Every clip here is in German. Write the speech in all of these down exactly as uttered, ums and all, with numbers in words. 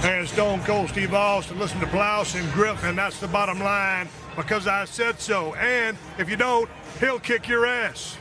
and Stone Cold Steve Austin. Listen to Blouse and Griffin. That's the bottom line because I said so. And if you don't, he'll kick your ass.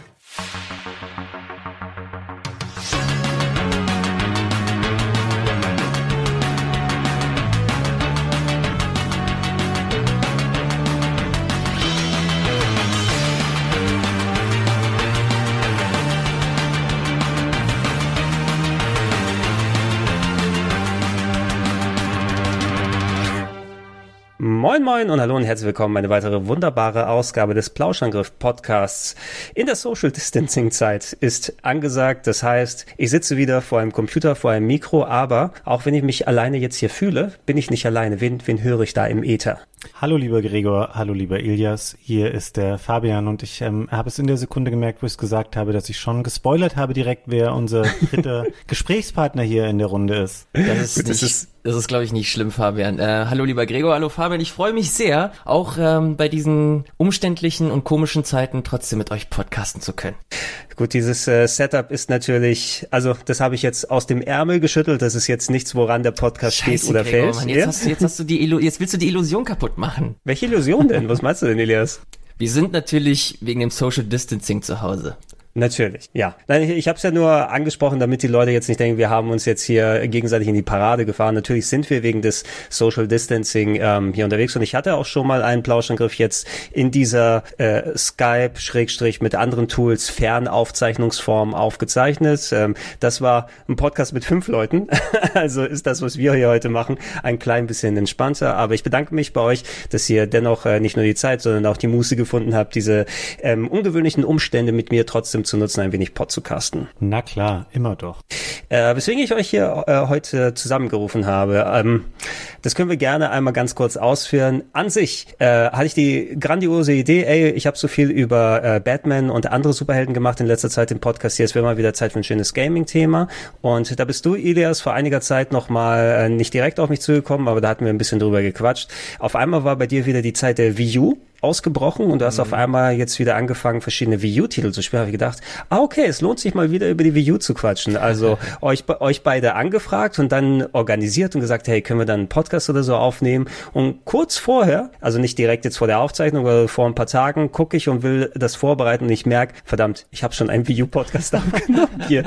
Moin Moin und hallo und herzlich willkommen, eine weitere wunderbare Ausgabe des Plauschangriff-Podcasts. In der Social Distancing Zeit ist angesagt, das heißt, ich sitze wieder vor einem Computer, vor einem Mikro, aber auch wenn ich mich alleine jetzt hier fühle, bin ich nicht alleine. Wen, wen höre ich da im Äther? Hallo lieber Gregor, hallo lieber Ilias, hier ist der Fabian und ich ähm, habe es in der Sekunde gemerkt, wo ich es gesagt habe, dass ich schon gespoilert habe direkt, wer unser dritter Gesprächspartner hier in der Runde ist. Das ist nicht, das ist, das ist glaube ich nicht schlimm, Fabian. Äh, hallo lieber Gregor, hallo Fabian, ich freue mich sehr, auch ähm, bei diesen umständlichen und komischen Zeiten trotzdem mit euch podcasten zu können. Gut, dieses äh, Setup ist natürlich, also das habe ich jetzt aus dem Ärmel geschüttelt, das ist jetzt nichts, woran der Podcast Scheiße, steht oder Gregor, fällt. Mann, jetzt, ja? hast du, jetzt hast du die Illu- jetzt willst du die Illusion kaputt machen. Welche Illusion denn? Was meinst du denn, Elias? Wir sind natürlich wegen dem Social Distancing zu Hause. Natürlich, ja. Nein, ich, ich habe es ja nur angesprochen, damit die Leute jetzt nicht denken, wir haben uns jetzt hier gegenseitig in die Parade gefahren. Natürlich sind wir wegen des Social Distancing ähm, hier unterwegs und ich hatte auch schon mal einen Plauschangriff jetzt in dieser äh, Skype Schrägstrich mit anderen Tools Fernaufzeichnungsform aufgezeichnet. Ähm, das war ein Podcast mit fünf Leuten, also ist das, was wir hier heute machen, ein klein bisschen entspannter. Aber ich bedanke mich bei euch, dass ihr dennoch äh, nicht nur die Zeit, sondern auch die Muße gefunden habt, diese ähm, ungewöhnlichen Umstände mit mir trotzdem zu nutzen, ein wenig podcasten. Na klar, immer doch. Äh, weswegen ich euch hier äh, heute zusammengerufen habe, ähm, das können wir gerne einmal ganz kurz ausführen. An sich äh, hatte ich die grandiose Idee, ey, ich habe so viel über äh, Batman und andere Superhelden gemacht in letzter Zeit im Podcast, hier ist mal wieder Zeit für ein schönes Gaming-Thema und da bist du, Ilias, vor einiger Zeit nochmal äh, nicht direkt auf mich zugekommen, aber da hatten wir ein bisschen drüber gequatscht. Auf einmal war bei dir wieder die Zeit der Wii U ausgebrochen und du hast mhm. auf einmal jetzt wieder angefangen, verschiedene Wii U-Titel zu spielen. Habe ich gedacht, ah okay, es lohnt sich mal wieder über die Wii U zu quatschen. Also euch euch beide angefragt und dann organisiert und gesagt, hey, können wir dann einen Podcast oder so aufnehmen? Und kurz vorher, also nicht direkt jetzt vor der Aufzeichnung, aber vor ein paar Tagen, gucke ich und will das vorbereiten und ich merke, verdammt, ich habe schon einen Wii U-Podcast aufgenommen hier.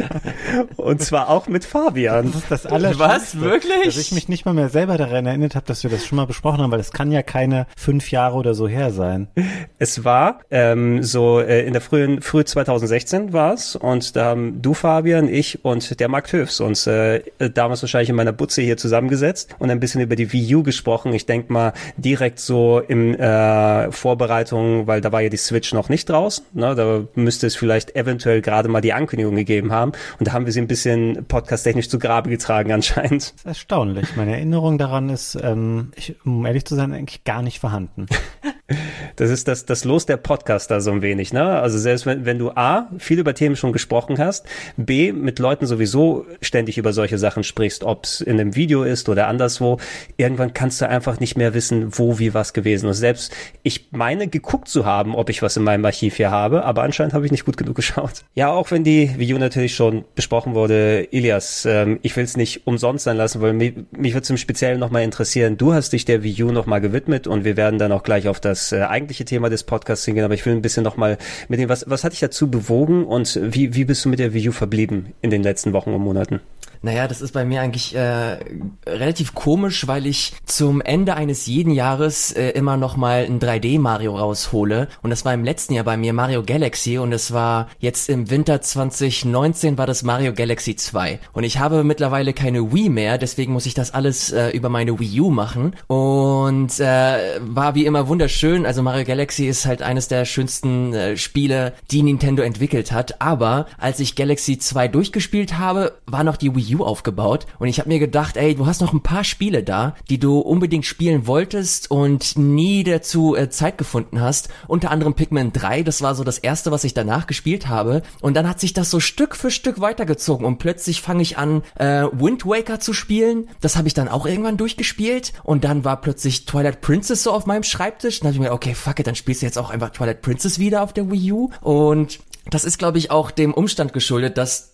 Und zwar auch mit Fabian. Das ist das Allerschlimmste. Was? Wirklich? Dass ich mich nicht mal mehr selber daran erinnert habe, dass wir das schon mal besprochen haben, weil es kann ja keine fünf Jahre oder so so her sein. Es war ähm, so äh, in der frühen früh zwanzig sechzehn war es und da haben du, Fabian, ich und der Marc Töfs uns äh, damals wahrscheinlich in meiner Butze hier zusammengesetzt und ein bisschen über die Wii U gesprochen. Ich denke mal direkt so in äh, Vorbereitung, weil da war ja die Switch noch nicht draußen. Ne? Da müsste es vielleicht eventuell gerade mal die Ankündigung gegeben haben und da haben wir sie ein bisschen podcasttechnisch zu Grabe getragen anscheinend. Das ist erstaunlich. Meine Erinnerung daran ist, ähm, ich, um ehrlich zu sein, eigentlich gar nicht vorhanden. Das ist das, das Los der Podcaster so ein wenig, ne? Also selbst wenn, wenn du A, viel über Themen schon gesprochen hast, B, mit Leuten sowieso ständig über solche Sachen sprichst, ob es in einem Video ist oder anderswo, irgendwann kannst du einfach nicht mehr wissen, wo, wie, was gewesen ist. Selbst ich meine, geguckt zu haben, ob ich was in meinem Archiv hier habe, aber anscheinend habe ich nicht gut genug geschaut. Ja, auch wenn die Wii U natürlich schon besprochen wurde, Ilias, ähm, ich will es nicht umsonst sein lassen, weil mich, mich würde es im Speziellen nochmal interessieren, du hast dich der Wii U nochmal gewidmet und wir werden dann auch gleich auf das äh, eigentliche Thema des Podcasts hingehen, aber ich will ein bisschen nochmal mit dem, was, was hat dich dazu bewogen und wie, wie bist du mit der Wii U verblieben in den letzten Wochen und Monaten? Naja, das ist bei mir eigentlich äh, relativ komisch, weil ich zum Ende eines jeden Jahres äh, immer noch mal ein drei D Mario raushole. Und das war im letzten Jahr bei mir Mario Galaxy und es war jetzt im Winter zwanzig neunzehn war das Mario Galaxy zwei. Und ich habe mittlerweile keine Wii mehr, deswegen muss ich das alles äh, über meine Wii U machen. Und äh, war wie immer wunderschön. Also Mario Galaxy ist halt eines der schönsten äh, Spiele, die Nintendo entwickelt hat. Aber als ich Galaxy zwei durchgespielt habe, war noch die Wii U aufgebaut und ich habe mir gedacht, ey, du hast noch ein paar Spiele da, die du unbedingt spielen wolltest und nie dazu äh, Zeit gefunden hast. Unter anderem Pikmin drei, das war so das erste, was ich danach gespielt habe und dann hat sich das so Stück für Stück weitergezogen und plötzlich fange ich an, äh, Wind Waker zu spielen. Das habe ich dann auch irgendwann durchgespielt und dann war plötzlich Twilight Princess so auf meinem Schreibtisch. Dann habe ich mir gedacht, okay, fuck it, dann spielst du jetzt auch einfach Twilight Princess wieder auf der Wii U und das ist, glaube ich, auch dem Umstand geschuldet, dass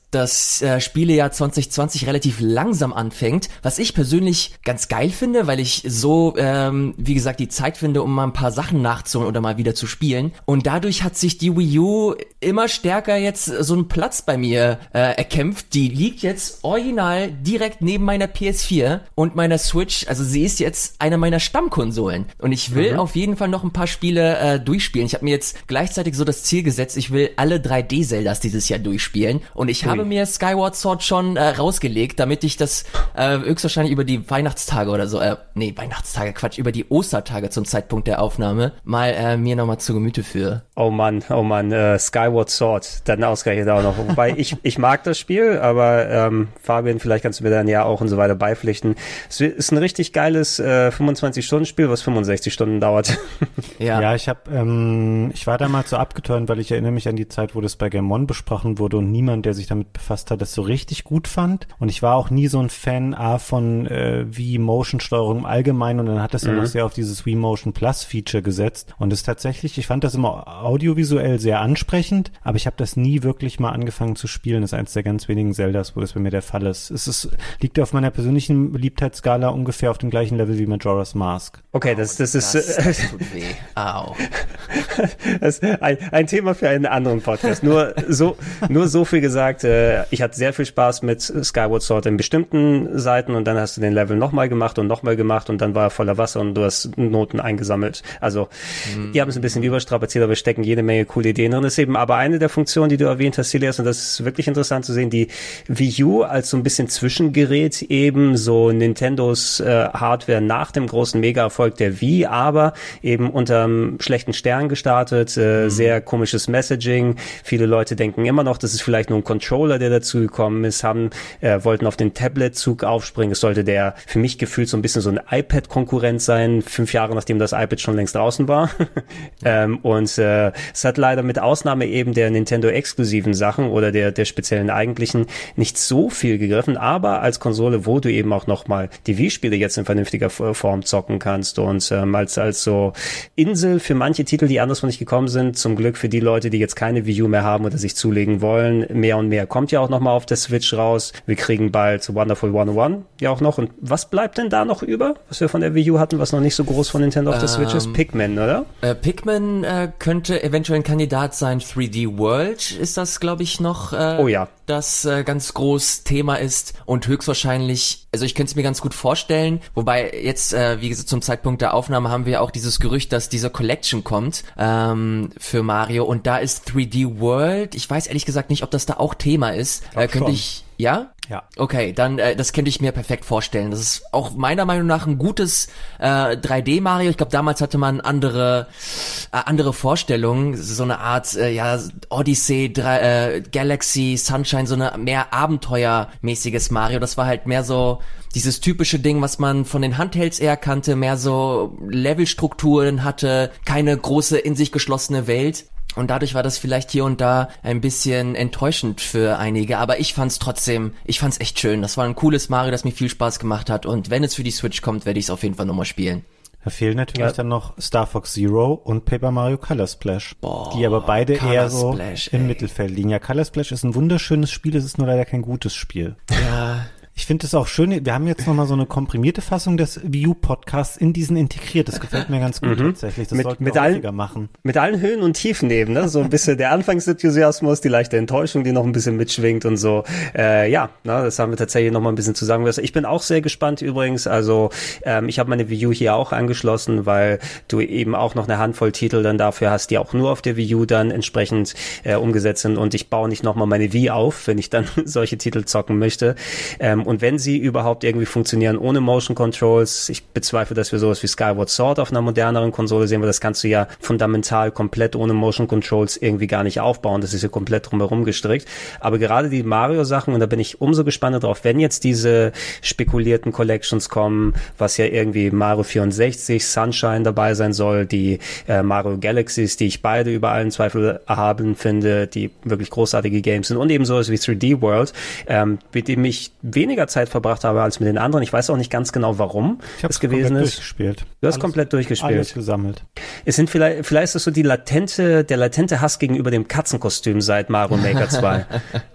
das äh, Spielejahr zwanzig zwanzig relativ langsam anfängt, was ich persönlich ganz geil finde, weil ich so, ähm, wie gesagt, die Zeit finde, um mal ein paar Sachen nachzuholen oder mal wieder zu spielen. Und dadurch hat sich die Wii U immer stärker jetzt so einen Platz bei mir äh, erkämpft. Die liegt jetzt original direkt neben meiner P S vier und meiner Switch. Also sie ist jetzt eine meiner Stammkonsolen. Und ich will mhm. auf jeden Fall noch ein paar Spiele äh, durchspielen. Ich habe mir jetzt gleichzeitig so das Ziel gesetzt, ich will alle drei D-Zeldas dieses Jahr durchspielen. Und ich Ui. habe mir Skyward Sword schon äh, rausgelegt, damit ich das äh, höchstwahrscheinlich über die Weihnachtstage oder so, äh, nee, Weihnachtstage, Quatsch, über die Ostertage zum Zeitpunkt der Aufnahme mal äh, mir nochmal zu Gemüte führe. Oh Mann, oh Mann, äh, Skyward Sword, dann ausgerechnet auch noch. Wobei ich ich mag das Spiel, aber ähm, Fabian, vielleicht kannst du mir dann ja auch und so weiter beipflichten. Es ist ein richtig geiles äh, fünfundzwanzig-Stunden-Spiel, was fünfundsechzig Stunden dauert. Ja, ja ich hab, ähm, ich war damals so abgeturnt, weil ich erinnere mich an die Zeit, wo das bei Game One besprochen wurde und niemand, der sich damit befasst hat, das so richtig gut fand. Und ich war auch nie so ein Fan A von äh, Wii-Motion-Steuerung im Allgemeinen, und dann hat das mhm. ja noch sehr auf dieses Wii Motion Plus-Feature gesetzt. Und es tatsächlich, ich fand das immer audiovisuell sehr ansprechend, aber ich habe das nie wirklich mal angefangen zu spielen. Das ist eins der ganz wenigen Zeldas, wo das bei mir der Fall ist. Es ist, liegt auf meiner persönlichen Beliebtheitsskala ungefähr auf dem gleichen Level wie Majora's Mask. Okay, das, das ist das, das tut weh. Au. Das ist ein, ein Thema für einen anderen Podcast. Nur so, nur so viel gesagt, äh, ich hatte sehr viel Spaß mit Skyward Sword in bestimmten Seiten, und dann hast du den Level nochmal gemacht und nochmal gemacht und dann war er voller Wasser und du hast Noten eingesammelt. Also, mm. die haben es ein bisschen überstrapaziert, aber stecken jede Menge coole Ideen drin. Das ist eben aber eine der Funktionen, die du erwähnt hast, Elias, und das ist wirklich interessant zu sehen, die Wii U als so ein bisschen Zwischengerät eben, so Nintendos äh, Hardware nach dem großen Mega-Erfolg der Wii, aber eben unterm schlechten Stern gestartet, äh, mm. sehr komisches Messaging. Viele Leute denken immer noch, das ist vielleicht nur ein Controller, der dazu gekommen ist, haben, äh, wollten auf den Tablet-Zug aufspringen. Es sollte der für mich gefühlt so ein bisschen so ein iPad-Konkurrent sein, fünf Jahre nachdem das iPad schon längst draußen war. ähm, und äh, es hat leider mit Ausnahme eben der Nintendo-exklusiven Sachen oder der der speziellen eigentlichen nicht so viel gegriffen, aber als Konsole, wo du eben auch nochmal die Wii-Spiele jetzt in vernünftiger Form zocken kannst und ähm, als als so Insel für manche Titel, die anderswo nicht gekommen sind, zum Glück für die Leute, die jetzt keine Wii U mehr haben oder sich zulegen wollen, mehr und mehr kommt ja auch nochmal auf der Switch raus. Wir kriegen bald Wonderful one oh one ja auch noch. Und was bleibt denn da noch über, was wir von der Wii U hatten, was noch nicht so groß von Nintendo auf der Switch ist? Pikmin, oder? Äh, Pikmin äh, könnte eventuell ein Kandidat sein. drei D World ist das, glaube ich, noch. Äh, oh ja. Das äh, ganz groß Thema ist und höchstwahrscheinlich, also ich könnte es mir ganz gut vorstellen, wobei jetzt, äh, wie gesagt, zum Zeitpunkt der Aufnahme haben wir auch dieses Gerücht, dass diese Collection kommt ähm, für Mario, und da ist drei D World, ich weiß ehrlich gesagt nicht, ob das da auch Thema ist, äh, könnte ich, ja? Ja. Okay, dann äh, das könnte ich mir perfekt vorstellen. Das ist auch meiner Meinung nach ein gutes äh, drei D Mario. Ich glaube, damals hatte man andere äh, andere Vorstellungen, so eine Art äh, ja Odyssey, drei, äh, Galaxy, Sunshine, so eine mehr abenteuermäßiges Mario. Das war halt mehr so dieses typische Ding, was man von den Handhelds eher kannte, mehr so Levelstrukturen hatte, keine große in sich geschlossene Welt. Und dadurch war das vielleicht hier und da ein bisschen enttäuschend für einige, aber ich fand's trotzdem, ich fand's echt schön. Das war ein cooles Mario, das mir viel Spaß gemacht hat, und wenn es für die Switch kommt, werde ich es auf jeden Fall nochmal spielen. Da fehlen natürlich ja. dann noch Star Fox Zero und Paper Mario Color Splash, Boah, die aber beide Color eher so Splash, im ey. Mittelfeld liegen. Ja, Color Splash ist ein wunderschönes Spiel, es ist nur leider kein gutes Spiel. Ja. Ich finde es auch schön, wir haben jetzt nochmal so eine komprimierte Fassung des Wii U-Podcasts in diesen integriert. Das gefällt mir ganz gut mhm. tatsächlich. Das mit, sollten mit wir allen, häufiger machen. Mit allen Höhen und Tiefen eben, ne? So ein bisschen der Anfangsenthusiasmus, die leichte Enttäuschung, die noch ein bisschen mitschwingt und so. Äh, ja, ne, das haben wir tatsächlich nochmal ein bisschen zusammengefasst. Ich bin auch sehr gespannt übrigens. Also ähm, ich habe meine Wii U hier auch angeschlossen, weil du eben auch noch eine Handvoll Titel dann dafür hast, die auch nur auf der Wii U dann entsprechend äh, umgesetzt sind. Und ich baue nicht nochmal meine Wii auf, wenn ich dann solche Titel zocken möchte. Ähm, und wenn sie überhaupt irgendwie funktionieren ohne Motion Controls. Ich bezweifle, dass wir sowas wie Skyward Sword auf einer moderneren Konsole sehen, weil das kannst du ja fundamental komplett ohne Motion Controls irgendwie gar nicht aufbauen. Das ist ja komplett drumherum gestrickt. Aber gerade die Mario-Sachen, und da bin ich umso gespannter drauf, wenn jetzt diese spekulierten Collections kommen, was ja irgendwie Mario vierundsechzig, Sunshine dabei sein soll, die äh, Mario Galaxies, die ich beide über allen Zweifel erhaben finde, die wirklich großartige Games sind, und eben sowas wie drei D World, ähm, mit dem ich weniger Zeit verbracht habe als mit den anderen. Ich weiß auch nicht ganz genau, warum ich hab's es gewesen komplett ist. Durchgespielt. Du hast alles, komplett durchgespielt. Alles gesammelt. Es sind vielleicht, vielleicht ist das so die latente, der latente Hass gegenüber dem Katzenkostüm seit Mario Maker zwei.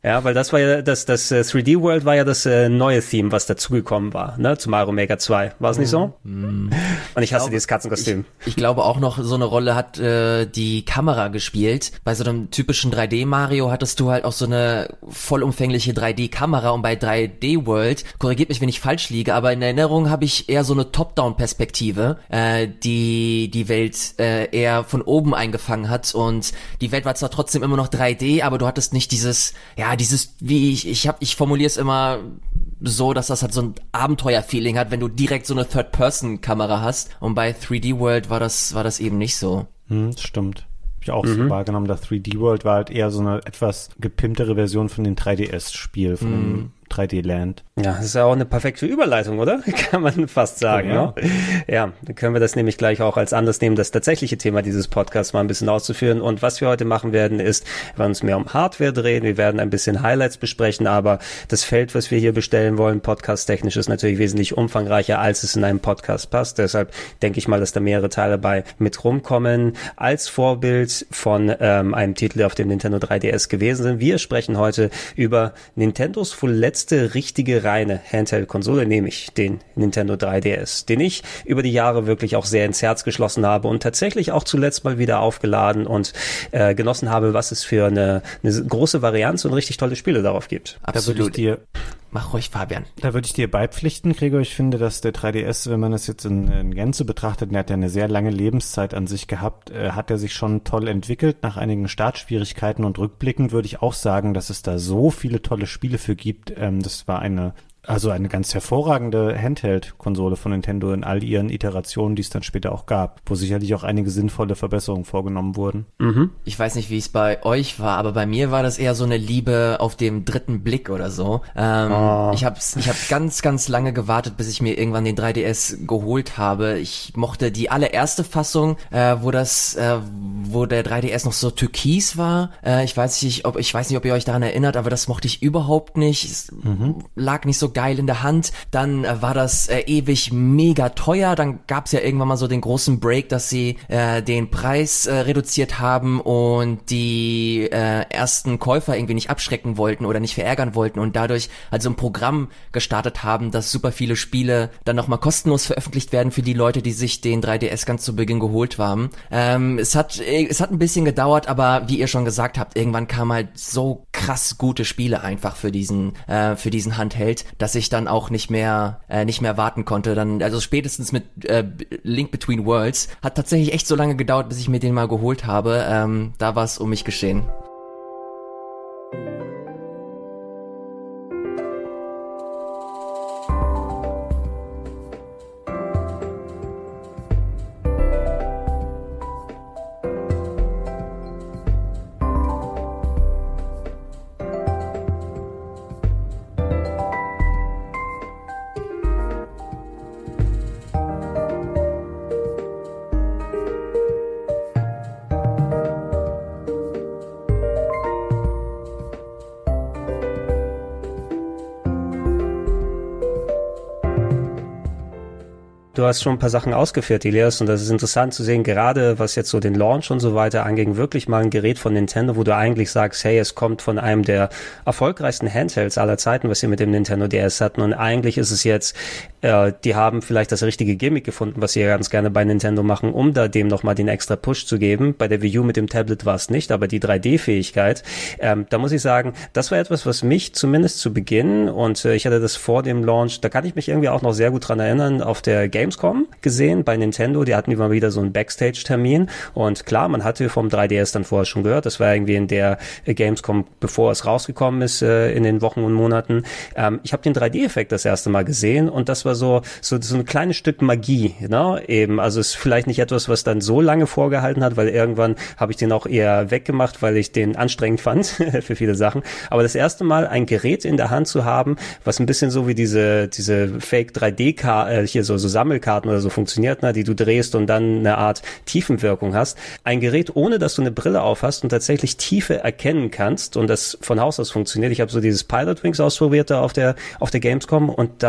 Ja, weil das war ja, das, das äh, drei D World war ja das äh, neue Theme, was dazugekommen war, ne, zu Mario Maker zwei. War es nicht so? Mm. Und ich hasse ich dieses Katzenkostüm. Ich, ich glaube auch noch, so eine Rolle hat äh, die Kamera gespielt. Bei so einem typischen drei D Mario hattest du halt auch so eine vollumfängliche drei D Kamera und bei drei D World, korrigiert mich, wenn ich falsch liege, aber in Erinnerung habe ich eher so eine Top-Down-Perspektive, äh, die die Welt äh, eher von oben eingefangen hat und die Welt war zwar trotzdem immer noch drei D, aber du hattest nicht dieses, ja, dieses, wie ich, ich hab, ich formuliere es immer so, dass das halt so ein Abenteuer-Feeling hat, wenn du direkt so eine Third-Person-Kamera hast. Und bei drei D World war das, war das eben nicht so. Hm, stimmt. Hab ich auch mhm. so wahrgenommen. Das drei D World war halt eher so eine etwas gepimptere Version von dem drei D S-Spiel, von mhm. dem drei D Land. Ja, das ist ja auch eine perfekte Überleitung, oder? Kann man fast sagen, oh, ja. Ne? Ja, dann können wir das nämlich gleich auch als Anlass nehmen, das tatsächliche Thema dieses Podcasts mal ein bisschen auszuführen. Und was wir heute machen werden, ist, wir werden uns mehr um Hardware drehen, wir werden ein bisschen Highlights besprechen, aber das Feld, was wir hier bestellen wollen, podcast-technisch, ist natürlich wesentlich umfangreicher, als es in einem Podcast passt. Deshalb denke ich mal, dass da mehrere Teile bei mit rumkommen. Als Vorbild von ähm, einem Titel, auf dem Nintendo drei D S gewesen sind. Wir sprechen heute über Nintendos wohl letzte richtige reine Handheld-Konsole, nämlich den Nintendo drei D S, den ich über die Jahre wirklich auch sehr ins Herz geschlossen habe und tatsächlich auch zuletzt mal wieder aufgeladen und äh, genossen habe, was es für eine, eine große Varianz und richtig tolle Spiele darauf gibt. Absolut. Da würde ich dir Mach ruhig, Fabian. Da würde ich dir beipflichten, Gregor. Ich finde, dass der drei D S, wenn man das jetzt in, in Gänze betrachtet, der hat ja eine sehr lange Lebenszeit an sich gehabt, äh, hat er sich schon toll entwickelt nach einigen Startschwierigkeiten und rückblickend würde ich auch sagen, dass es da so viele tolle Spiele für gibt. Ähm, das war eine Also eine ganz hervorragende Handheld-Konsole von Nintendo in all ihren Iterationen, die es dann später auch gab, wo sicherlich auch einige sinnvolle Verbesserungen vorgenommen wurden. Mhm. Ich weiß nicht, wie es bei euch war, aber bei mir war das eher so eine Liebe auf dem dritten Blick oder so. Ähm, oh. Ich habe ich hab ganz, ganz lange gewartet, bis ich mir irgendwann den drei D S geholt habe. Ich mochte die allererste Fassung, äh, wo das, äh, wo der drei D S noch so türkis war. Äh, ich weiß nicht, ob ich weiß nicht, ob ihr euch daran erinnert, aber das mochte ich überhaupt nicht. Es mhm. lag nicht so geil in der Hand, dann äh, war das äh, ewig mega teuer, dann gab's ja irgendwann mal so den großen Break, dass sie äh, den Preis äh, reduziert haben und die äh, ersten Käufer irgendwie nicht abschrecken wollten oder nicht verärgern wollten und dadurch halt so ein Programm gestartet haben, dass super viele Spiele dann nochmal kostenlos veröffentlicht werden für die Leute, die sich den drei D S ganz zu Beginn geholt haben. Ähm, es hat es hat ein bisschen gedauert, aber wie ihr schon gesagt habt, irgendwann kamen halt so krass gute Spiele einfach für diesen äh, für diesen Handheld, dass ich dann auch nicht mehr äh, nicht mehr warten konnte. Dann also spätestens mit äh, Link Between Worlds hat tatsächlich echt so lange gedauert, bis ich mir den mal geholt habe. Ähm, da war es um mich geschehen. Du hast schon ein paar Sachen ausgeführt, Elias, und das ist interessant zu sehen, gerade was jetzt so den Launch und so weiter anging, wirklich mal ein Gerät von Nintendo, wo du eigentlich sagst, hey, es kommt von einem der erfolgreichsten Handhelds aller Zeiten, was sie mit dem Nintendo D S hatten, und eigentlich ist es jetzt, äh, die haben vielleicht das richtige Gimmick gefunden, was sie ja ganz gerne bei Nintendo machen, um da dem nochmal den extra Push zu geben. Bei der Wii U mit dem Tablet war es nicht, aber die drei D-Fähigkeit, ähm, da muss ich sagen, das war etwas, was mich zumindest zu Beginn, und äh, ich hatte das vor dem Launch, da kann ich mich irgendwie auch noch sehr gut dran erinnern, auf der Gamescom gesehen bei Nintendo, die hatten immer wieder so einen Backstage-Termin, und klar, man hatte vom drei D S dann vorher schon gehört, das war irgendwie in der Gamescom, bevor es rausgekommen ist, äh, in den Wochen und Monaten. Ähm, ich habe den drei D-Effekt das erste Mal gesehen, und das war so so, so ein kleines Stück Magie, ne? Eben, also es ist vielleicht nicht etwas, was dann so lange vorgehalten hat, weil irgendwann habe ich den auch eher weggemacht, weil ich den anstrengend fand für viele Sachen, aber das erste Mal ein Gerät in der Hand zu haben, was ein bisschen so wie diese diese Fake drei D-Karten, äh, hier so, so Sammelkarten oder so funktioniert, ne, die du drehst und dann eine Art Tiefenwirkung hast. Ein Gerät, ohne dass du eine Brille auf hast und tatsächlich Tiefe erkennen kannst, und das von Haus aus funktioniert. Ich habe so dieses Pilot Wings ausprobiert da auf der auf der Gamescom, und da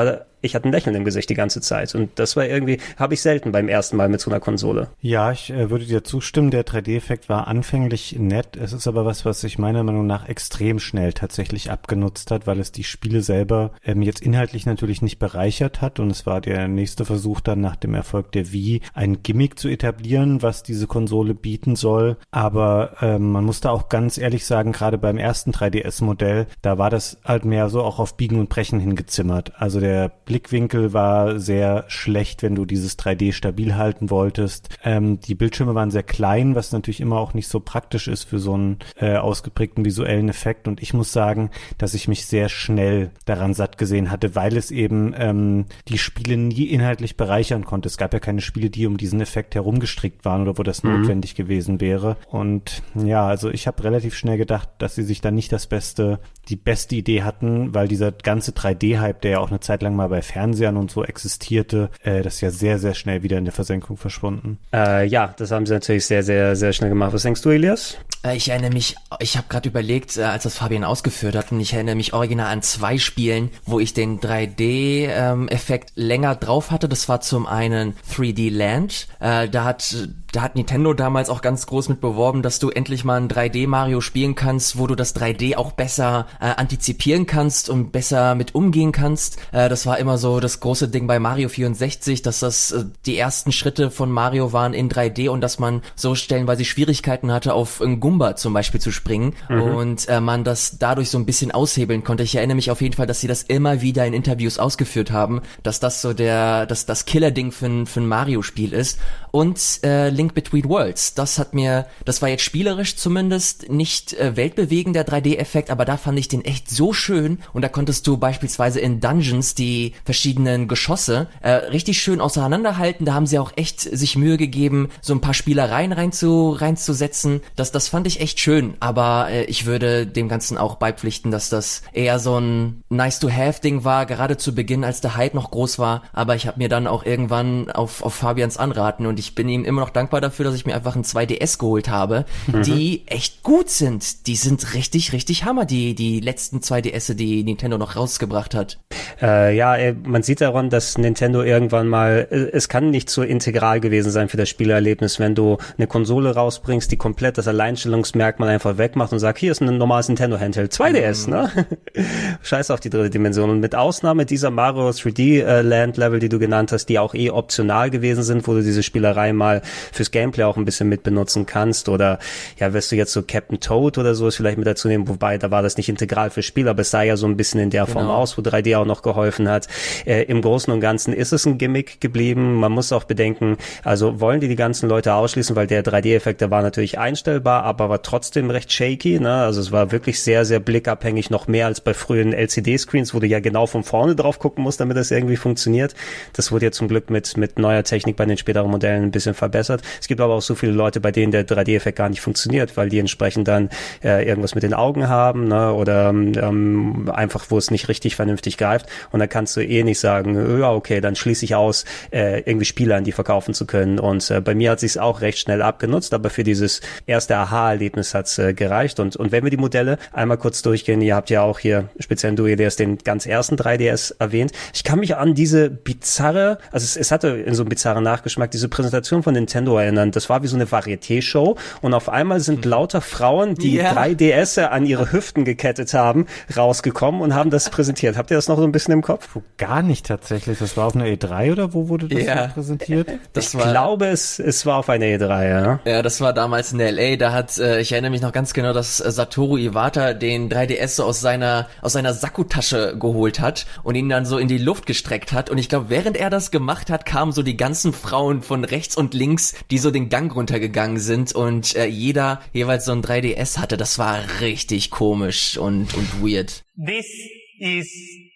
ich hatte ein Lächeln im Gesicht die ganze Zeit. Und das war irgendwie, habe ich selten beim ersten Mal mit so einer Konsole. Ja, ich äh, würde dir zustimmen, der drei D-Effekt war anfänglich nett. Es ist aber was, was sich meiner Meinung nach extrem schnell tatsächlich abgenutzt hat, weil es die Spiele selber ähm, jetzt inhaltlich natürlich nicht bereichert hat. Und es war der nächste Versuch dann nach dem Erfolg der Wii, ein Gimmick zu etablieren, was diese Konsole bieten soll. Aber ähm, man muss da auch ganz ehrlich sagen, gerade beim ersten drei D S-Modell, da war das halt mehr so auch auf Biegen und Brechen hingezimmert. Also der Blickwinkel war sehr schlecht, wenn du dieses drei D stabil halten wolltest. Ähm, die Bildschirme waren sehr klein, was natürlich immer auch nicht so praktisch ist für so einen äh, ausgeprägten visuellen Effekt. Und ich muss sagen, dass ich mich sehr schnell daran satt gesehen hatte, weil es eben ähm, die Spiele nie inhaltlich bereichern konnte. Es gab ja keine Spiele, die um diesen Effekt herumgestrickt waren oder wo das mhm. notwendig gewesen wäre. Und ja, also ich habe relativ schnell gedacht, dass sie sich da nicht das beste, die beste Idee hatten, weil dieser ganze drei D-Hype, der ja auch eine Zeit lang mal bei Fernsehern und so existierte, äh, das ist ja sehr, sehr schnell wieder in der Versenkung verschwunden. Äh, ja, das haben sie natürlich sehr, sehr, sehr schnell gemacht. Was denkst du, Elias? Äh, ich erinnere mich, ich habe gerade überlegt, äh, als das Fabian ausgeführt hat, und ich erinnere mich original an zwei Spielen, wo ich den drei D-Effekt ähm, länger drauf hatte. Das war zum einen drei D Land. Äh, da hat Da hat Nintendo damals auch ganz groß mit beworben, dass du endlich mal ein drei D Mario spielen kannst, wo du das drei D auch besser äh, antizipieren kannst und besser mit umgehen kannst. Äh, das war immer so das große Ding bei Mario vierundsechzig, dass das äh, die ersten Schritte von Mario waren in drei D und dass man so stellenweise Schwierigkeiten hatte, auf ein Goomba zum Beispiel zu springen mhm. und äh, man das dadurch so ein bisschen aushebeln konnte. Ich erinnere mich auf jeden Fall, dass sie das immer wieder in Interviews ausgeführt haben, dass das so der, dass das Killer-Ding für ein, für ein Mario-Spiel ist. Und äh, Link Between Worlds, das hat mir, das war jetzt spielerisch zumindest nicht äh, weltbewegend, der drei D-Effekt, aber da fand ich den echt so schön und da konntest du beispielsweise in Dungeons die verschiedenen Geschosse äh, richtig schön auseinanderhalten. Da haben sie auch echt sich Mühe gegeben, so ein paar Spielereien rein zu, reinzusetzen. Das, das fand ich echt schön, aber äh, ich würde dem Ganzen auch beipflichten, dass das eher so ein Nice-to-have-Ding war, gerade zu Beginn, als der Hype noch groß war, aber ich habe mir dann auch irgendwann auf, auf Fabians Anraten und ich bin ihm immer noch dankbar dafür, dass ich mir einfach ein zwei D S geholt habe, mhm. die echt gut sind. Die sind richtig, richtig Hammer, die, die letzten zwei D S, die Nintendo noch rausgebracht hat. Äh, ja, man sieht daran, dass Nintendo irgendwann mal, es kann nicht so integral gewesen sein für das Spielerlebnis, wenn du eine Konsole rausbringst, die komplett das Alleinstellungsmerkmal einfach wegmacht und sagt, hier ist ein normales Nintendo-Handheld, zwei D S, mhm. ne? Scheiß auf die dritte Dimension. Und mit Ausnahme dieser Mario drei D-Land-Level, die du genannt hast, die auch eh optional gewesen sind, wo du diese Spielerei mal fürs Gameplay auch ein bisschen mit benutzen kannst oder ja, wirst du jetzt so Captain Toad oder so ist vielleicht mit dazu nehmen, wobei da war das nicht integral fürs Spiel, aber es sah ja so ein bisschen in der Form genau. aus, wo drei D auch noch geholfen hat. Äh, im Großen und Ganzen ist es ein Gimmick geblieben. Man muss auch bedenken, also wollen die die ganzen Leute ausschließen, weil der drei D-Effekt, der war natürlich einstellbar, aber war trotzdem recht shaky, ne? Also es war wirklich sehr, sehr blickabhängig, noch mehr als bei frühen L C D-Screens, wo du ja genau von vorne drauf gucken musst, damit das irgendwie funktioniert. Das wurde ja zum Glück mit, mit neuer Technik bei den späteren Modellen ein bisschen verbessert. Es gibt aber auch so viele Leute, bei denen der drei D-Effekt gar nicht funktioniert, weil die entsprechend dann äh, irgendwas mit den Augen haben, ne? Oder ähm, einfach, wo es nicht richtig vernünftig greift. Und dann kannst du eh nicht sagen, ja, okay, dann schließe ich aus, äh, irgendwie Spiele an die verkaufen zu können. Und äh, bei mir hat sich's auch recht schnell abgenutzt, aber für dieses erste Aha-Erlebnis hat's äh, gereicht. Und und wenn wir die Modelle einmal kurz durchgehen, ihr habt ja auch hier, speziell du, Elias, den ganz ersten drei D S erwähnt. Ich kann mich an diese bizarre, also es, es hatte in so einem bizarren Nachgeschmack, diese Präsentation von Nintendo erinnern. Das war wie so eine Varieté-Show und auf einmal sind lauter Frauen, die yeah. drei D S an ihre Hüften gekettet haben, rausgekommen und haben das präsentiert. Habt ihr das noch so ein bisschen im Kopf? Gar nicht tatsächlich. Das war auf einer E drei oder wo wurde das yeah. präsentiert? Das ich war, glaube, es, es war auf einer E drei, ja. Ja, das war damals in L A. Da hat, äh, ich erinnere mich noch ganz genau, dass äh, Satoru Iwata den drei D S so aus seiner, aus seiner Sakkotasche geholt hat und ihn dann so in die Luft gestreckt hat. Und ich glaube, während er das gemacht hat, kamen so die ganzen Frauen von rechts und links, die so den Gang runtergegangen sind und äh, jeder jeweils so ein drei D S hatte. Das war richtig komisch und, und weird. This is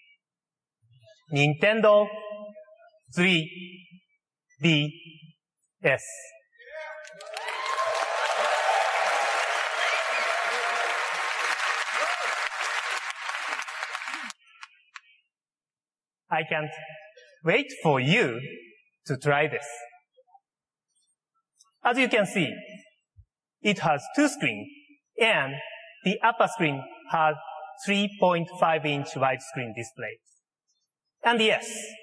Nintendo drei D S. I can't wait for you to try this. As you can see, it has two screens, and the upper screen has three point five inch widescreen display. And yes,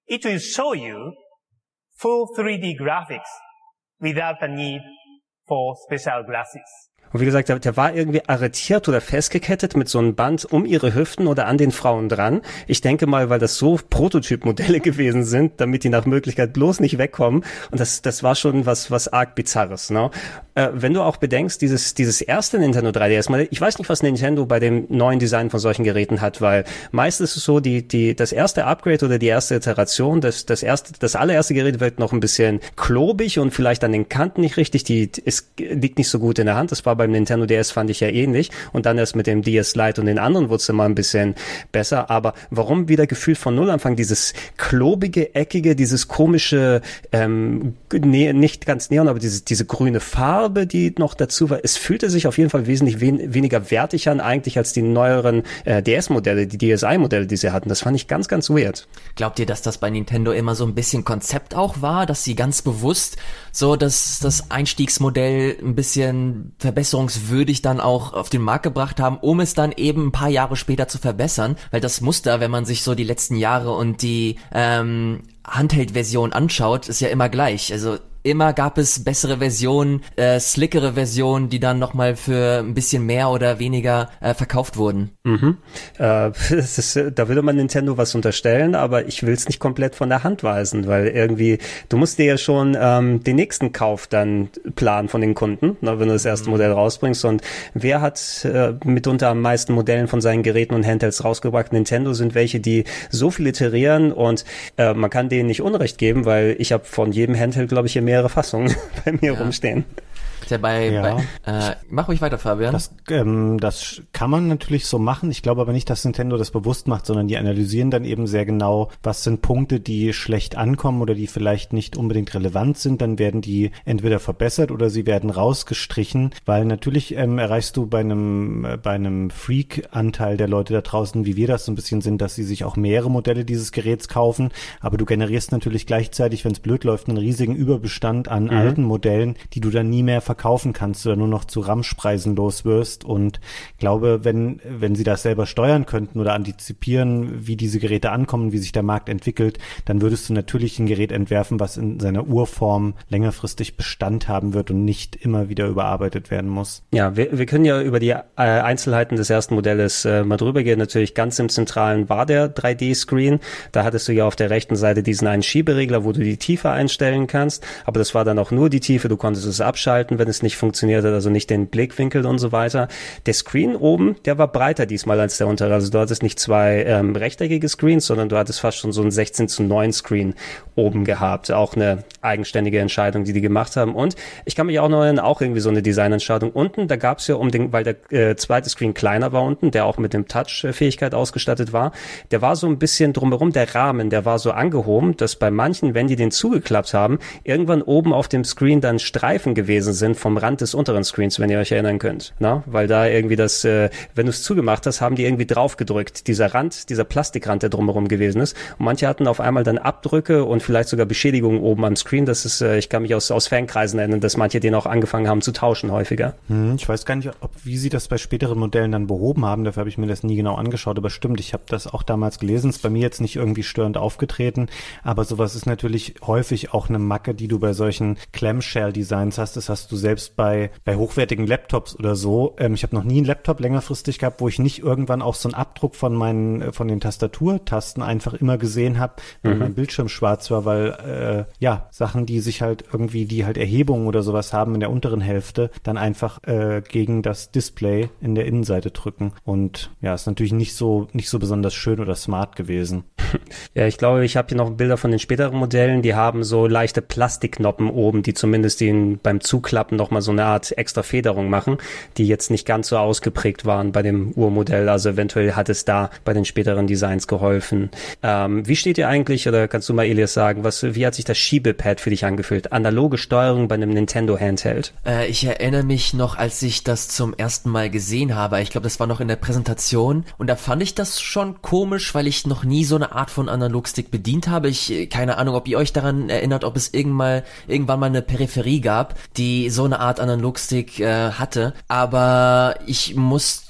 it will show you full three D graphics without the need for special glasses. Und wie gesagt, der, der war irgendwie arretiert oder festgekettet mit so einem Band um ihre Hüften oder an den Frauen dran. Ich denke mal, weil das so Prototypmodelle gewesen sind, damit die nach Möglichkeit bloß nicht wegkommen. Und das das war schon was was arg Bizarres, ne? Äh, wenn du auch bedenkst, dieses dieses erste Nintendo drei D S-Modell, ich weiß nicht, was Nintendo bei dem neuen Design von solchen Geräten hat, weil meistens ist es so, die die das erste Upgrade oder die erste Iteration, das das erste das allererste Gerät wird noch ein bisschen klobig und vielleicht an den Kanten nicht richtig, die es liegt nicht so gut in der Hand. Das war beim Nintendo D S, fand ich ja ähnlich. Und dann erst mit dem D S Lite und den anderen wurde es immer ein bisschen besser. Aber warum wieder gefühlt von Null anfangen? Dieses klobige, eckige, dieses komische, ähm, ne, nicht ganz Neon, aber diese, diese grüne Farbe, die noch dazu war. Es fühlte sich auf jeden Fall wesentlich wen, weniger wertig an eigentlich als die neueren äh, D S-Modelle, die D S i-Modelle, die sie hatten. Das fand ich ganz, ganz weird. Glaubt ihr, dass das bei Nintendo immer so ein bisschen Konzept auch war, dass sie ganz bewusst so das, das Einstiegsmodell ein bisschen verbesserungswürdig dann auch auf den Markt gebracht haben, um es dann eben ein paar Jahre später zu verbessern? Weil das Muster, wenn man sich so die letzten Jahre und die ähm, Handheld-Version anschaut, ist ja immer gleich. Also immer gab es bessere Versionen, äh, slickere Versionen, die dann nochmal für ein bisschen mehr oder weniger äh, verkauft wurden. Mhm. Äh, das ist, da würde man Nintendo was unterstellen, aber ich will es nicht komplett von der Hand weisen, weil irgendwie, du musst dir ja schon ähm, den nächsten Kauf dann planen von den Kunden, ne, wenn du das erste mhm. Modell rausbringst. Und wer hat äh, mitunter am meisten Modellen von seinen Geräten und Handhelds rausgebracht? Nintendo sind welche, die so viel iterieren und äh, man kann denen nicht Unrecht geben, weil ich habe von jedem Handheld, glaube ich, hier mehrere Fassungen bei mir ja. rumstehen. Ja, bei, ja. bei äh, mach ruhig weiter, Fabian. Das, ähm, das kann man natürlich so machen. Ich glaube aber nicht, dass Nintendo das bewusst macht, sondern die analysieren dann eben sehr genau, was sind Punkte, die schlecht ankommen oder die vielleicht nicht unbedingt relevant sind. Dann werden die entweder verbessert oder sie werden rausgestrichen, weil natürlich ähm, erreichst du bei einem äh, bei einem Freak-Anteil der Leute da draußen, wie wir das so ein bisschen sind, dass sie sich auch mehrere Modelle dieses Geräts kaufen. Aber du generierst natürlich gleichzeitig, wenn es blöd läuft, einen riesigen Überbestand an mhm. alten Modellen, die du dann nie mehr verkaufst kaufen kannst oder nur noch zu Ramschpreisen los wirst. Und glaube, wenn wenn sie das selber steuern könnten oder antizipieren, wie diese Geräte ankommen, wie sich der Markt entwickelt, dann würdest du natürlich ein Gerät entwerfen, was in seiner Urform längerfristig Bestand haben wird und nicht immer wieder überarbeitet werden muss. Ja, wir, wir können ja über die äh, Einzelheiten des ersten Modells äh, mal drüber gehen. Natürlich ganz im Zentralen war der drei D-Screen. Da hattest du ja auf der rechten Seite diesen einen Schieberegler, wo du die Tiefe einstellen kannst. Aber das war dann auch nur die Tiefe. Du konntest es abschalten, wenn es nicht funktioniert hat, also nicht den Blickwinkel und so weiter. Der Screen oben, der war breiter diesmal als der untere. Also du hattest nicht zwei ähm, rechteckige Screens, sondern du hattest fast schon so einen sechzehn zu neun Screen oben gehabt. Auch eine eigenständige Entscheidung, die die gemacht haben. Und ich kann mich auch noch erinnern, auch irgendwie so eine Designentscheidung. Unten, da gab es ja um den, weil der äh, zweite Screen kleiner war unten, der auch mit dem Touch-Fähigkeit ausgestattet war, der war so ein bisschen drumherum, der Rahmen, der war so angehoben, dass bei manchen, wenn die den zugeklappt haben, irgendwann oben auf dem Screen dann Streifen gewesen sind vom Rand des unteren Screens, wenn ihr euch erinnern könnt. Na? Weil da irgendwie das, äh, wenn du es zugemacht hast, haben die irgendwie drauf gedrückt. Dieser Rand, dieser Plastikrand, der drumherum gewesen ist. Und manche hatten auf einmal dann Abdrücke und vielleicht sogar Beschädigungen oben am Screen. Das ist, äh, ich kann mich aus, aus Fankreisen erinnern, dass manche den auch angefangen haben zu tauschen häufiger. Hm, ich weiß gar nicht, ob wie sie das bei späteren Modellen dann behoben haben. Dafür habe ich mir das nie genau angeschaut. Aber stimmt, ich habe das auch damals gelesen. Ist bei mir jetzt nicht irgendwie störend aufgetreten. Aber sowas ist natürlich häufig auch eine Macke, die du bei solchen Clamshell-Designs hast. Das hast du selbst bei bei hochwertigen Laptops oder so. Ähm, ich habe noch nie einen Laptop längerfristig gehabt, wo ich nicht irgendwann auch so einen Abdruck von meinen von den Tastaturtasten einfach immer gesehen habe, wenn mhm. mein Bildschirm schwarz war, weil äh, ja, Sachen, die sich halt irgendwie, die halt Erhebungen oder sowas haben in der unteren Hälfte, dann einfach äh, gegen das Display in der Innenseite drücken. Und ja, ist natürlich nicht so nicht so besonders schön oder smart gewesen. Ja, ich glaube, ich habe hier noch Bilder von den späteren Modellen, die haben so leichte Plastiknoppen oben, die zumindest den beim Zuklappen nochmal so eine Art extra Federung machen, die jetzt nicht ganz so ausgeprägt waren bei dem Urmodell. Also eventuell hat es da bei den späteren Designs geholfen. Ähm, wie steht ihr eigentlich, oder kannst du mal, Elias, sagen, was, wie hat sich das Schiebepad für dich angefühlt? Analoge Steuerung bei einem Nintendo Handheld? Äh, ich erinnere mich noch, als ich das zum ersten Mal gesehen habe. Ich glaube, das war noch in der Präsentation. Und da fand ich das schon komisch, weil ich noch nie so eine Art von Analogstick bedient habe. Ich, keine Ahnung, ob ihr euch daran erinnert, ob es irgendwann mal, irgendwann mal eine Peripherie gab, die so eine Art Analogstick äh, hatte. Aber ich muss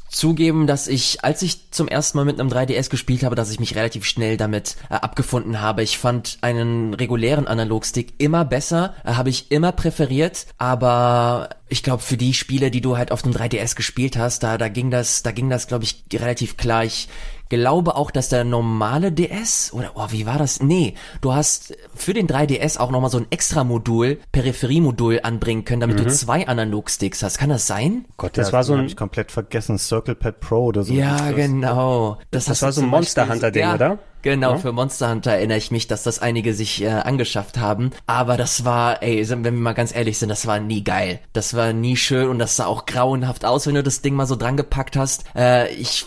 zugeben, dass ich, als ich zum ersten Mal mit einem drei D S gespielt habe, dass ich mich relativ schnell damit äh, abgefunden habe. Ich fand einen regulären Analogstick immer besser, äh, habe ich immer präferiert, aber ich glaube, für die Spiele, die du halt auf dem drei D S gespielt hast, da, da ging das, da ging das, glaube ich, relativ klar. Ich glaube auch, dass der normale D S, oder, oh, wie war das? Nee, du hast für den drei D S auch nochmal so ein extra Modul, Peripheriemodul anbringen können, damit mhm. du zwei Analogsticks hast. Kann das sein? Gott, das ja, war so ein... Hab ich komplett vergessen, Circle Pad Pro oder so. Ja, genau. Das, das war so ein Monster Hunter-Ding, ja, oder? Genau, ja. Für Monster Hunter erinnere ich mich, dass das einige sich äh, angeschafft haben. Aber das war, ey, wenn wir mal ganz ehrlich sind, das war nie geil. Das war nie schön und das sah auch grauenhaft aus, wenn du das Ding mal so dran gepackt hast. Äh, ich,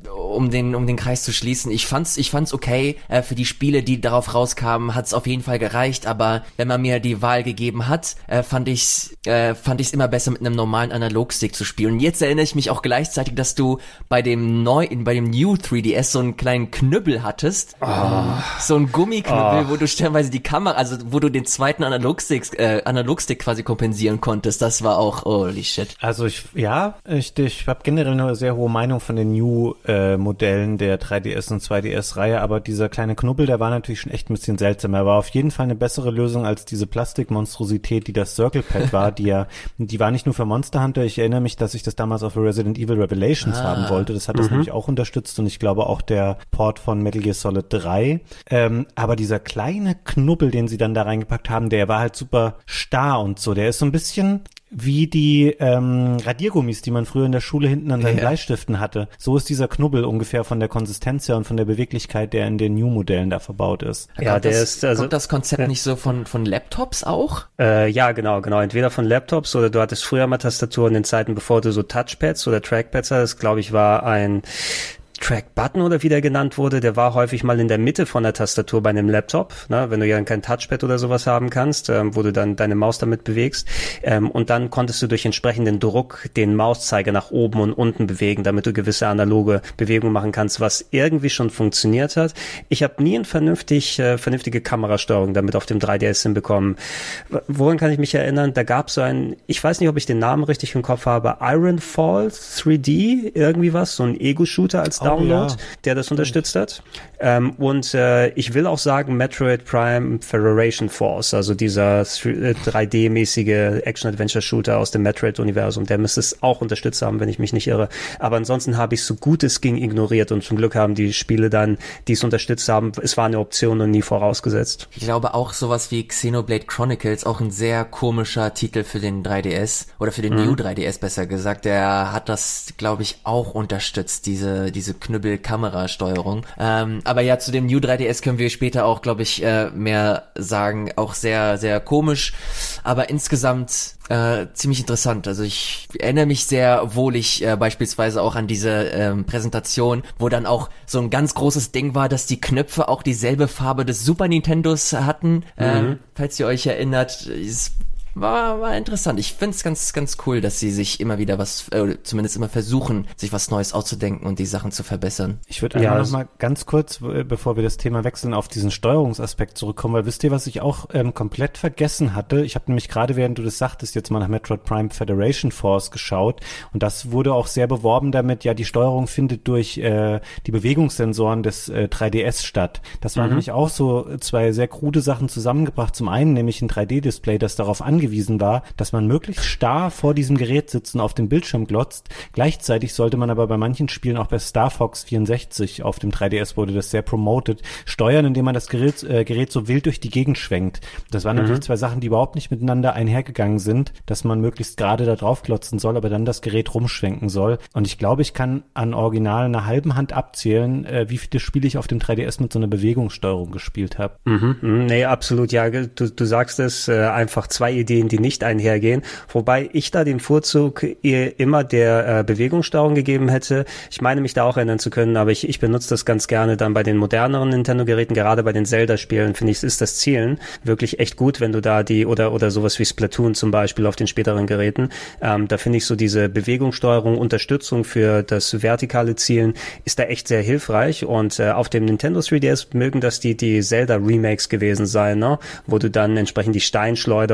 um den, um den Kreis zu schließen, ich fand's, ich fand's okay. Äh, für die Spiele, die darauf rauskamen, hat's auf jeden Fall gereicht. Aber wenn man mir die Wahl gegeben hat, äh, fand ich's, äh, fand ich's immer besser, mit einem normalen Analogstick zu spielen. Und jetzt erinnere ich mich auch gleichzeitig, dass du bei dem neuen, bei dem New drei D S so einen kleinen Knüppel hattest. Oh. So ein Gummiknüppel, oh. wo du stellenweise die Kamera, also wo du den zweiten Analogstick, äh, Analogstick quasi kompensieren konntest. Das war auch, holy shit. Also ich, ja, ich, ich habe generell eine sehr hohe Meinung von den New-Modellen äh, der drei D S und zwei D S-Reihe, aber dieser kleine Knubbel, der war natürlich schon echt ein bisschen seltsam. Er war auf jeden Fall eine bessere Lösung als diese Plastikmonstrosität, die das Circle Pad war, die ja, die war nicht nur für Monster Hunter. Ich erinnere mich, dass ich das damals auch für Resident Evil Revelations ah. haben wollte. Das hat mhm. das nämlich auch unterstützt und ich glaube auch der Port von Metal Gear Solid drei. Ähm, aber dieser kleine Knubbel, den sie dann da reingepackt haben, der war halt super starr und so. Der ist so ein bisschen wie die ähm, Radiergummis, die man früher in der Schule hinten an seinen ja. Bleistiften hatte. So ist dieser Knubbel ungefähr von der Konsistenz her und von der Beweglichkeit, der in den New-Modellen da verbaut ist. Ja, kommt der das, ist also kommt das Konzept ja. nicht so von von Laptops auch? Äh, ja, genau, genau. Entweder von Laptops oder du hattest früher mal Tastaturen in den Zeiten, bevor du so Touchpads oder Trackpads hattest. Glaube ich, war ein Track-Button oder wie der genannt wurde, der war häufig mal in der Mitte von der Tastatur bei einem Laptop, ne, wenn du ja kein Touchpad oder sowas haben kannst, ähm, wo du dann deine Maus damit bewegst. Ähm, und dann konntest du durch entsprechenden Druck den Mauszeiger nach oben und unten bewegen, damit du gewisse analoge Bewegungen machen kannst, was irgendwie schon funktioniert hat. Ich habe nie eine vernünftig, äh, vernünftige Kamerasteuerung damit auf dem drei D S hinbekommen. Woran kann ich mich erinnern? Da gab es so ein, ich weiß nicht, ob ich den Namen richtig im Kopf habe, Ironfall drei D, irgendwie was, so ein Ego-Shooter als Download, oh, ja. der das unterstützt hat. Ähm, und äh, ich will auch sagen Metroid Prime Federation Force, also dieser drei D-mäßige Action-Adventure-Shooter aus dem Metroid-Universum, der müsste es auch unterstützt haben, wenn ich mich nicht irre. Aber ansonsten habe ich so gut es ging ignoriert und zum Glück haben die Spiele dann, die es unterstützt haben, es war eine Option und nie vorausgesetzt. Ich glaube auch sowas wie Xenoblade Chronicles, auch ein sehr komischer Titel für den drei D S oder für den mhm. New drei D S besser gesagt, der hat das, glaube ich, auch unterstützt, diese diese Knüppel-Kamerasteuerung. Ähm, aber ja, zu dem New drei D S können wir später auch, glaube ich, äh, mehr sagen. Auch sehr, sehr komisch, aber insgesamt äh, ziemlich interessant. Also ich erinnere mich sehr wohlig äh, beispielsweise auch an diese ähm, Präsentation, wo dann auch so ein ganz großes Ding war, dass die Knöpfe auch dieselbe Farbe des Super Nintendos hatten. Mhm. Äh, falls ihr euch erinnert, es War, war interessant. Ich finde es ganz, ganz cool, dass sie sich immer wieder was, äh, zumindest immer versuchen, sich was Neues auszudenken und die Sachen zu verbessern. Ich würde ja, noch mal ganz kurz, bevor wir das Thema wechseln, auf diesen Steuerungsaspekt zurückkommen, weil wisst ihr, was ich auch ähm, komplett vergessen hatte? Ich habe nämlich gerade, während du das sagtest, jetzt mal nach Metroid Prime Federation Force geschaut und das wurde auch sehr beworben damit, ja, die Steuerung findet durch äh, die Bewegungssensoren des äh, drei D S statt. Das waren mhm. nämlich auch so zwei sehr krude Sachen zusammengebracht. Zum einen nämlich ein drei D-Display, das darauf angewiesen war, dass man möglichst starr vor diesem Gerät sitzt und auf dem Bildschirm glotzt. Gleichzeitig sollte man aber bei manchen Spielen, auch bei Star Fox vierundsechzig auf dem drei D S wurde das sehr promoted, steuern, indem man das Gerät, äh, Gerät so wild durch die Gegend schwenkt. Das waren mhm. natürlich zwei Sachen, die überhaupt nicht miteinander einhergegangen sind, dass man möglichst gerade da drauf glotzen soll, aber dann das Gerät rumschwenken soll. Und ich glaube, ich kann an Original einer halben Hand abzählen, äh, wie viele Spiele ich auf dem drei D S mit so einer Bewegungssteuerung gespielt habe. Mhm. Nee, absolut. Ja, du, du sagst es, äh, einfach zwei Ideen, die nicht einhergehen, wobei ich da den Vorzug immer der äh, Bewegungssteuerung gegeben hätte. Ich meine, mich da auch erinnern zu können, aber ich, ich benutze das ganz gerne dann bei den moderneren Nintendo-Geräten, gerade bei den Zelda-Spielen, finde ich, ist das Zielen wirklich echt gut, wenn du da die, oder oder sowas wie Splatoon zum Beispiel auf den späteren Geräten, ähm, da finde ich so diese Bewegungssteuerung, Unterstützung für das vertikale Zielen ist da echt sehr hilfreich und äh, auf dem Nintendo drei D S mögen das die, die Zelda-Remakes gewesen sein, ne? Wo du dann entsprechend die Steinschleuder oder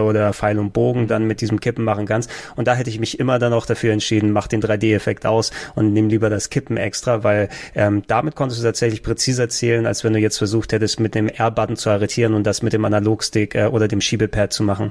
Pfeil und Bogen dann mit diesem Kippen machen kannst. Und da hätte ich mich immer dann auch dafür entschieden, mach den drei D-Effekt aus und nimm lieber das Kippen extra, weil ähm, damit konntest du tatsächlich präziser zählen, als wenn du jetzt versucht hättest, mit dem R-Button zu arretieren und das mit dem Analogstick äh, oder dem Schiebepad zu machen.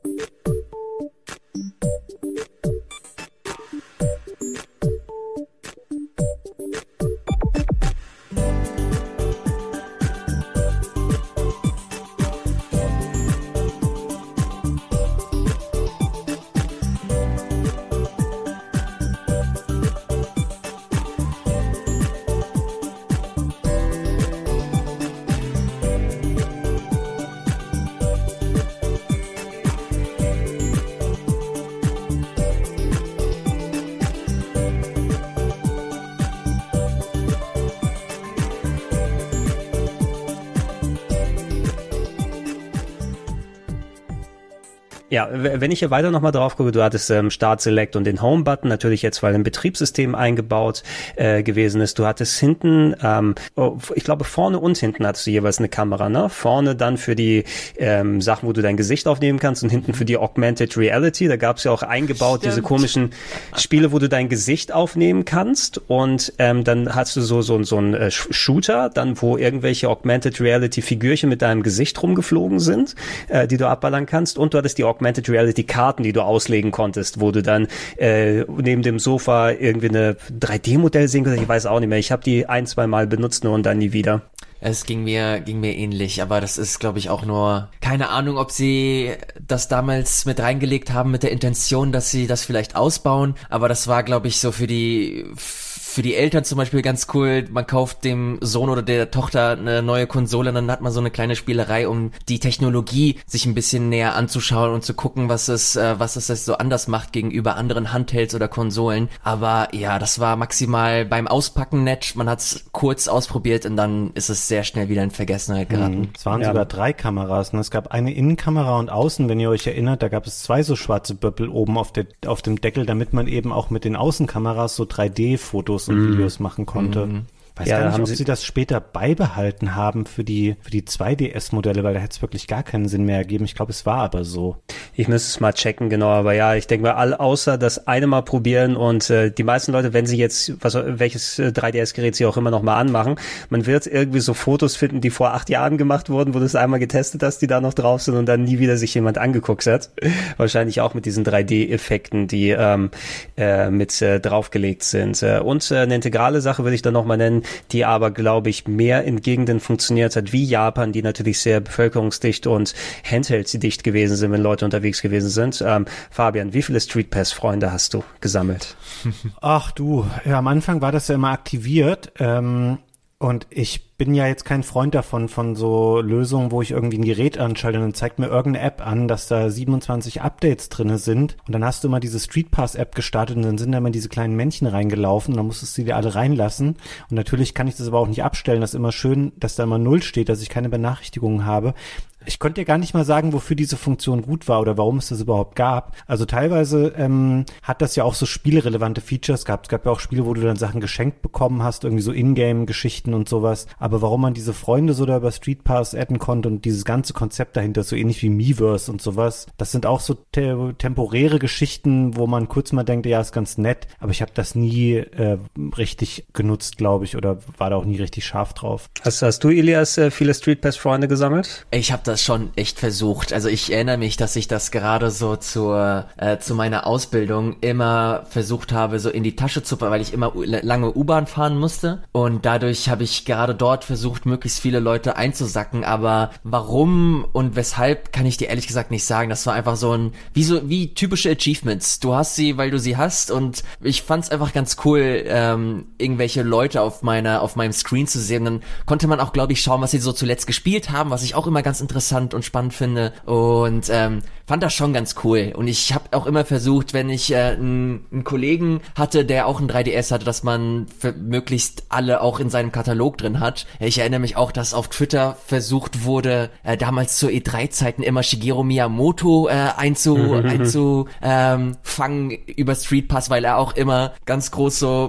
Ja, wenn ich hier weiter nochmal drauf gucke, du hattest ähm, Start Select und den Home-Button, natürlich jetzt, weil ein Betriebssystem eingebaut äh, gewesen ist. Du hattest hinten, ähm, oh, ich glaube vorne und hinten hattest du jeweils eine Kamera, ne? Vorne dann für die ähm, Sachen, wo du dein Gesicht aufnehmen kannst und hinten für die Augmented Reality. Da gab es ja auch eingebaut Stimmt. diese komischen Spiele, wo du dein Gesicht aufnehmen kannst und ähm, dann hast du so so, so einen äh, Shooter, dann wo irgendwelche Augmented Reality Figürchen mit deinem Gesicht rumgeflogen sind, äh, die du abballern kannst und du hattest die Augmented Reality Karten, die du auslegen konntest, wo du dann äh, neben dem Sofa irgendwie eine drei D-Modell sehen konntest. Ich weiß auch nicht mehr. Ich habe die ein, zwei Mal benutzt nur und dann nie wieder. Es ging mir ging mir ähnlich, aber das ist, glaube ich, auch nur, keine Ahnung, ob sie das damals mit reingelegt haben mit der Intention, dass sie das vielleicht ausbauen, aber das war, glaube ich, so für die für die Eltern zum Beispiel ganz cool. Man kauft dem Sohn oder der Tochter eine neue Konsole und dann hat man so eine kleine Spielerei, um die Technologie sich ein bisschen näher anzuschauen und zu gucken, was es äh, was es das so anders macht gegenüber anderen Handhelds oder Konsolen. Aber ja, das war maximal beim Auspacken nett. Man hat es kurz ausprobiert und dann ist es sehr schnell wieder in Vergessenheit geraten. Mhm. Es waren ja. sogar drei Kameras. Ne? Es gab eine Innenkamera und außen, wenn ihr euch erinnert, da gab es zwei so schwarze Böppel oben auf, der, auf dem Deckel, damit man eben auch mit den Außenkameras so drei D-Fotos und mm. Videos machen konnte. Mm. Weiß ja, gar nicht, haben ob sie, sie das später beibehalten haben für die für die zwei D S-Modelle, weil da hätte es wirklich gar keinen Sinn mehr ergeben. Ich glaube, es war aber so. Ich müsste es mal checken, genau. Aber ja, ich denke mal, all, außer das eine Mal probieren und äh, die meisten Leute, wenn sie jetzt, was welches äh, drei D S-Gerät sie auch immer noch mal anmachen, man wird irgendwie so Fotos finden, die vor acht Jahren gemacht wurden, wo du es einmal getestet hast, die da noch drauf sind und dann nie wieder sich jemand angeguckt hat. Wahrscheinlich auch mit diesen drei D-Effekten, die ähm, äh, mit äh, draufgelegt sind. Äh, und äh, eine integrale Sache würde ich dann noch mal nennen, die aber, glaube ich, mehr in Gegenden funktioniert hat, wie Japan, die natürlich sehr bevölkerungsdicht und handhelddicht gewesen sind, wenn Leute unterwegs gewesen sind. Ähm, Fabian, wie viele Street Pass-Freunde hast du gesammelt? Ach du, ja, am Anfang war das ja immer aktiviert, ähm, und ich bin ja jetzt kein Freund davon, von so Lösungen, wo ich irgendwie ein Gerät anschalte und dann zeigt mir irgendeine App an, dass da siebenundzwanzig Updates drinne sind und dann hast du immer diese Street Pass App gestartet und dann sind da immer diese kleinen Männchen reingelaufen und dann musstest du die alle reinlassen und natürlich kann ich das aber auch nicht abstellen. Das ist immer schön, dass da immer Null steht, dass ich keine Benachrichtigungen habe. Ich konnte dir gar nicht mal sagen, wofür diese Funktion gut war oder warum es das überhaupt gab. Also teilweise ähm, hat das ja auch so spielrelevante Features gehabt. Es gab ja auch Spiele, wo du dann Sachen geschenkt bekommen hast, irgendwie so Ingame-Geschichten und sowas. Aber warum man diese Freunde so da über Street Pass adden konnte und dieses ganze Konzept dahinter, so ähnlich wie Miiverse und sowas, das sind auch so te- temporäre Geschichten, wo man kurz mal denkt, ja, ist ganz nett. Aber ich habe das nie äh, richtig genutzt, glaube ich, oder war da auch nie richtig scharf drauf. Hast, hast du, Ilias, äh, viele Street Pass-Freunde gesammelt? Ich habe das schon echt versucht. Also ich erinnere mich, dass ich das gerade so zur äh, zu meiner Ausbildung immer versucht habe, so in die Tasche zu, weil ich immer u- lange U-Bahn fahren musste und dadurch habe ich gerade dort versucht, möglichst viele Leute einzusacken, aber warum und weshalb, kann ich dir ehrlich gesagt nicht sagen. Das war einfach so ein, wie so, wie typische Achievements. Du hast sie, weil du sie hast und ich fand's einfach ganz cool, ähm, irgendwelche Leute auf meiner, auf meinem Screen zu sehen. Dann konnte man auch, glaube ich, schauen, was sie so zuletzt gespielt haben, was ich auch immer ganz interessant und spannend finde und ähm, fand das schon ganz cool. Und ich habe auch immer versucht, wenn ich äh, einen, einen Kollegen hatte, der auch ein drei D S hatte, dass man für möglichst alle auch in seinem Katalog drin hat. Ich erinnere mich auch, dass auf Twitter versucht wurde, äh, damals zu E drei Zeiten immer Shigeru Miyamoto äh, einzu, einzu ähm, fangen über Street Pass, weil er auch immer ganz groß so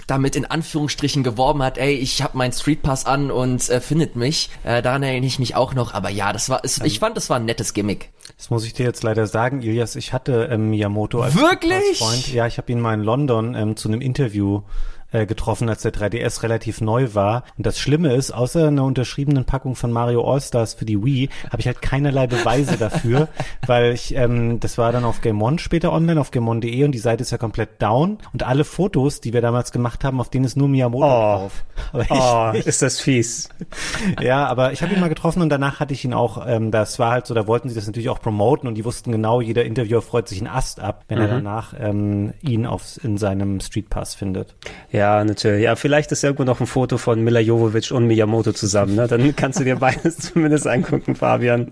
damit in Anführungsstrichen geworben hat, ey, ich habe meinen Street Pass an und äh, findet mich. Äh, daran erinnere ich mich auch noch. Aber ja, das war, es, ich fand, das war ein nettes Gimmick. Das muss ich dir jetzt leider sagen, Ilias. Ich hatte ähm, Miyamoto als Wirklich? Freund. Ja, ich habe ihn mal in London ähm, zu einem Interview getroffen, als der drei D S relativ neu war. Und das Schlimme ist, außer einer unterschriebenen Packung von Mario All-Stars für die Wii, habe ich halt keinerlei Beweise dafür, weil ich, ähm, das war dann auf Game On später online, auf game on punkt de und die Seite ist ja komplett down. Und alle Fotos, die wir damals gemacht haben, auf denen ist nur Miyamoto oh. drauf. Aber oh, ich, ist das fies. Ja, aber ich habe ihn mal getroffen und danach hatte ich ihn auch, ähm, das war halt so, da wollten sie das natürlich auch promoten und die wussten genau, jeder Interviewer freut sich einen Ast ab, wenn mhm. er danach ähm, ihn auf, in seinem Street Pass findet. Ja, natürlich. Ja, vielleicht ist irgendwo noch ein Foto von Milla Jovovich und Miyamoto zusammen. Ne? Dann kannst du dir beides zumindest angucken, Fabian.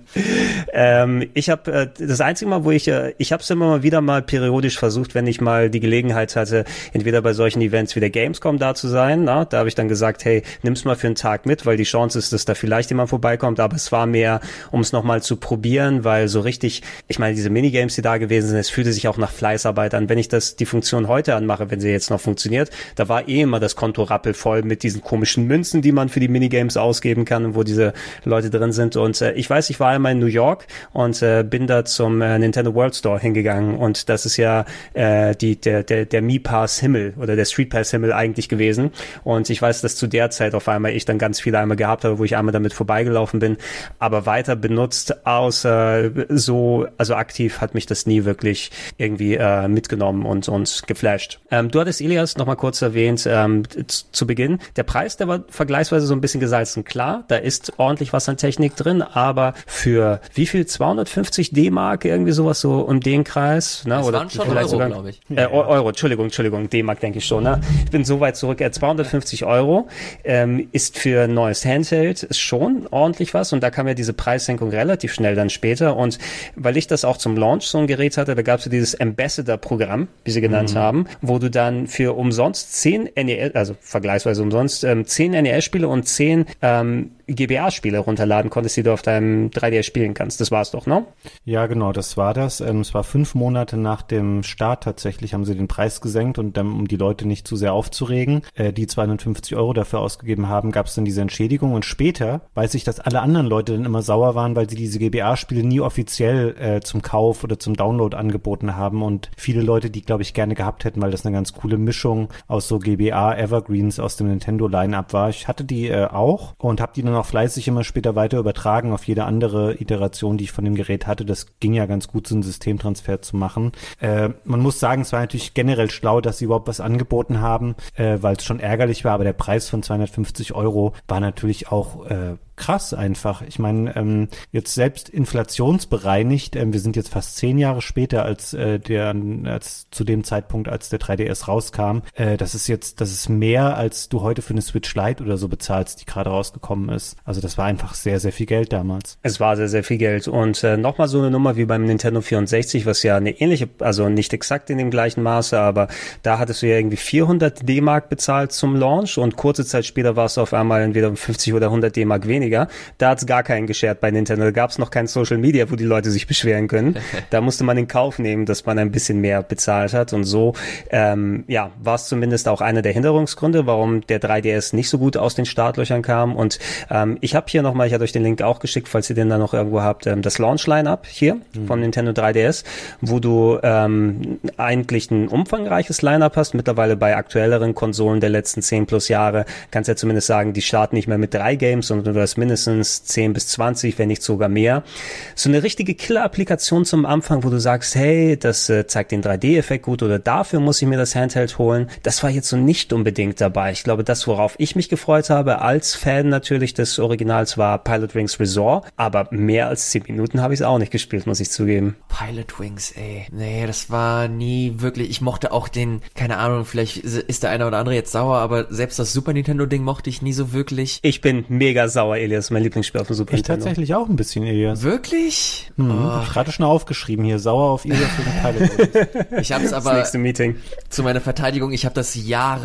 Ähm, ich habe äh, das einzige Mal, wo ich, äh, ich habe es immer mal wieder mal periodisch versucht, wenn ich mal die Gelegenheit hatte, entweder bei solchen Events wie der Gamescom da zu sein. Na? Da habe ich dann gesagt, hey, nimm's mal für einen Tag mit, weil die Chance ist, dass da vielleicht jemand vorbeikommt. Aber es war mehr, um es nochmal zu probieren, weil so richtig, ich meine, diese Minigames, die da gewesen sind, es fühlte sich auch nach Fleißarbeit an. Wenn ich das die Funktion heute anmache, wenn sie jetzt noch funktioniert, da war eh immer das Konto rappelvoll mit diesen komischen Münzen, die man für die Minigames ausgeben kann, wo diese Leute drin sind. Und äh, ich weiß, ich war einmal in New York und äh, bin da zum äh, Nintendo World Store hingegangen und das ist ja äh, die der der der Mi Pass Himmel oder der Street Pass Himmel eigentlich gewesen. Und ich weiß, dass zu der Zeit auf einmal ich dann ganz viele einmal gehabt habe, wo ich einmal damit vorbeigelaufen bin, aber weiter benutzt, außer so, also aktiv hat mich das nie wirklich irgendwie äh, mitgenommen und und geflasht. Ähm, du hattest, Ilias, noch mal kurz erwähnt, ähm, zu Beginn. Der Preis, der war vergleichsweise so ein bisschen gesalzen. Klar, da ist ordentlich was an Technik drin, aber für wie viel? zweihundertfünfzig D-Mark, irgendwie sowas so um den Kreis. Ne? Das Oder waren schon vielleicht Euro, sogar, glaube ich. Äh, Euro, Entschuldigung, Entschuldigung, D-Mark denke ich schon. Ne? Ich bin so weit zurück. Äh, zweihundertfünfzig Euro ähm, ist für ein neues Handheld ist schon ordentlich was und da kam ja diese Preissenkung relativ schnell dann später und weil ich das auch zum Launch so ein Gerät hatte, da gab es ja dieses Ambassador-Programm, wie sie genannt mhm. haben, wo du dann für umsonst zehn N E S, also vergleichsweise umsonst, ähm, zehn N E S-Spiele und zehn ähm, G B A-Spiele runterladen konntest, die du auf deinem drei D S spielen kannst. Das war's doch, ne? Ja, genau, das war das. Ähm, es war fünf Monate nach dem Start tatsächlich, haben sie den Preis gesenkt und dann, um die Leute nicht zu sehr aufzuregen, äh, die zweihundertfünfzig Euro dafür ausgegeben haben, gab es dann diese Entschädigung und später weiß ich, dass alle anderen Leute dann immer sauer waren, weil sie diese G B A-Spiele nie offiziell äh, zum Kauf oder zum Download angeboten haben und viele Leute, die, glaube ich, gerne gehabt hätten, weil das eine ganz coole Mischung aus so G B A Evergreens aus dem Nintendo Line-Up war. Ich hatte die äh, auch und habe die dann auch fleißig immer später weiter übertragen auf jede andere Iteration, die ich von dem Gerät hatte. Das ging ja ganz gut, so einen Systemtransfer zu machen. Äh, man muss sagen, es war natürlich generell schlau, dass sie überhaupt was angeboten haben, äh, weil es schon ärgerlich war, aber der Preis von zweihundertfünfzig Euro war natürlich auch äh, krass einfach. Ich meine, ähm, jetzt selbst inflationsbereinigt, ähm, wir sind jetzt fast zehn Jahre später als äh, der, als zu dem Zeitpunkt, als der drei D S rauskam. Äh, das ist jetzt, das ist mehr, als du heute für eine Switch Lite oder so bezahlst, die gerade rausgekommen ist. Also das war einfach sehr, sehr viel Geld damals. Es war sehr, sehr viel Geld. Und äh, nochmal so eine Nummer wie beim Nintendo vierundsechzig, was ja eine ähnliche, also nicht exakt in dem gleichen Maße, aber da hattest du ja irgendwie vierhundert D-Mark bezahlt zum Launch und kurze Zeit später war es auf einmal entweder fünfzig oder hundert D-Mark weniger. Da hat es gar keinen geschert bei Nintendo. Da gab es noch kein Social Media, wo die Leute sich beschweren können. Da musste man in Kauf nehmen, dass man ein bisschen mehr bezahlt hat. Und so ähm, ja, war es zumindest auch einer der Hinderungsgründe, warum der drei D S nicht so gut aus den Startlöchern kam. Und ähm, ich habe hier nochmal, ich hatte euch den Link auch geschickt, falls ihr den da noch irgendwo habt, ähm, das Launch-Line-Up hier mhm. vom Nintendo drei D S, wo du ähm, eigentlich ein umfangreiches Line-Up hast. Mittlerweile bei aktuelleren Konsolen der letzten zehn plus Jahre kannst du ja zumindest sagen, die starten nicht mehr mit drei Games, sondern du hast mindestens zehn bis zwanzig, wenn nicht sogar mehr. So eine richtige Killer-Applikation zum Anfang, wo du sagst, hey, das äh, zeigt den drei D-Effekt gut oder dafür muss ich mir das Handheld holen. Das war jetzt so nicht unbedingt dabei. Ich glaube, das, worauf ich mich gefreut habe, als Fan natürlich des Originals, war Pilot Wings Resort, aber mehr als zehn Minuten habe ich es auch nicht gespielt, muss ich zugeben. Pilot Wings, ey. Nee, das war nie wirklich, ich mochte auch den, keine Ahnung, vielleicht ist der eine oder andere jetzt sauer, aber selbst das Super Nintendo-Ding mochte ich nie so wirklich. Ich bin mega sauer, Elias, mein Lieblingsspiel auf dem Super ich Nintendo. Ich tatsächlich auch ein bisschen, Elias. Wirklich? Mhm. Oh. Hab ich gerade schon aufgeschrieben hier, sauer auf Elias für den Pilot Wings. Ich hab's aber, das nächste Meeting. Zu meiner Verteidigung, ich habe das Jahre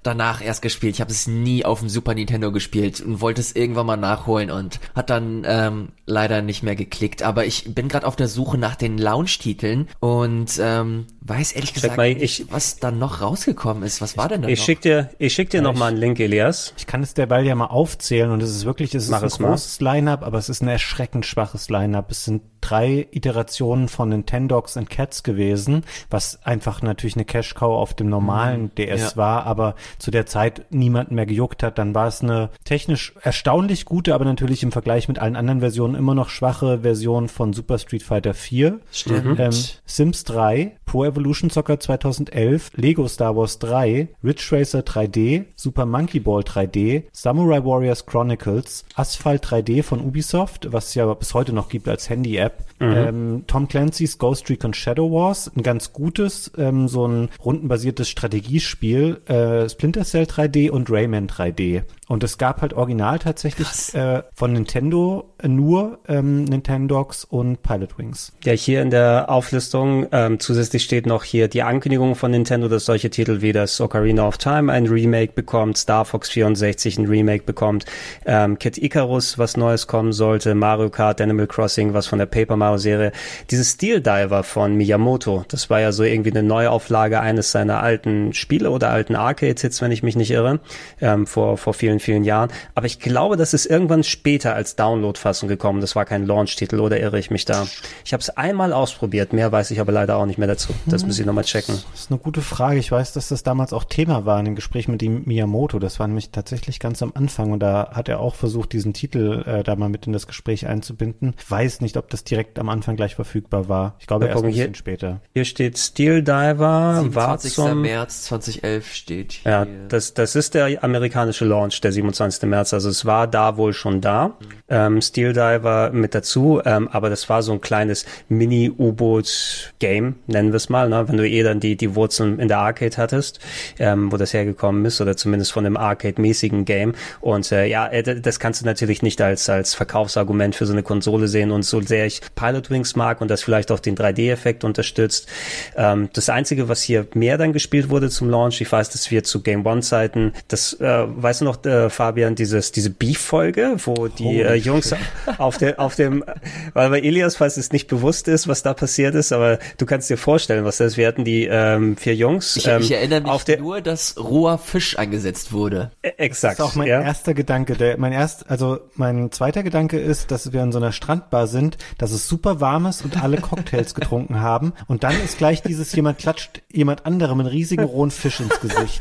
danach erst gespielt. Ich habe es nie auf dem Super Nintendo gespielt und wollte es irgendwann mal nachholen und hat dann ähm, leider nicht mehr geklickt. Aber ich bin gerade auf der Suche nach den Launch-Titeln und ähm, weiß ehrlich gesagt mal, nicht, ich, was dann noch rausgekommen ist. Was war denn da ich noch? Schick dir, ich schick dir ja, noch mal einen Link, Elias. Ich kann es derweil ja mal aufzählen und es ist wirklich, es ist Mach ein es mal. großes Line-Up, aber es ist ein erschreckend schwaches Line-Up. Es sind drei Iterationen von Nintendogs and Cats gewesen, was einfach natürlich eine Cash-Cow auf dem normalen D S ja. war, aber zu der Zeit niemand mehr gejuckt hat. Dann war es eine technisch erstaunlich gute, aber natürlich im Vergleich mit allen anderen Versionen immer noch schwache Version von Super Street Fighter vier. Stimmt. Ähm, Sims drei, Pro Evolution Soccer zweitausendelf, Lego Star Wars drei, Ridge Racer drei D, Super Monkey Ball drei D, Samurai Warriors Chronicles, Asphalt drei D von Ubisoft, was es ja bis heute noch gibt als Handy-App, mhm. ähm, Tom Clancy's Ghost Recon Shadow Wars, ein ganz gutes, ähm, so ein rundenbasiertes Strategiespiel, äh, Splinter Cell drei D und Rayman drei D. Und es gab halt original tatsächlich äh, von Nintendo nur ähm, Nintendogs und Pilot Wings. Ja, hier in der Auflistung ähm, zusätzlich steht noch hier die Ankündigung von Nintendo, dass solche Titel wie das Ocarina of Time ein Remake bekommt, Star Fox vierundsechzig ein Remake bekommt, ähm, Kid Icarus, was Neues kommen sollte, Mario Kart, Animal Crossing, was von der Paper Mario Serie, dieses Steel Diver von Miyamoto, das war ja so irgendwie eine Neuauflage eines seiner alten Spiele oder alten Arcade-Hits, wenn ich mich nicht irre, ähm, vor vor vielen, vielen Jahren. Aber ich glaube, das ist irgendwann später als Download-Fassung gekommen. Das war kein Launch-Titel, oder irre ich mich da? Ich habe es einmal ausprobiert, mehr weiß ich aber leider auch nicht mehr dazu. Das muss ich nochmal checken. Das ist eine gute Frage. Ich weiß, dass das damals auch Thema war in dem Gespräch mit dem Miyamoto. Das war nämlich tatsächlich ganz am Anfang und da hat er auch versucht, diesen Titel äh, da mal mit in das Gespräch einzubinden. Ich weiß nicht, ob das direkt am Anfang gleich verfügbar war. Ich glaube, ja, erst ein bisschen hier, später. Hier steht Steel Diver, siebenundzwanzigster war zum März zweitausendelf steht hier. Ja, das, das ist der amerikanische Launch, der siebenundzwanzigster März. Also es war da wohl schon da. Mhm. Ähm, Steel Diver mit dazu, ähm, aber das war so ein kleines Mini-U-Boot-Game, nennen wir es mal, ne? Wenn du eh dann die, die Wurzeln in der Arcade hattest, ähm, wo das hergekommen ist, oder zumindest von einem Arcade-mäßigen Game. Und äh, ja, das kannst du natürlich nicht als, als Verkaufsargument für so eine Konsole sehen. Und so sehr ich Pilot Wings mag und das vielleicht auch den drei D-Effekt unterstützt. Ähm, das Einzige, was hier mehr dann gespielt wurde zum Launch, ich weiß, dass wir zu Game One-Zeiten, das, äh, weißt du noch, äh, Fabian, dieses, diese Beef-Folge, wo die äh, Jungs auf der, auf dem, weil bei Elias, falls es nicht bewusst ist, was da passiert ist, aber du kannst dir vorstellen, was das ist. Wir hatten die ähm, vier Jungs. Ich, ähm, ich erinnere mich auf der, nur, dass roher Fisch eingesetzt wurde. Äh, exakt. Das ist auch mein ja. erster Gedanke. Der, mein erst, also mein zweiter Gedanke ist, dass wir in so einer Strandbar sind, dass es super warm ist und alle Cocktails getrunken haben. Und dann ist gleich dieses, jemand klatscht jemand anderem einen riesigen rohen Fisch ins Gesicht.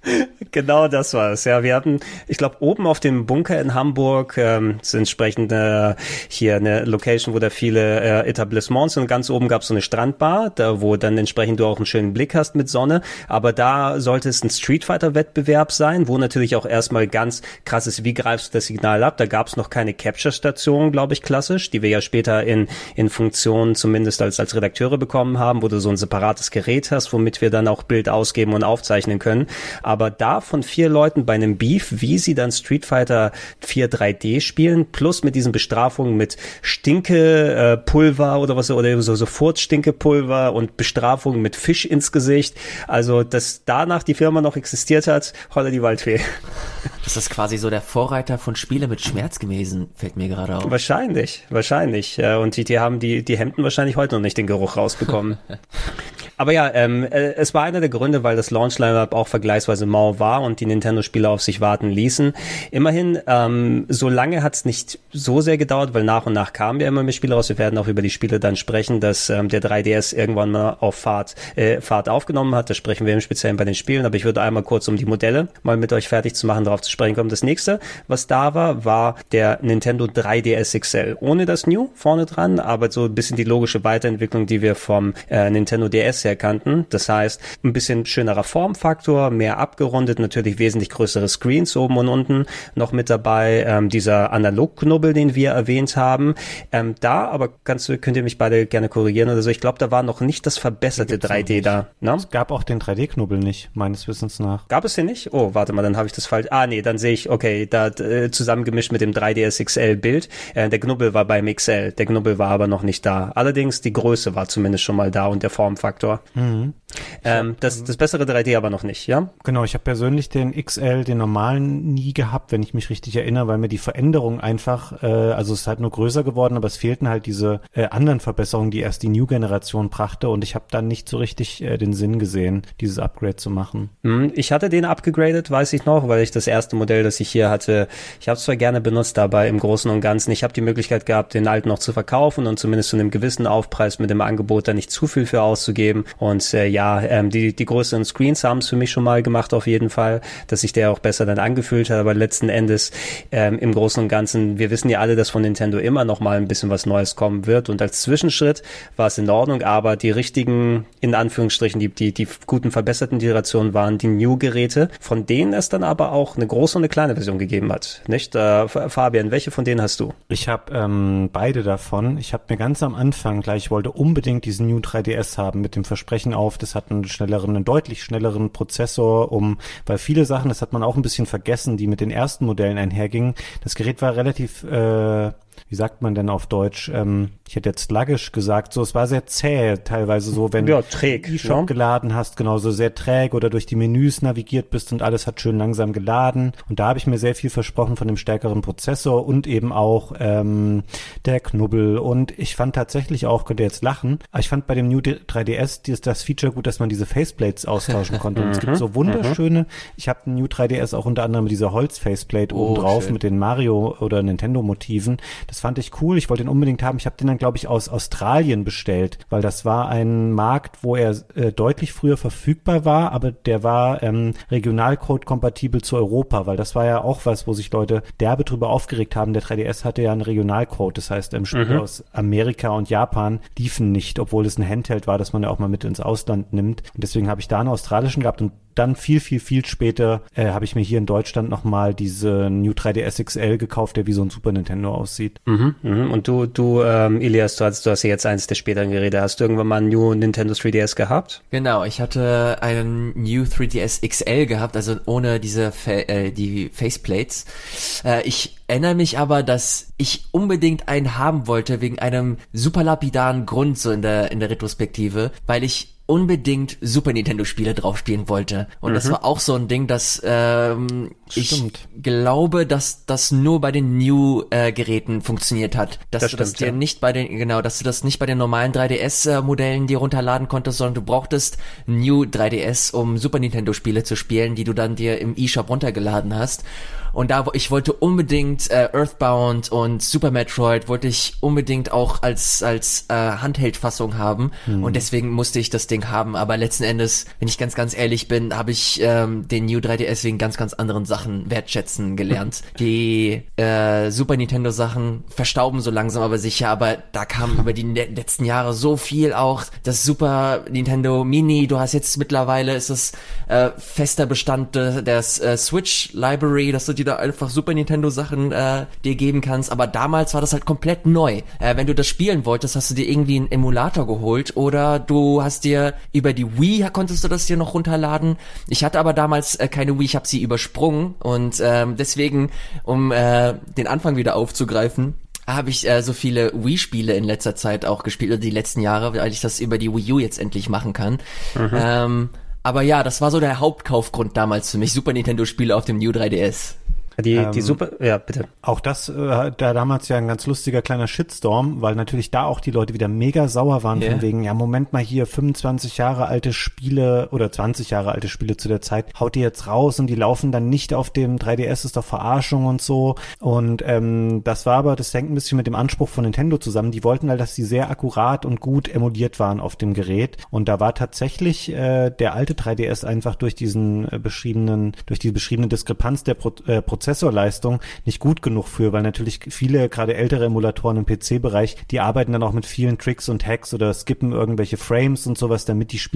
Genau das war es. Ja, wir hatten, ich glaube, oben auf dem Bunker in Hamburg ähm, ist entsprechend äh, hier eine Location, wo da viele äh, Etablissements sind. Und ganz oben gab es so eine Strandbar, da wo dann entsprechend du auch einen schönen Blick hast mit Sonne. Aber da sollte es ein Street Fighter Wettbewerb sein, wo natürlich auch erstmal ganz krass ist, wie greifst du das Signal ab? Da gab es noch keine Capture-Station, glaube ich, klassisch, die wir ja später in in Funktion zumindest als als Redakteure bekommen haben, wo du so ein separates Gerät hast, womit wir dann auch Bild ausgeben und aufzeichnen können. Aber da von vier Leuten bei einem Beef, wie sie dann Street Fighter vier drei D spielen, plus mit diesen Bestrafungen mit Stinkepulver äh, oder was, oder so sofort Stinkepulver und Bestrafungen mit Fisch ins Gesicht. Also, dass danach die Firma noch existiert hat, holla die Waldfee. Das ist quasi so der Vorreiter von Spiele mit Schmerz gewesen, fällt mir gerade auf. Wahrscheinlich, wahrscheinlich. Und die, die haben die, die Hemden wahrscheinlich heute noch nicht den Geruch rausbekommen. Aber ja, ähm, äh, es war einer der Gründe, weil das Launch-Line-Up auch vergleichsweise mau war und die Nintendo-Spiele auf sich warten ließen. Immerhin, ähm, so lange hat es nicht so sehr gedauert, weil nach und nach kamen ja immer mehr Spiele raus. Wir werden auch über die Spiele dann sprechen, dass ähm, der drei D S irgendwann mal auf Fahrt, äh, Fahrt aufgenommen hat. Da sprechen wir im Speziellen bei den Spielen, aber ich würde einmal kurz, um die Modelle mal mit euch fertig zu machen, darauf zu sprechen kommen. Das nächste, was da war, war der Nintendo drei D S X L. Ohne das New vorne dran, aber so ein bisschen die logische Weiterentwicklung, die wir vom äh, Nintendo D S her kannten. Das heißt, ein bisschen schönerer Formfaktor, mehr abgerundet, natürlich wesentlich größere Screens oben und unten noch mit dabei, ähm, dieser Analogknubbel, den wir erwähnt haben. Ähm, da, aber ganz, könnt ihr mich beide gerne korrigieren oder so, ich glaube, da war noch nicht das verbesserte drei D da. Ne? Es gab auch den drei D-Knubbel nicht, meines Wissens nach. Gab es den nicht? Oh, warte mal, dann habe ich das falsch. Ah, nee, dann sehe ich, okay, da äh, zusammengemischt mit dem drei D S X L-Bild. Äh, der Knubbel war beim X L, der Knubbel war aber noch nicht da. Allerdings, die Größe war zumindest schon mal da und der Formfaktor. super. Mhm. Ähm, das, das bessere drei D aber noch nicht, ja? Genau, ich habe persönlich den X L, den normalen, nie gehabt, wenn ich mich richtig erinnere, weil mir die Veränderung einfach, äh, also es ist halt nur größer geworden, aber es fehlten halt diese äh, anderen Verbesserungen, die erst die New-Generation brachte und ich habe dann nicht so richtig äh, den Sinn gesehen, dieses Upgrade zu machen. Ich hatte den abgegradet, weiß ich noch, weil ich das erste Modell, das ich hier hatte, ich habe es zwar gerne benutzt, aber im Großen und Ganzen, ich habe die Möglichkeit gehabt, den alten noch zu verkaufen und zumindest zu einem gewissen Aufpreis mit dem Angebot da nicht zu viel für auszugeben und äh, ja, ähm, die die größeren Screens haben es für mich schon mal gemacht auf jeden Fall, dass sich der auch besser dann angefühlt hat, aber letzten Endes ähm, im Großen und Ganzen, wir wissen ja alle, dass von Nintendo immer noch mal ein bisschen was Neues kommen wird und als Zwischenschritt war es in Ordnung, aber die richtigen, in Anführungsstrichen, die die, die guten verbesserten Iterationen waren die New-Geräte, von denen es dann aber auch eine große und eine kleine Version gegeben hat, nicht? Äh, Fabian, welche von denen hast du? Ich habe ähm, beide davon. Ich habe mir ganz am Anfang gleich, ich wollte unbedingt diesen New drei D S haben mit dem Versprechen auf, das hat einen schnelleren, einen deutlich schnelleren Prozessor, um, weil viele Sachen, das hat man auch ein bisschen vergessen, die mit den ersten Modellen einhergingen. Das Gerät war relativ, äh, wie sagt man denn auf Deutsch? Ähm, ich hätte jetzt sluggish gesagt, so, es war sehr zäh, teilweise so, wenn ja, träg, du eShop ja. geladen hast, genauso sehr träge oder durch die Menüs navigiert bist und alles hat schön langsam geladen. Und da habe ich mir sehr viel versprochen von dem stärkeren Prozessor und eben auch ähm, der Knubbel. Und ich fand tatsächlich auch, könnt ihr jetzt lachen, aber ich fand bei dem New drei D S das, das Feature gut, dass man diese Faceplates austauschen konnte. Und es gibt so wunderschöne, ich habe den New drei D S auch unter anderem mit dieser Holz-Faceplate Oh, oben drauf schön. mit den Mario- oder Nintendo-Motiven. Das fand ich cool. Ich wollte den unbedingt haben. Ich habe den dann, glaube ich, aus Australien bestellt, weil das war ein Markt, wo er äh, deutlich früher verfügbar war, aber der war ähm, Regionalcode-kompatibel zu Europa, weil das war ja auch was, wo sich Leute derbe drüber aufgeregt haben. Der drei D S hatte ja einen Regionalcode. Das heißt, ähm, Spiele mhm. aus Amerika und Japan liefen nicht, obwohl es ein Handheld war, das man ja auch mal mit ins Ausland nimmt. Und deswegen habe ich da einen australischen gehabt und dann viel, viel, viel später äh, habe ich mir hier in Deutschland nochmal diese New drei D S X L gekauft, der wie so ein Super Nintendo aussieht. Mhm, mhm. Und du, du, ähm, Elias, du hast, du hast ja jetzt eins der späteren Geräte. Hast du irgendwann mal einen New Nintendo drei D S gehabt? Genau, ich hatte einen New drei D S X L gehabt, also ohne diese Fa- äh, die Faceplates. Äh, ich erinnere mich aber, dass ich unbedingt einen haben wollte wegen einem super lapidaren Grund so in der in der Retrospektive, weil ich unbedingt Super Nintendo Spiele drauf spielen wollte. Und mhm. das war auch so ein Ding, dass ähm, ich glaube, dass das nur bei den New äh, Geräten funktioniert hat. Dass das du das stimmt, dir ja. nicht bei den, genau, dass du das nicht bei den normalen drei D S äh, Modellen dir runterladen konntest, sondern du brauchtest New drei D S, um Super Nintendo Spiele zu spielen, die du dann dir im eShop runtergeladen hast. Und da, ich wollte unbedingt äh, Earthbound und Super Metroid wollte ich unbedingt auch als als äh, Handheld-Fassung haben. Hm. Und deswegen musste ich das Ding haben. Aber letzten Endes, wenn ich ganz, ganz ehrlich bin, habe ich ähm, den New drei D S wegen ganz, ganz anderen Sachen wertschätzen gelernt. Die äh, Super Nintendo-Sachen verstauben so langsam aber sicher. Aber da kam über die ne- letzten Jahre so viel auch. Das Super Nintendo Mini, du hast jetzt mittlerweile, ist es äh, fester Bestand de- der äh, Switch Library, dass du die da einfach Super Nintendo Sachen äh, dir geben kannst, aber damals war das halt komplett neu. Äh, wenn du das spielen wolltest, hast du dir irgendwie einen Emulator geholt oder du hast dir über die Wii, konntest du das dir noch runterladen. Ich hatte aber damals äh, keine Wii, ich habe sie übersprungen und ähm, deswegen, um äh, den Anfang wieder aufzugreifen, habe ich äh, so viele Wii-Spiele in letzter Zeit auch gespielt, oder die letzten Jahre, weil ich das über die Wii U jetzt endlich machen kann. Mhm. Ähm, aber ja, das war so der Hauptkaufgrund damals für mich, Super Nintendo-Spiele auf dem New drei D S. Die, ähm, die Super, ja, bitte. Auch das, äh, da damals ja ein ganz lustiger kleiner Shitstorm, weil natürlich da auch die Leute wieder mega sauer waren yeah. von wegen, ja, Moment mal hier, fünfundzwanzig Jahre alte Spiele oder zwanzig Jahre alte Spiele zu der Zeit, haut die jetzt raus und die laufen dann nicht auf dem drei D S, ist doch Verarschung und so. Und ähm, das war aber, das hängt ein bisschen mit dem Anspruch von Nintendo zusammen. Die wollten halt, dass die sehr akkurat und gut emuliert waren auf dem Gerät. Und da war tatsächlich äh, der alte drei D S einfach durch diesen äh, beschriebenen, durch die beschriebene Diskrepanz der Pro- äh, Prozessorleistung nicht gut genug für, weil natürlich viele, gerade ältere Emulatoren im P C-Bereich, die arbeiten dann auch mit vielen Tricks und Hacks oder skippen irgendwelche Frames und sowas, damit die Spiele halt auch auf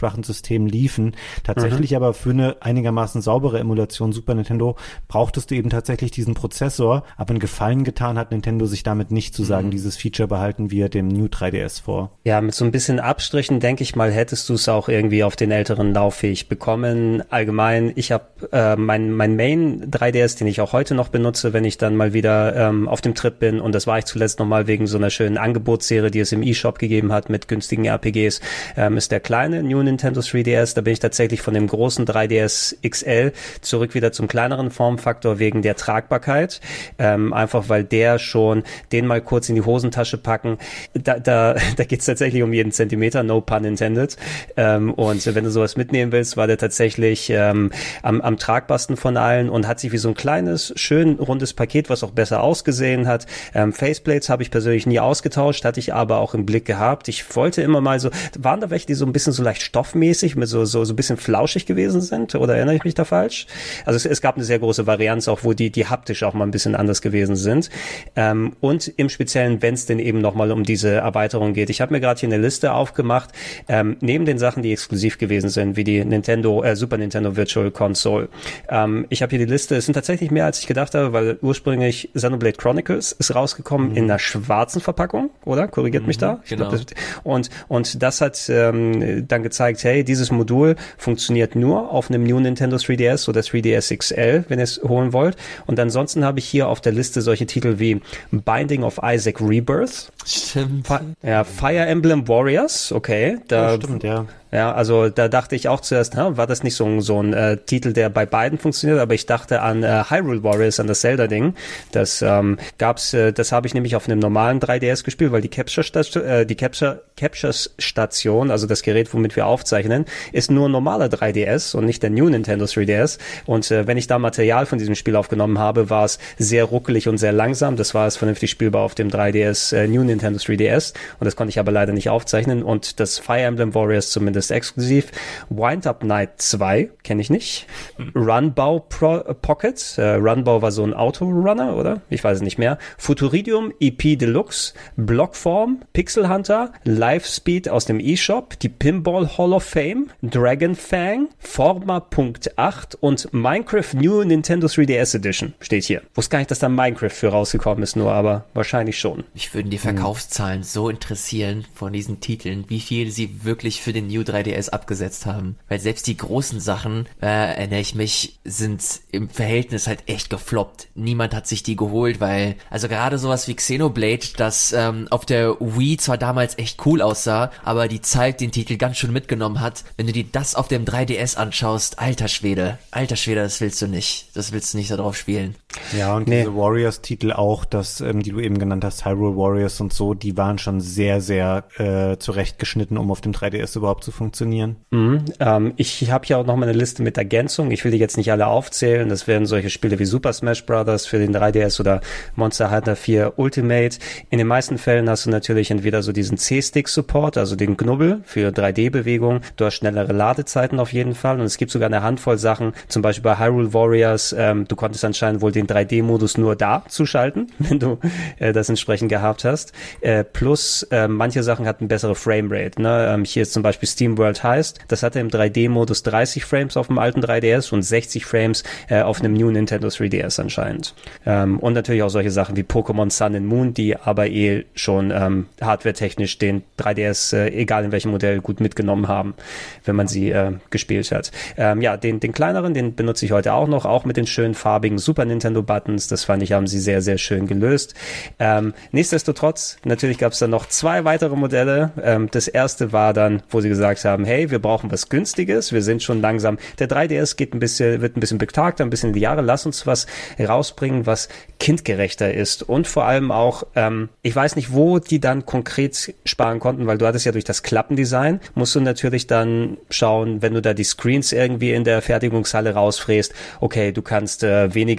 laufschwachen Systemen liefen. Tatsächlich mhm. aber für eine einigermaßen saubere Emulation Super Nintendo brauchtest du eben tatsächlich diesen Prozessor, aber einen Gefallen getan hat Nintendo sich damit nicht zu sagen, mhm. dieses Feature behalten wir dem New drei D S vor. Ja, mit so ein bisschen Abstrichen, denke ich mal, hättest du es auch irgendwie auf den älteren lauffähig bekommen. Allgemein, ich habe äh, mein, mein Main drei D S, den ich auch heute noch benutze, wenn ich dann mal wieder ähm, auf dem Trip bin, und das war ich zuletzt nochmal wegen so einer schönen Angebotsserie, die es im eShop gegeben hat mit günstigen R P Gs, ähm, ist der kleine New Nintendo drei D S. Da bin ich tatsächlich von dem großen drei D S X L zurück wieder zum kleineren Formfaktor wegen der Tragbarkeit. Ähm, einfach weil der schon, den mal kurz in die Hosentasche packen, da, da, da geht's tatsächlich um jeden Zentimeter, no pun intended. Ähm, und wenn du sowas mitnehmen willst, war der tatsächlich ähm, am, am tragbarsten von allen und hat sich wie so ein kleines, schön rundes Paket, was auch besser ausgesehen hat. Ähm, Faceplates habe ich persönlich nie ausgetauscht, hatte ich aber auch im Blick gehabt. Ich wollte immer mal so, waren da welche, die so ein bisschen so leicht stoffmäßig, mit so, so, so ein bisschen flauschig gewesen sind, oder erinnere ich mich da falsch? Also es, es gab eine sehr große Varianz auch, wo die, die haptisch auch mal ein bisschen anders gewesen sind. Ähm, und im Speziellen, wenn es denn eben nochmal um diese Erweiterung geht. Ich habe mir gerade hier eine Liste aufgemacht, ähm, neben den Sachen, die exklusiv gewesen sind, wie die Nintendo, äh, Super Nintendo Virtual Console. Ähm, ich habe hier die Liste, es sind tatsächlich mehr, als ich gedacht habe, weil ursprünglich Xenoblade Chronicles ist rausgekommen mhm. in einer schwarzen Verpackung, oder? Korrigiert mhm, mich da? Ich genau. glaub, das, und, und das hat ähm, dann gezeigt, hey, dieses Modul funktioniert nur auf einem New Nintendo drei D S oder drei D S X L, wenn ihr es holen wollt. Und ansonsten habe ich hier auf der Liste solche Titel wie Binding of Isaac Rebirth. Stimmt. Fi- ja, Fire Emblem Warriors, okay. Da, ja, stimmt, ja. Ja, also da dachte ich auch zuerst, ha, war das nicht so ein, so ein äh, Titel, der bei beiden funktioniert, aber ich dachte an äh, Hyrule Warriors, an das Zelda-Ding. Das ähm, gab's, äh, das habe ich nämlich auf einem normalen drei D S gespielt, weil die Capture-Station, äh, die Capture, Capture-Station, also das Gerät, womit wir aufzeichnen, ist nur ein normaler drei D S und nicht der New Nintendo drei D S. Und äh, wenn ich da Material von diesem Spiel aufgenommen habe, war es sehr ruckelig und sehr langsam. Das war es vernünftig spielbar auf dem drei D S, äh, New Nintendo drei D S. Und das konnte ich aber leider nicht aufzeichnen. Und das Fire Emblem Warriors zumindest exklusiv. Wind Up Night zwei, kenne ich nicht. Runbow Pro- Pocket. Äh, Runbow war so ein Autorunner, oder? Ich weiß es nicht mehr. Futuridium E P Deluxe. Blockform. Pixel Hunter. Live Speed aus dem eShop. Die Pinball Hall of Fame. Dragon Fang. Forma Punkt acht und Minecraft New Nintendo drei D S Edition steht hier. Wusste gar nicht, dass da Minecraft für rausgekommen ist, nur, aber wahrscheinlich schon. Mich würden die Verkaufszahlen so interessieren von diesen Titeln, wie viel sie wirklich für den New drei D S abgesetzt haben. Weil selbst die großen Sachen, äh, erinnere ich mich, sind im Verhältnis halt echt gefloppt. Niemand hat sich die geholt, weil, also gerade sowas wie Xenoblade, das ähm, auf der Wii zwar damals echt cool aussah, aber die Zeit den Titel ganz schön mitgenommen hat. Wenn du dir das auf dem drei D S anschaust, alter Schwede, alter Schwede, das willst du nicht. Das willst du nicht da drauf spielen. Ja, und nee. diese Warriors-Titel auch, das, ähm, die du eben genannt hast, Hyrule Warriors und so, die waren schon sehr, sehr äh, zurechtgeschnitten, um auf dem drei D S überhaupt zu funktionieren. Mhm, ähm, ich habe hier auch noch mal eine Liste mit Ergänzungen. Ich will die jetzt nicht alle aufzählen. Das wären solche Spiele wie Super Smash Bros. Für den drei D S oder Monster Hunter vier Ultimate. In den meisten Fällen hast du natürlich entweder so diesen C-Stick-Support, also den Knubbel für drei D-Bewegung. Du hast schnellere Ladezeiten auf jeden Fall. Und es gibt sogar eine Handvoll Sachen, zum Beispiel bei Hyrule Warriors, ähm, du konntest anscheinend wohl den drei D-Modus nur da zuschalten, wenn du äh, das entsprechend gehabt hast. Äh, plus äh, manche Sachen hatten bessere Framerate. Ne? Ähm, hier ist zum Beispiel SteamWorld Heist. Das hatte im drei D-Modus dreißig Frames auf dem alten drei D S und sechzig Frames äh, auf einem New Nintendo drei D S anscheinend. Ähm, und natürlich auch solche Sachen wie Pokémon Sun and Moon, die aber eh schon ähm, hardwaretechnisch den drei D S, äh, egal in welchem Modell, gut mitgenommen haben, wenn man sie äh, gespielt hat. Ähm, ja, den, den kleineren, den benutze ich heute auch noch, auch mit den schönen farbigen Super Nintendo Buttons. Das fand ich, haben sie sehr, sehr schön gelöst. Ähm, nichtsdestotrotz, natürlich gab es dann noch zwei weitere Modelle. Ähm, das erste war dann, wo sie gesagt haben, hey, wir brauchen was Günstiges, wir sind schon langsam, der drei D S geht ein bisschen, wird ein bisschen betagter, ein bisschen in die Jahre, lass uns was rausbringen, was kindgerechter ist und vor allem auch, ähm, ich weiß nicht, wo die dann konkret sparen konnten, weil du hattest ja durch das Klappendesign, musst du natürlich dann schauen, wenn du da die Screens irgendwie in der Fertigungshalle rausfräst, okay, du kannst äh, weniger Screens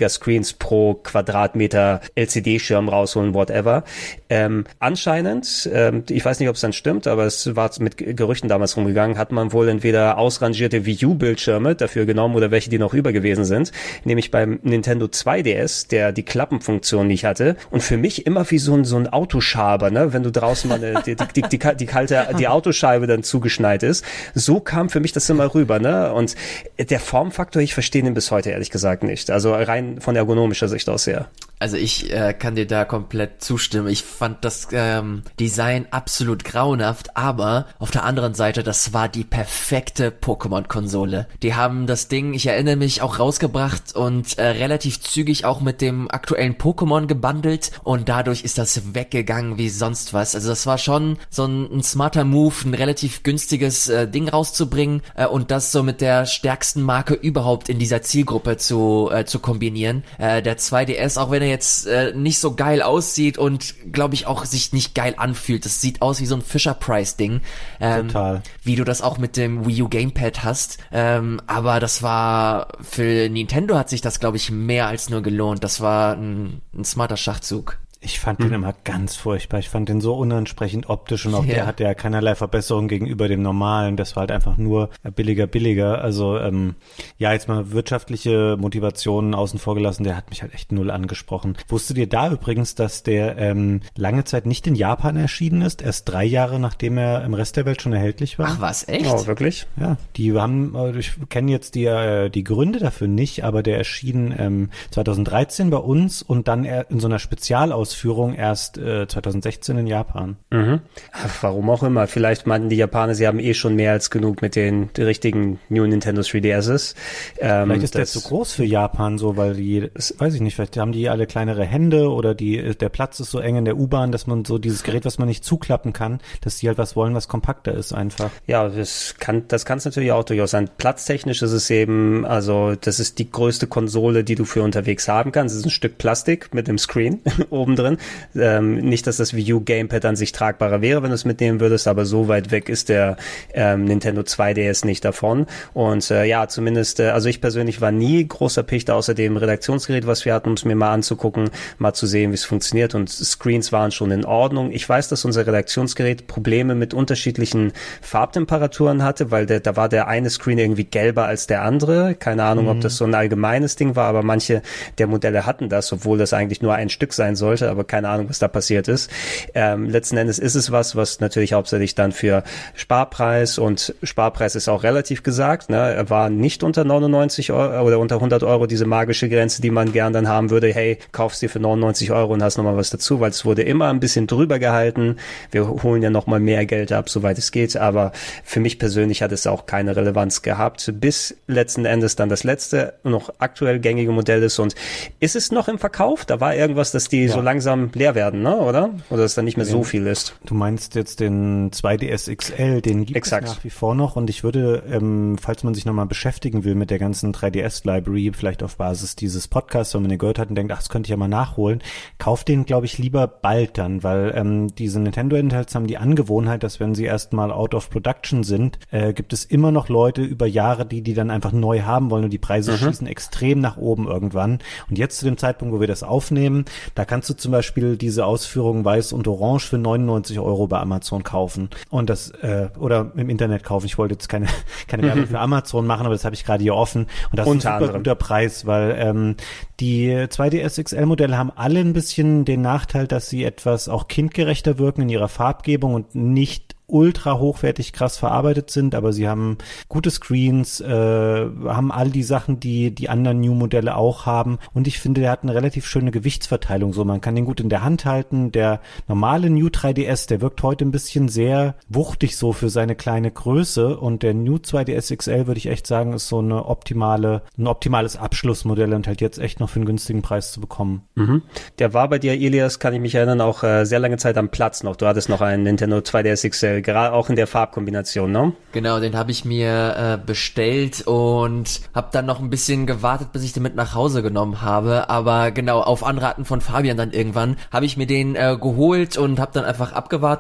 Touchscreens pro Quadratmeter L C D-Schirm rausholen, whatever. Ähm, anscheinend, ähm, ich weiß nicht, ob es dann stimmt, aber es war mit Gerüchten damals rumgegangen, hat man wohl entweder ausrangierte Wii U-Bildschirme dafür genommen oder welche, die noch über gewesen sind, nämlich beim Nintendo zwei D S, der die Klappenfunktion nicht hatte und für mich immer wie so ein, so ein Autoschaber, ne, wenn du draußen mal eine, die, die, die, die, die kalte, die Autoscheibe dann zugeschneit ist. So kam für mich das immer rüber, ne, und der Formfaktor, ich verstehe den bis heute ehrlich gesagt nicht, also rein von ergonomischer Sicht aus her. Also ich äh, kann dir da komplett zustimmen. Ich fand das ähm, Design absolut grauenhaft, aber auf der anderen Seite, das war die perfekte Pokémon-Konsole. Die haben das Ding, ich erinnere mich, auch rausgebracht und äh, relativ zügig auch mit dem aktuellen Pokémon gebundelt und dadurch ist das weggegangen wie sonst was. Also das war schon so ein, ein smarter Move, ein relativ günstiges äh, Ding rauszubringen äh, und das so mit der stärksten Marke überhaupt in dieser Zielgruppe zu äh, zu kombinieren. Äh, der zwei D S, auch wenn er jetzt äh, nicht so geil aussieht und glaube ich auch sich nicht geil anfühlt. Das sieht aus wie so ein Fisher-Price-Ding. Ähm, Total. Wie du das auch mit dem Wii U Gamepad hast. Ähm, aber das war, für Nintendo hat sich das glaube ich mehr als nur gelohnt. Das war ein, ein smarter Schachzug. Ich fand hm. den immer ganz furchtbar. Ich fand den so unansprechend optisch und auch ja. der hatte ja keinerlei Verbesserung gegenüber dem normalen. Das war halt einfach nur billiger, billiger. Also ähm, ja, jetzt mal wirtschaftliche Motivationen außen vor gelassen, der hat mich halt echt null angesprochen. Wusstet ihr da übrigens, dass der ähm, lange Zeit nicht in Japan erschienen ist? Erst drei Jahre, nachdem er im Rest der Welt schon erhältlich war? Ach was, echt? Oh, wirklich? Ja, die haben, ich kenne jetzt die, äh, die Gründe dafür nicht, aber der erschien ähm, zwanzig dreizehn bei uns und dann in so einer Spezialausführung Ausführung erst äh, zwanzig sechzehn in Japan. Mhm. Warum auch immer. Vielleicht meinten die Japaner, sie haben eh schon mehr als genug mit den, den richtigen New Nintendo drei D S's. Ähm, vielleicht ist der zu groß für Japan so, weil die, weiß ich nicht, vielleicht haben die alle kleinere Hände oder die der Platz ist so eng in der U-Bahn, dass man so dieses Gerät, was man nicht zuklappen kann, dass die halt was wollen, was kompakter ist einfach. Ja, das kann das kann es natürlich auch durchaus sein. Platztechnisch ist es eben, also das ist die größte Konsole, die du für unterwegs haben kannst. Es ist ein Stück Plastik mit dem Screen oben drin. Ähm, nicht, dass das Wii U Gamepad an sich tragbarer wäre, wenn du es mitnehmen würdest, aber so weit weg ist der ähm, Nintendo zwei D S nicht davon. Und äh, ja, zumindest, äh, also ich persönlich war nie großer Pichter, außer dem Redaktionsgerät, was wir hatten, um es mir mal anzugucken, mal zu sehen, wie es funktioniert. Und Screens waren schon in Ordnung. Ich weiß, dass unser Redaktionsgerät Probleme mit unterschiedlichen Farbtemperaturen hatte, weil der, da war der eine Screen irgendwie gelber als der andere. Keine Ahnung, mhm. ob das so ein allgemeines Ding war, aber manche der Modelle hatten das, obwohl das eigentlich nur ein Stück sein sollte, aber keine Ahnung, was da passiert ist. Ähm, letzten Endes ist es was, was natürlich hauptsächlich dann für Sparpreis, und Sparpreis ist auch relativ gesagt, ne? Er war nicht unter neunundneunzig Euro oder unter hundert Euro, diese magische Grenze, die man gern dann haben würde. Hey, kaufst dir für neunundneunzig Euro und hast nochmal was dazu, weil es wurde immer ein bisschen drüber gehalten. Wir holen ja nochmal mehr Geld ab, soweit es geht, aber für mich persönlich hat es auch keine Relevanz gehabt, bis letzten Endes dann das letzte, noch aktuell gängige Modell ist. Und ist es noch im Verkauf? Da war irgendwas, dass die ja. so langsam leer werden, ne, oder? Oder dass da nicht mehr so viel ist. Du meinst jetzt den zwei D S X L, den gibt Exakt. es nach wie vor noch, und ich würde, ähm, falls man sich nochmal beschäftigen will mit der ganzen drei D S-Library, vielleicht auf Basis dieses Podcasts, wenn man den gehört hat und denkt, ach, das könnte ich ja mal nachholen, kauft den, glaube ich, lieber bald dann, weil ähm, diese Nintendo-Handhelds haben die Angewohnheit, dass wenn sie erstmal out of production sind, äh, gibt es immer noch Leute über Jahre, die die dann einfach neu haben wollen, und die Preise mhm. schießen extrem nach oben irgendwann. Und jetzt zu dem Zeitpunkt, wo wir das aufnehmen, da kannst du zum Beispiel diese Ausführungen Weiß und Orange für neunundneunzig Euro bei Amazon kaufen. Und das, äh, oder im Internet kaufen. Ich wollte jetzt keine, keine Werbung für Amazon machen, aber das habe ich gerade hier offen. Und das Unter ist ein super anderem. guter Preis, weil ähm, die zwei D S X L-Modelle haben alle ein bisschen den Nachteil, dass sie etwas auch kindgerechter wirken in ihrer Farbgebung und nicht ultra hochwertig krass verarbeitet sind, aber sie haben gute Screens, äh, haben all die Sachen, die die anderen New-Modelle auch haben, und ich finde, der hat eine relativ schöne Gewichtsverteilung, so man kann den gut in der Hand halten. Der normale New drei D S, der wirkt heute ein bisschen sehr wuchtig so für seine kleine Größe, und der New zwei D S X L, würde ich echt sagen, ist so eine optimale, ein optimales Abschlussmodell und halt jetzt echt noch für einen günstigen Preis zu bekommen. Mhm. Der war bei dir, Elias, kann ich mich erinnern, auch äh, sehr lange Zeit am Platz noch. Du hattest noch einen Nintendo zwei D S X L, gerade auch in der Farbkombination, ne? Genau, den habe ich mir äh, bestellt und habe dann noch ein bisschen gewartet, bis ich den mit nach Hause genommen habe. Aber genau, auf Anraten von Fabian dann irgendwann habe ich mir den äh, geholt und habe dann einfach abgewartet.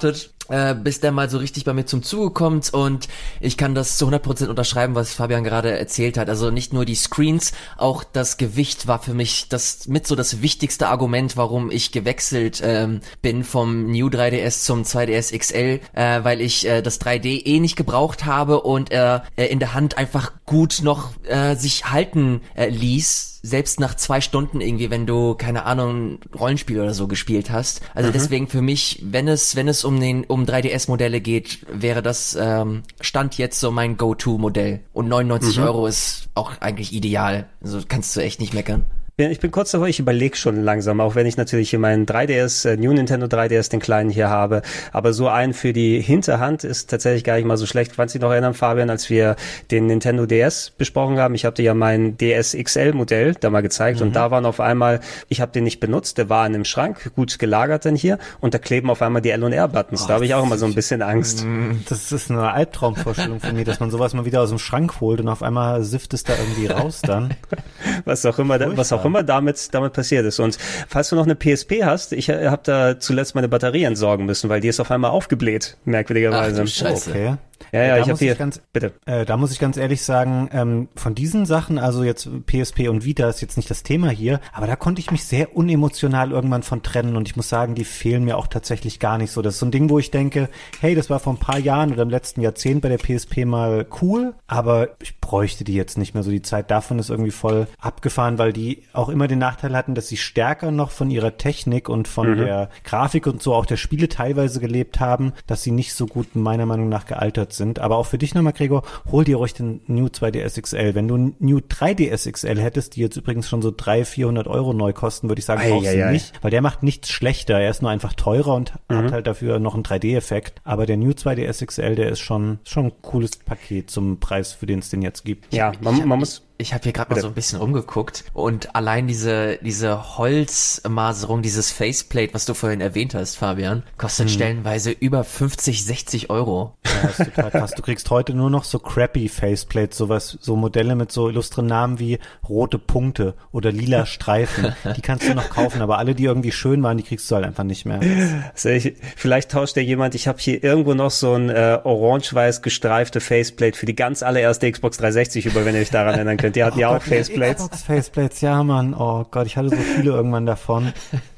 äh, bis der mal so richtig bei mir zum Zuge kommt, und ich kann das zu hundert Prozent unterschreiben, was Fabian gerade erzählt hat. Also nicht nur die Screens, auch das Gewicht war für mich das mit so das wichtigste Argument, warum ich gewechselt ähm, bin vom New drei D S zum zwei D S X L, äh, weil ich äh, das drei D eh nicht gebraucht habe und er äh, in der Hand einfach gut noch äh, sich halten äh, ließ, selbst nach zwei Stunden irgendwie, wenn du, keine Ahnung, Rollenspiel oder so gespielt hast. Also mhm. deswegen für mich, wenn es wenn es um den um drei D S-Modelle geht, wäre das ähm, Stand jetzt so mein Go-To-Modell. Und neunundneunzig mhm. Euro ist auch eigentlich ideal. Also kannst du echt nicht meckern. Ich bin kurz davor, ich überlege schon langsam, auch wenn ich natürlich hier meinen drei D S, äh, New Nintendo drei D S, den kleinen hier habe, aber so einen für die Hinterhand ist tatsächlich gar nicht mal so schlecht. Kannst du dich noch erinnern, Fabian, als wir den Nintendo D S besprochen haben? Ich habe dir ja mein D S X L-Modell da mal gezeigt mhm. und da waren auf einmal, ich habe den nicht benutzt, der war in einem Schrank, gut gelagert dann hier, und da kleben auf einmal die L und R-Buttons. Oh, da habe ich auch immer so ein bisschen Angst. Das ist eine Albtraumvorstellung von mir, dass man sowas mal wieder aus dem Schrank holt und auf einmal sifft es da irgendwie raus dann. Was auch immer, da, was auch immer damit damit passiert ist. Und falls du noch eine P S P hast, ich habe da zuletzt meine Batterie entsorgen müssen, weil die ist auf einmal aufgebläht, merkwürdigerweise. Ach du Scheiße. Okay. Ja, ja, da ich habe hier, ganz, bitte. Äh, da muss ich ganz ehrlich sagen, ähm, von diesen Sachen, also jetzt P S P und Vita ist jetzt nicht das Thema hier, aber da konnte ich mich sehr unemotional irgendwann von trennen, und ich muss sagen, die fehlen mir auch tatsächlich gar nicht so. Das ist so ein Ding, wo ich denke, hey, das war vor ein paar Jahren oder im letzten Jahrzehnt bei der P S P mal cool, aber ich bräuchte die jetzt nicht mehr so. Die Zeit davon ist irgendwie voll abgefahren, weil die auch immer den Nachteil hatten, dass sie stärker noch von ihrer Technik und von mhm. der Grafik und so auch der Spiele teilweise gelebt haben, dass sie nicht so gut meiner Meinung nach gealtert sind. Aber auch für dich nochmal, Gregor, hol dir ruhig den New zwei D S X L. Wenn du einen New drei D S X L hättest, die jetzt übrigens schon so dreihundert, vierhundert Euro neu kosten, würde ich sagen, brauchst du nicht, weil der macht nichts schlechter. Er ist nur einfach teurer und mhm. hat halt dafür noch einen drei D-Effekt. Aber der New zwei D S X L, der ist schon, schon ein cooles Paket zum Preis, für den es den jetzt gibt. Ja, man, man muss... Ich habe hier gerade mal so ein bisschen umgeguckt, und allein diese diese Holzmaserung, dieses Faceplate, was du vorhin erwähnt hast, Fabian, kostet hm. stellenweise über fünfzig, sechzig Euro. Ja, das ist total krass. Du kriegst heute nur noch so crappy Faceplates, sowas, so Modelle mit so illustren Namen wie rote Punkte oder lila Streifen. Die kannst du noch kaufen, aber alle, die irgendwie schön waren, die kriegst du halt einfach nicht mehr. Also ich, vielleicht tauscht ja jemand, ich habe hier irgendwo noch so ein äh, orange-weiß gestreifte Faceplate für die ganz allererste Xbox dreihundertsechzig über, wenn ihr euch daran erinnern könnt. Die hatten oh ja Gott, auch Faceplates. Xbox Faceplates, ja Mann. Oh Gott, ich hatte so viele irgendwann davon.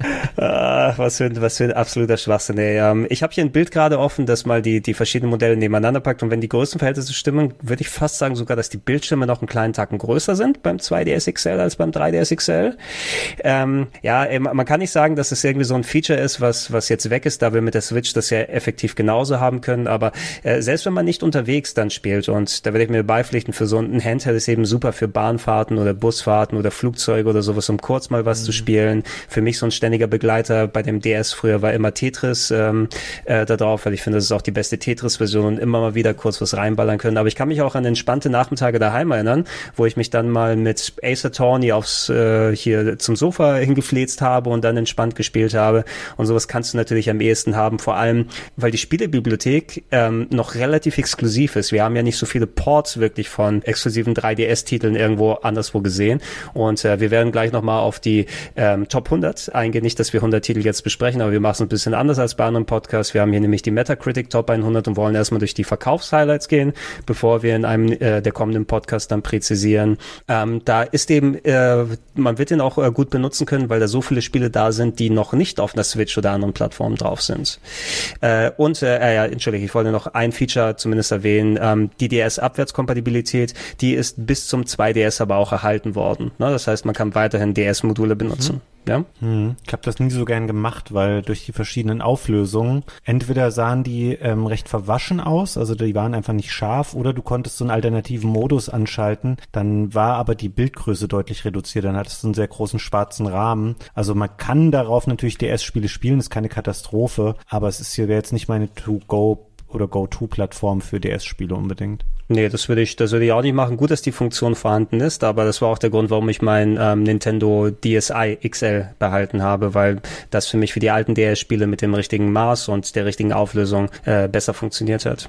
ah, was für ein, was für ein absoluter Schwachsinn. Ey. Ähm, ich habe hier ein Bild gerade offen, das mal die die verschiedenen Modelle nebeneinander packt, und wenn die Größenverhältnisse stimmen, würde ich fast sagen sogar, dass die Bildschirme noch einen kleinen Tacken größer sind beim zwei D S X L als beim drei D S X L. Ähm, ja, ey, man kann nicht sagen, dass es irgendwie so ein Feature ist, was was jetzt weg ist, da wir mit der Switch das ja effektiv genauso haben können, aber äh, selbst wenn man nicht unterwegs dann spielt, und da werde ich mir beipflichten, für so ein Handheld ist eben super für Bahnfahrten oder Busfahrten oder Flugzeuge oder sowas, um kurz mal was mhm. zu spielen. Für mich so ein ständiger Begleiter bei dem D S früher war immer Tetris ähm, äh, da drauf, weil ich finde, das ist auch die beste Tetris-Version, und immer mal wieder kurz was reinballern können. Aber ich kann mich auch an entspannte Nachmittage daheim erinnern, wo ich mich dann mal mit Ace Attorney aufs äh, hier zum Sofa hingefläzt habe und dann entspannt gespielt habe. Und sowas kannst du natürlich am ehesten haben, vor allem, weil die Spielebibliothek ähm, noch relativ exklusiv ist. Wir haben ja nicht so viele Ports wirklich von exklusiven drei D S-Titeln irgendwo anderswo gesehen, und äh, wir werden gleich nochmal auf die ähm, Top hundert eingehen. Nicht, dass wir hundert Titel jetzt besprechen, aber wir machen es ein bisschen anders als bei anderen Podcasts. Wir haben hier nämlich die Metacritic Top hundert und wollen erstmal durch die Verkaufshighlights gehen, bevor wir in einem äh, der kommenden Podcasts dann präzisieren. Ähm, da ist eben, äh, man wird den auch äh, gut benutzen können, weil da so viele Spiele da sind, die noch nicht auf einer Switch oder anderen Plattformen drauf sind. Äh, und, äh, ja, entschuldige, ich wollte noch ein Feature zumindest erwähnen, ähm, die D S-Abwärtskompatibilität, die ist bis zum zwei D S aber auch erhalten worden. Ne? Das heißt, man kann weiterhin D S-Module benutzen. Mhm. Ja? Hm. Ich habe das nie so gern gemacht, weil durch die verschiedenen Auflösungen, entweder sahen die ähm, recht verwaschen aus, also die waren einfach nicht scharf, oder du konntest so einen alternativen Modus anschalten, dann war aber die Bildgröße deutlich reduziert, dann hattest du einen sehr großen schwarzen Rahmen. Also man kann darauf natürlich D S-Spiele spielen, ist keine Katastrophe, aber es ist hier jetzt nicht meine To-Go- oder Go-To-Plattform für D S-Spiele unbedingt. Nee, das würde ich, das würde ich auch nicht machen. Gut, dass die Funktion vorhanden ist, aber das war auch der Grund, warum ich mein ähm, Nintendo D S i X L behalten habe, weil das für mich für die alten D S-Spiele mit dem richtigen Maß und der richtigen Auflösung äh, besser funktioniert hat.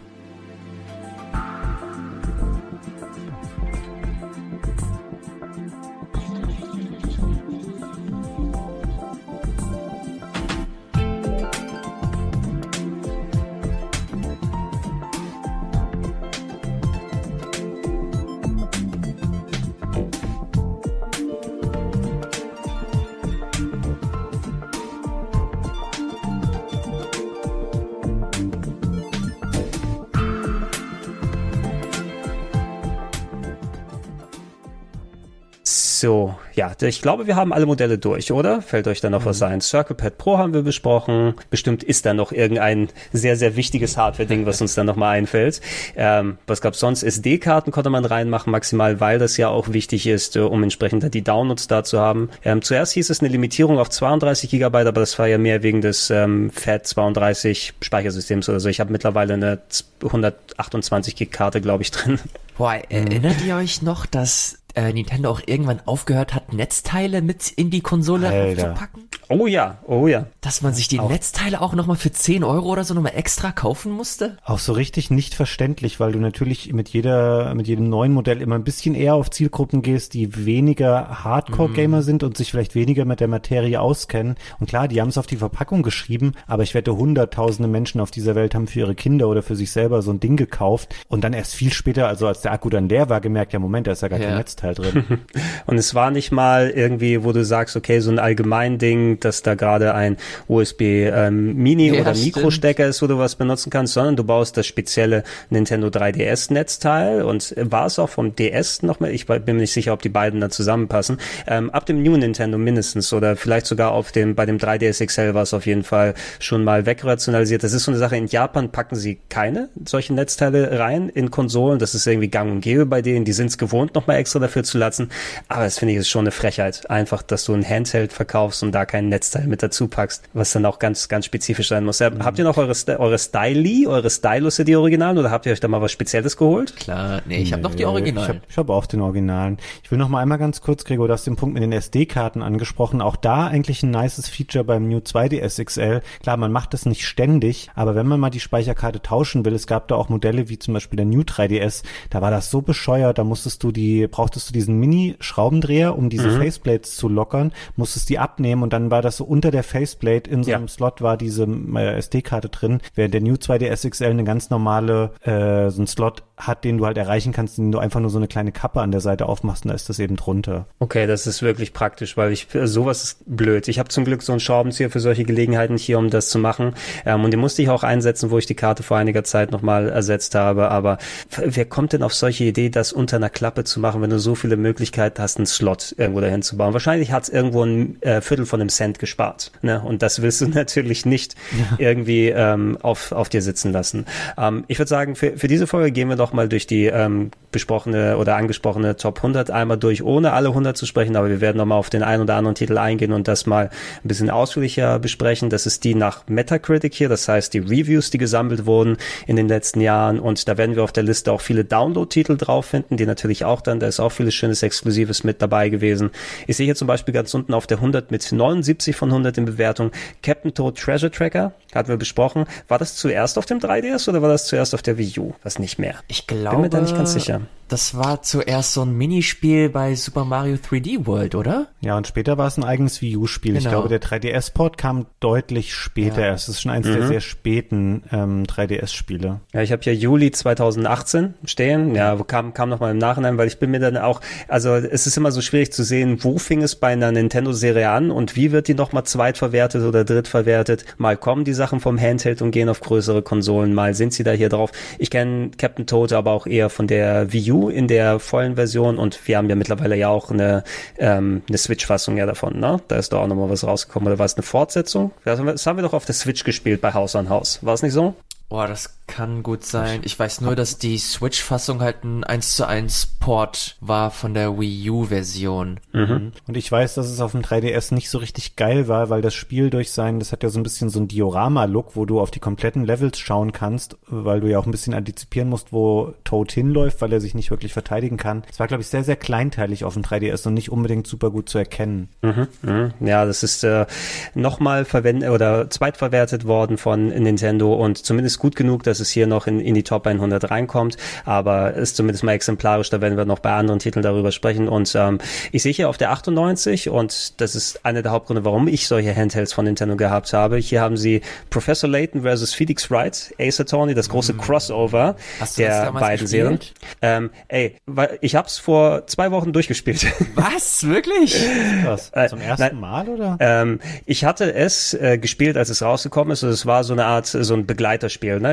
So, ja, ich glaube, wir haben alle Modelle durch, oder? Fällt euch da noch mhm. was ein? CirclePad Pro haben wir besprochen. Bestimmt ist da noch irgendein sehr, sehr wichtiges Hardware-Ding, was uns dann nochmal einfällt. Ähm, was gab's sonst? S D-Karten konnte man reinmachen, maximal, weil das ja auch wichtig ist, um entsprechend die Downloads da zu haben. Ähm, zuerst hieß es eine Limitierung auf zweiunddreißig Gigabyte, aber das war ja mehr wegen des ähm, F A T zweiunddreißig Speichersystems oder so. Ich habe mittlerweile eine hundertachtundzwanzig Gig Karte, glaube ich, drin. Boah, erinnert ihr euch noch, dass äh, Nintendo auch irgendwann aufgehört hat, Netzteile mit in die Konsole aufzupacken? Oh ja, oh ja. Dass man sich die auch Netzteile auch nochmal für zehn Euro oder so nochmal extra kaufen musste? Auch so richtig nicht verständlich, weil du natürlich mit jeder, mit jedem neuen Modell immer ein bisschen eher auf Zielgruppen gehst, die weniger Hardcore-Gamer mm. sind und sich vielleicht weniger mit der Materie auskennen. Und klar, die haben es auf die Verpackung geschrieben, aber ich wette, hunderttausende Menschen auf dieser Welt haben für ihre Kinder oder für sich selber so ein Ding gekauft und dann erst viel später, also als der Akku dann leer war, gemerkt, ja Moment, da ist ja gar ja. kein Netzteil drin. Und es war nicht mal irgendwie, wo du sagst, okay, so ein allgemein Ding, dass da gerade ein U S B ähm, Mini ja, oder Mikrostecker ist, wo du was benutzen kannst, sondern du baust das spezielle Nintendo drei D S-Netzteil und war es auch vom D S noch mal, ich bin mir nicht sicher, ob die beiden da zusammenpassen, ähm, ab dem New Nintendo mindestens oder vielleicht sogar auf dem, bei dem drei D S X L war es auf jeden Fall schon mal wegrationalisiert. Das ist so eine Sache, in Japan packen sie keine solchen Netzteile rein in Konsolen, das ist irgendwie gang und gäbe bei denen, die sind es gewohnt, nochmal extra dafür zu lassen, aber das finde ich ist schon eine Frechheit, einfach, dass du ein Handheld verkaufst und da kein Netzteil mit dazu packst, was dann auch ganz, ganz spezifisch sein muss. Mhm. Habt ihr noch eure, eure Styli, eure Stylus, die Originalen, oder habt ihr euch da mal was Spezielles geholt? Klar, nee, ich habe noch die Originalen. Ich habe ich hab auch den Originalen. Ich will noch mal einmal ganz kurz, Gregor, du hast den Punkt mit den S D-Karten angesprochen. Auch da eigentlich ein nices Feature beim New zwei D S X L. Klar, man macht das nicht ständig, aber wenn man mal die Speicherkarte tauschen will, es gab da auch Modelle wie zum Beispiel der New drei D S, da war das so bescheuert, da musstest du die, brauchtest du diesen Mini-Schraubendreher, um diese mhm. Faceplates zu lockern, musstest die abnehmen und dann war das so unter der Faceplate in so einem ja. Slot war diese äh, S D-Karte drin, während der New zwei D S X L eine ganz normale, äh, so ein Slot hat, den du halt erreichen kannst, den du einfach nur so eine kleine Kappe an der Seite aufmachst und da ist das eben drunter. Okay, das ist wirklich praktisch, weil ich, sowas ist blöd. Ich habe zum Glück so einen Schraubenzieher für solche Gelegenheiten hier, um das zu machen. Ähm, und den musste ich auch einsetzen, wo ich die Karte vor einiger Zeit nochmal ersetzt habe. Aber wer kommt denn auf solche Idee, das unter einer Klappe zu machen, wenn du so viele Möglichkeiten hast, einen Slot irgendwo dahin zu bauen? Wahrscheinlich hat es irgendwo ein äh, Viertel von einem Cent gespart. Ne? Und das willst du natürlich nicht ja. irgendwie ähm, auf, auf dir sitzen lassen. Ähm, ich würde sagen, für, für diese Folge gehen wir doch mal durch die ähm, besprochene oder angesprochene Top hundert einmal durch, ohne alle hundert zu sprechen, aber wir werden nochmal auf den einen oder anderen Titel eingehen und das mal ein bisschen ausführlicher besprechen. Das ist die nach Metacritic hier, das heißt die Reviews, die gesammelt wurden in den letzten Jahren, und da werden wir auf der Liste auch viele Download-Titel drauf finden, die natürlich auch dann, da ist auch vieles schönes Exklusives mit dabei gewesen. Ich sehe hier zum Beispiel ganz unten auf der hundert mit neunundsiebzig von hundert in Bewertung Captain Toad Treasure Tracker, hatten wir besprochen. War das zuerst auf dem drei D S oder war das zuerst auf der Wii U? Was nicht mehr? Ich glaube, bin mir da nicht ganz sicher. Das war zuerst so ein Minispiel bei Super Mario drei D World, oder? Ja, und später war es ein eigenes Wii U-Spiel. Genau. Ich glaube, der drei D S-Port kam deutlich später ja. erst. Das ist schon eins mhm. der sehr späten ähm, drei D S-Spiele. Ja, ich habe hier Juli zweitausendachtzehn stehen. Ja, kam, kam nochmal im Nachhinein, weil ich bin mir dann auch, also es ist immer so schwierig zu sehen, wo fing es bei einer Nintendo-Serie an und wie wird die nochmal zweitverwertet oder drittverwertet. Mal kommen die Sachen vom Handheld und gehen auf größere Konsolen, mal sind sie da hier drauf. Ich kenne Captain Toad aber auch eher von der Wii U in der vollen Version, und wir haben ja mittlerweile ja auch eine, ähm, eine Switch-Fassung ja davon, ne? Da ist doch auch nochmal was rausgekommen. Oder war es eine Fortsetzung? Das haben, wir, das haben wir doch auf der Switch gespielt bei Haus an Haus. War es nicht so? Boah, das kann gut sein. Ich weiß nur, dass die Switch-Fassung halt ein eins zu eins Port war von der Wii U-Version. Mhm. Und ich weiß, dass es auf dem drei D S nicht so richtig geil war, weil das Spiel durch sein, das hat ja so ein bisschen so ein Diorama-Look, wo du auf die kompletten Levels schauen kannst, weil du ja auch ein bisschen antizipieren musst, wo Toad hinläuft, weil er sich nicht wirklich verteidigen kann. Es war, glaube ich, sehr, sehr kleinteilig auf dem drei D S und nicht unbedingt super gut zu erkennen. Mhm. Mhm. Ja, das ist äh, nochmal verwendet oder zweitverwertet worden von Nintendo und zumindest gut genug, dass es hier noch in, in die Top hundert reinkommt, aber ist zumindest mal exemplarisch, da werden wir noch bei anderen Titeln darüber sprechen. Und ähm, ich sehe hier auf der achtundneunzig, und das ist einer der Hauptgründe, warum ich solche Handhelds von Nintendo gehabt habe. Hier haben sie Professor Layton versus Felix Wright, Ace Attorney, das große mm. Crossover Hast du der das damals beiden Serien. Ähm, ey, ich hab's vor zwei Wochen durchgespielt. Was? Wirklich? Was? Zum ersten äh, Mal, oder? Ähm, ich hatte es äh, gespielt, als es rausgekommen ist, und es war so eine Art, so ein Begleiterspiel, ne? Ich habe es immer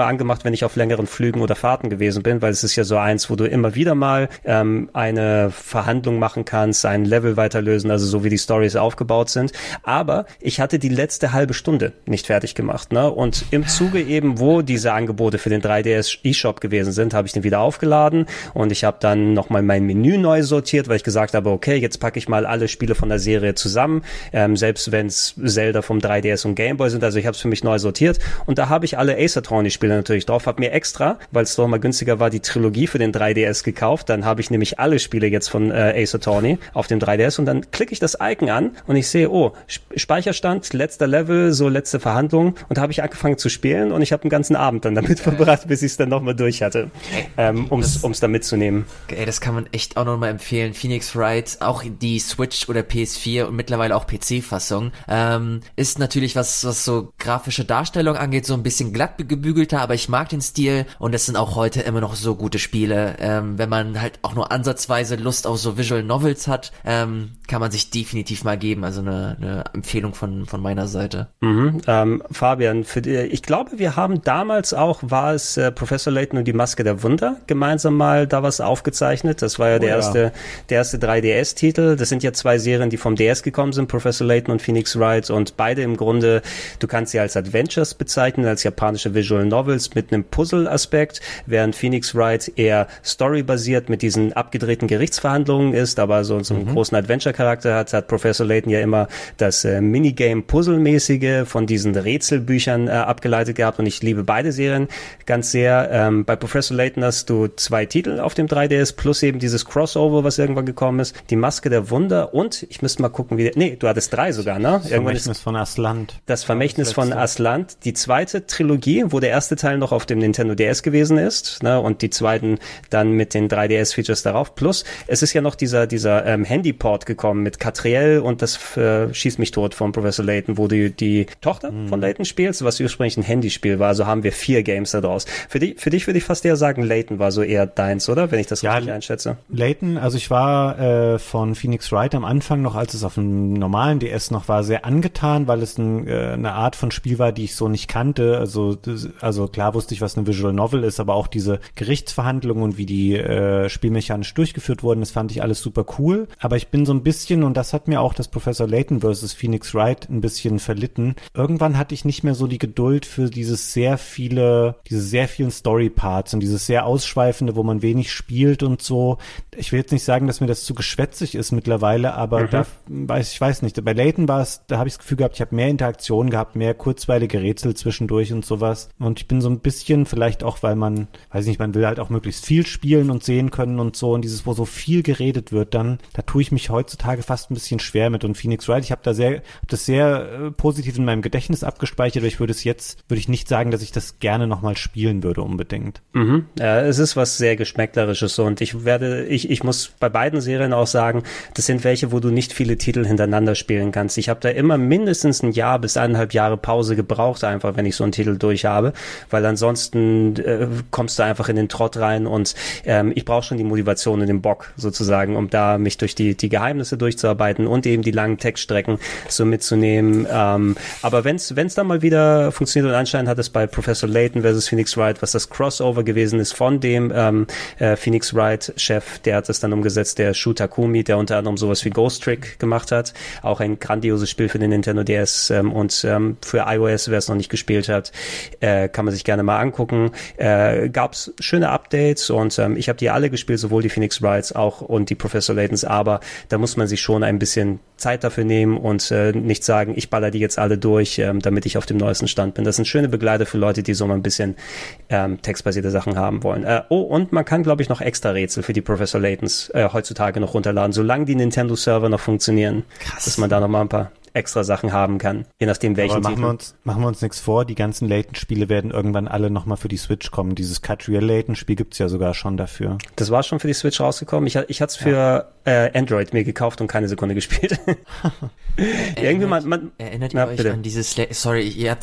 immer angemacht, wenn ich auf längeren Flügen oder Fahrten gewesen bin, weil es ist ja so eins, wo du immer wieder mal ähm, eine Verhandlung machen kannst, ein Level weiterlösen, also so wie die Storys aufgebaut sind. Aber ich hatte die letzte halbe Stunde nicht fertig gemacht, ne? Und im Zuge eben, wo diese Angebote für den drei D S eShop gewesen sind, habe ich den wieder aufgeladen und ich habe dann nochmal mein Menü neu sortiert, weil ich gesagt habe, okay, jetzt packe ich mal alle Spiele von der Serie zusammen, ähm, selbst wenn es Zelda vom drei D S und Game Boy sind, also ich habe es für mich neu sortiert und da habe ich alle Ace Attorney-Spiele natürlich drauf, habe mir extra, weil es doch mal günstiger war, die Trilogie für den drei D S gekauft, dann habe ich nämlich alle Spiele jetzt von äh, Ace Attorney auf dem drei D S und dann klicke ich das Icon an und ich sehe, oh, Speicherstand, letzter Level, so letzte Verhandlung und da habe ich angefangen zu spielen und ich habe einen ganzen Abend dann damit verbracht, bis ich es dann nochmal durch hatte, ähm, um es da mitzunehmen. Ey, das kann man echt auch nochmal empfehlen. Phoenix Wright, auch die Switch oder P S vier und mittlerweile auch P C-Fassung, ähm, ist natürlich, was was so grafische Darstellung angeht, so ein bisschen glatt gebügelter, aber ich mag den Stil und es sind auch heute immer noch so gute Spiele. Ähm, wenn man halt auch nur ansatzweise Lust auf so Visual Novels hat, ähm, kann man sich definitiv mal geben. Also eine, eine Empfehlung von von meiner Seite. Mhm, ähm, Fabian, für die, ich glaube, wir haben damals auch, war es äh, Professor Layton und die Maske der Wunder, gemeinsam mal da was aufgezeichnet. Das war ja, oh, der, ja. Erste, der erste drei D S-Titel. Das sind ja zwei Serien, die vom D S gekommen sind, Professor Layton und Phoenix Wright und beide im Grunde, du kannst sie als Adventures bezeichnen, als japanische Visual Novels mit einem Puzzle-Aspekt, während Phoenix Wright eher storybasiert mit diesen abgedrehten Gerichtsverhandlungen ist, aber so, so einen mhm. großen Adventure-Charakter hat, hat Professor Layton ja immer das äh, Minigame-Puzzle-mäßige von diesen Rätselbüchern äh, abgeleitet gehabt und ich liebe beide Serien ganz sehr. Ähm, bei Professor Layton hast du zwei Titel auf dem drei D S plus eben dieses Crossover, was irgendwann gekommen ist, die Maske der Wunder und ich müsste mal gucken, wie, nee, du hattest drei sogar, ne? Das Vermächtnis von Aslant. Das Vermächtnis von Aslant, die zweite Trilogie, wo der erste Teil noch auf dem Nintendo D S gewesen ist, ne? Und die zweiten dann mit den drei D S-Features darauf. Plus, es ist ja noch dieser dieser ähm, Handyport gekommen mit Catriel und das äh, Schieß mich tot von Professor Layton, wo du die Tochter mhm. von Layton spielst, was ursprünglich ein Handyspiel war. Also haben wir vier Games da draus. Für, die, für dich würde ich fast eher sagen, Layton war so eher deins, oder? Wenn ich das ja, richtig einschätze. Layton, also ich war äh, von Phoenix Wright am Anfang noch, als es auf dem normalen D S noch war, sehr angetan, weil es ein, äh, eine Art von Spiel war, die ich so nicht kannte. Also, das, also klar wusste ich, was eine Visual Novel ist, aber auch diese Gerichtsverhandlungen und wie die äh, spielmechanisch durchgeführt wurden, das fand ich alles super cool. Aber ich bin so ein bisschen, und das hat mir auch das Professor Layton versus Phoenix Wright ein bisschen verlitten, irgendwann hatte ich nicht mehr so die Geduld für dieses sehr viele, diese sehr vielen Story-Parts und dieses sehr ausschweifende, wo man wenig spielt und so. Ich will jetzt nicht sagen, dass mir das zu geschwätzig ist mittlerweile, aber mhm. da weiß ich weiß nicht. Bei Layton war es, da habe ich das Gefühl gehabt, ich habe mehr Interaktion gehabt, mehr kurzweilige Rätsel zwischendurch und sowas. Und ich bin so ein bisschen, vielleicht auch, weil man, weiß nicht, man will halt auch möglichst viel spielen und sehen können und so. Und dieses, wo so viel geredet wird, dann, da tue ich mich heutzutage fast ein bisschen schwer mit. Und Phoenix Wright, ich habe da sehr, hab das sehr äh, positiv in meinem Gedächtnis abgespeichert, aber ich würde es jetzt, würde ich nicht sagen, dass ich das gerne nochmal spielen würde unbedingt. Mhm. Ja, es ist was sehr Geschmäcklerisches und ich werde, ich, ich muss bei beiden Serien auch sagen, das sind welche, wo du nicht viele Titel hintereinander spielen kannst. Ich habe da immer mindestens ein Jahr bis eineinhalb Jahre Pause gebraucht, einfach wenn ich so einen Titel durch habe, weil ansonsten äh, kommst du einfach in den Trott rein und ähm, ich brauche schon die Motivation und den Bock sozusagen, um da mich durch die, die Geheimnisse durchzuarbeiten und eben die langen Textstrecken so mitzunehmen. Ähm, aber wenn es wenn es dann mal wieder funktioniert und anscheinend hat es bei Professor Layton versus Phoenix Wright, was das Crossover gewesen ist von dem ähm, äh, Phoenix Wright-Chef, der hat das dann umgesetzt, der Shu Takumi, der unter anderem sowas wie Ghost Trick gemacht hat. Auch ein grandioses Spiel für den Nintendo D S ähm, und ähm, für iOS, wer es noch nicht gespielt hat, äh, kann man sich gerne mal angucken. Äh, gab's schöne Updates und ähm, ich habe die alle gespielt, sowohl die Phoenix Wrights auch und die Professor Laytons, aber da muss man sich schon ein bisschen Zeit dafür nehmen und äh, nicht sagen, ich baller die jetzt alle durch, ähm, damit ich auf dem neuesten Stand bin. Das sind schöne Begleiter für Leute, die so mal ein bisschen ähm, textbasierte Sachen haben wollen. Äh, oh, und man kann, glaube ich, noch extra Rätsel für die Professor Laytons äh, heutzutage noch runterladen, solange die Nintendo-Server noch funktionieren. Krass. Dass man da noch mal ein paar extra Sachen haben kann, je nachdem welchen Aber machen Titel. Wir uns, machen wir uns nichts vor, die ganzen Layton-Spiele werden irgendwann alle nochmal für die Switch kommen. Dieses Catriel Layton-Spiel gibt's ja sogar schon dafür. Das war schon für die Switch rausgekommen. Ich, ich hatte es für ja. äh, Android mir gekauft und keine Sekunde gespielt. Irgendwie man, man, Erinnert ihr ja, euch bitte. an dieses, sorry, ihr habt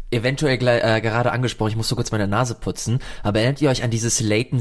eventuell äh, gerade angesprochen, ich muss so kurz meine Nase putzen, aber erinnert ihr euch an dieses Layton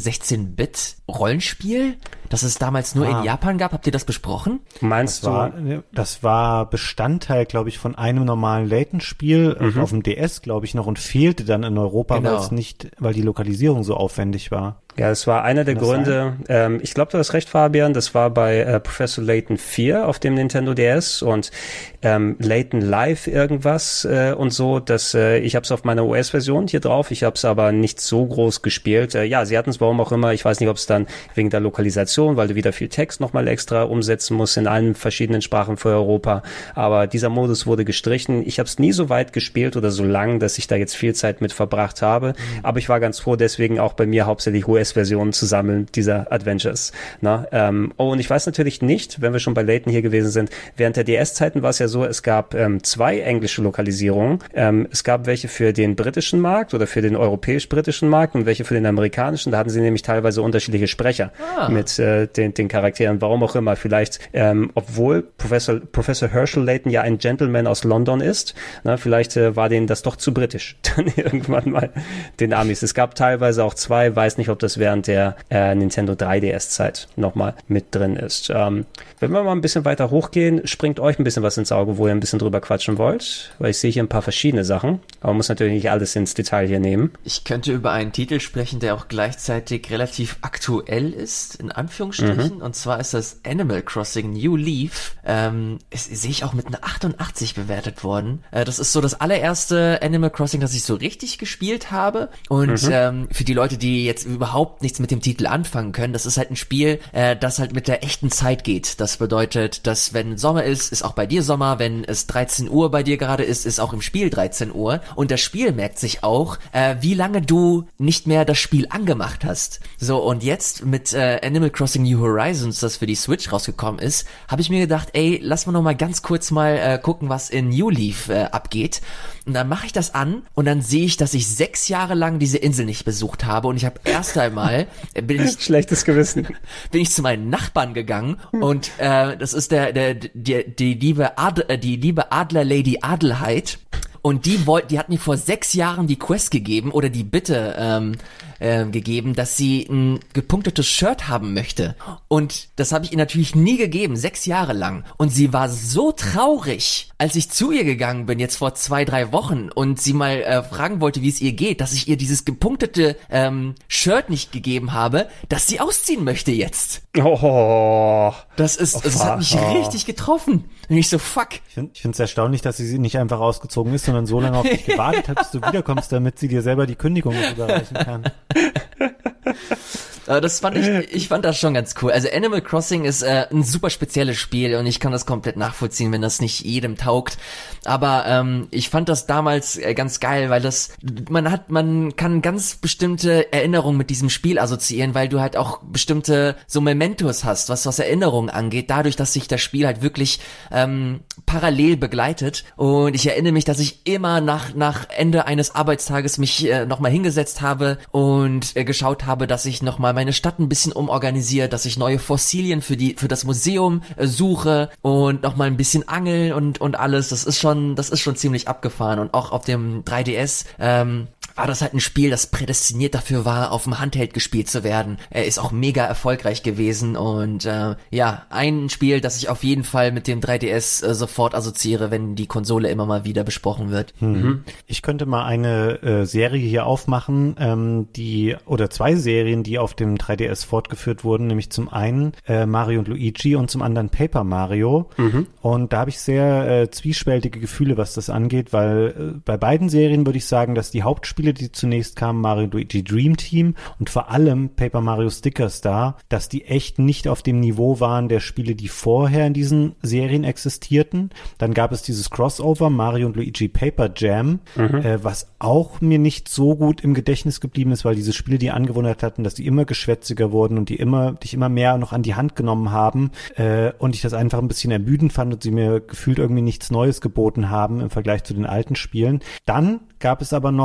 sechzehn-Bit-Rollenspiel, das es damals nur ah. in Japan gab? Habt ihr das besprochen? Meinst das du? War, das war Bestandteil, glaube ich, von einem normalen Layton-Spiel mhm. auf dem D S, glaube ich, noch und fehlte dann in Europa, genau. weil es nicht, weil die Lokalisierung so aufwendig war. Ja, das war einer der Gründe, ähm, ich glaube, du hast recht, Fabian, das war bei äh, Professor Layton vier auf dem Nintendo D S und ähm, Layton Live irgendwas äh, und so, das, äh, ich habe es auf meiner U S-Version hier drauf, ich habe es aber nicht so groß gespielt. Äh, ja, sie hatten es warum auch immer, ich weiß nicht, ob es dann wegen der Lokalisation, weil du wieder viel Text nochmal extra umsetzen musst in allen verschiedenen Sprachen für Europa, aber dieser Modus wurde gestrichen. Ich habe es nie so weit gespielt oder so lang, dass ich da jetzt viel Zeit mit verbracht habe, mhm. aber ich war ganz froh, deswegen auch bei mir hauptsächlich U S Versionen zu sammeln, dieser Adventures. Na, ähm, oh, und ich weiß natürlich nicht, wenn wir schon bei Layton hier gewesen sind, während der D S-Zeiten war es ja so, es gab ähm, zwei englische Lokalisierungen. Ähm, es gab welche für den britischen Markt oder für den europäisch-britischen Markt und welche für den amerikanischen. Da hatten sie nämlich teilweise unterschiedliche Sprecher ah. mit äh, den, den Charakteren. Warum auch immer. Vielleicht, ähm, obwohl Professor, Professor Herschel Layton ja ein Gentleman aus London ist, na, vielleicht äh, war denen das doch zu britisch. Dann irgendwann mal den Amis. Es gab teilweise auch zwei, weiß nicht, ob das während der äh, Nintendo drei D S-Zeit nochmal mit drin ist. Ähm, wenn wir mal ein bisschen weiter hochgehen, springt euch ein bisschen was ins Auge, wo ihr ein bisschen drüber quatschen wollt, weil ich sehe hier ein paar verschiedene Sachen, aber man muss natürlich nicht alles ins Detail hier nehmen. Ich könnte über einen Titel sprechen, der auch gleichzeitig relativ aktuell ist, in Anführungsstrichen, mhm. und zwar ist das Animal Crossing New Leaf. Ähm, sehe ich auch mit einer achtundachtzig bewertet worden. Äh, das ist so das allererste Animal Crossing, das ich so richtig gespielt habe und mhm. ähm, für die Leute, die jetzt überhaupt nichts mit dem Titel anfangen können. Das ist halt ein Spiel, äh, das halt mit der echten Zeit geht. Das bedeutet, dass wenn Sommer ist, ist auch bei dir Sommer. Wenn es dreizehn Uhr bei dir gerade ist, ist auch im Spiel dreizehn Uhr. Und das Spiel merkt sich auch, äh, wie lange du nicht mehr das Spiel angemacht hast. So, und jetzt mit äh, Animal Crossing New Horizons, das für die Switch rausgekommen ist, habe ich mir gedacht, ey, lass mal noch mal ganz kurz mal äh, gucken, was in New Leaf äh, abgeht. Und dann mache ich das an und dann sehe ich, dass ich sechs Jahre lang diese Insel nicht besucht habe und ich habe erst einmal bin ich schlechtes Gewissen bin ich zu meinen Nachbarn gegangen und äh, das ist der der die die liebe Adler, die liebe Adler Lady Adelheid und die wollte die hat mir vor sechs Jahren die Quest gegeben oder die Bitte ähm, äh, gegeben, dass sie ein gepunktetes Shirt haben möchte. Und das habe ich ihr natürlich nie gegeben, sechs Jahre lang. Und sie war so traurig, als ich zu ihr gegangen bin, jetzt vor zwei, drei Wochen, und sie mal äh, fragen wollte, wie es ihr geht, dass ich ihr dieses gepunktete ähm, Shirt nicht gegeben habe, dass sie ausziehen möchte jetzt. Oh, das ist, oh, das hat mich oh. richtig getroffen. Und ich so, fuck. Ich finde es erstaunlich, dass sie nicht einfach ausgezogen ist, sondern so lange auf dich gewartet hat, bis du wiederkommst, damit sie dir selber die Kündigung überreichen kann. Das fand ich, ich fand das schon ganz cool. Also Animal Crossing ist äh, ein super spezielles Spiel und ich kann das komplett nachvollziehen, wenn das nicht jedem taugt. Aber ähm, ich fand das damals äh, ganz geil, weil das, man hat, man kann ganz bestimmte Erinnerungen mit diesem Spiel assoziieren, weil du halt auch bestimmte so Mementos hast, was was Erinnerungen angeht, dadurch, dass sich das Spiel halt wirklich ähm, parallel begleitet. Und ich erinnere mich, dass ich immer nach nach Ende eines Arbeitstages mich äh, nochmal hingesetzt habe und äh, geschaut habe, dass ich nochmal meine Stadt ein bisschen umorganisiert, dass ich neue Fossilien für die für das Museum äh, suche und noch mal ein bisschen angeln und und alles. Das ist schon das ist schon ziemlich abgefahren. Und auch auf dem drei D S ähm, war das halt ein Spiel, das prädestiniert dafür war, auf dem Handheld gespielt zu werden. Er ist auch mega erfolgreich gewesen und äh, ja, ein Spiel, das ich auf jeden Fall mit dem drei D S äh, sofort assoziiere, wenn die Konsole immer mal wieder besprochen wird. Mhm. Ich könnte mal eine äh, Serie hier aufmachen, ähm, die oder zwei Serien, die auf dem drei D S fortgeführt wurden, nämlich zum einen äh, Mario und Luigi und zum anderen Paper Mario. Mhm. Und da habe ich sehr äh, zwiespältige Gefühle, was das angeht, weil äh, bei beiden Serien würde ich sagen, dass die Hauptspiele, die zunächst kamen, Mario und Luigi Dream Team und vor allem Paper Mario Sticker Star, dass die echt nicht auf dem Niveau waren der Spiele, die vorher in diesen Serien existierten. Dann gab es dieses Crossover Mario und Luigi Paper Jam, mhm. äh, was auch mir nicht so gut im Gedächtnis geblieben ist, weil diese Spiele, die angewundert hatten, dass die immer geschwätziger wurden und die immer dich immer mehr noch an die Hand genommen haben äh, und ich das einfach ein bisschen ermüdend fand und sie mir gefühlt irgendwie nichts Neues geboten haben im Vergleich zu den alten Spielen. Dann gab es aber noch äh,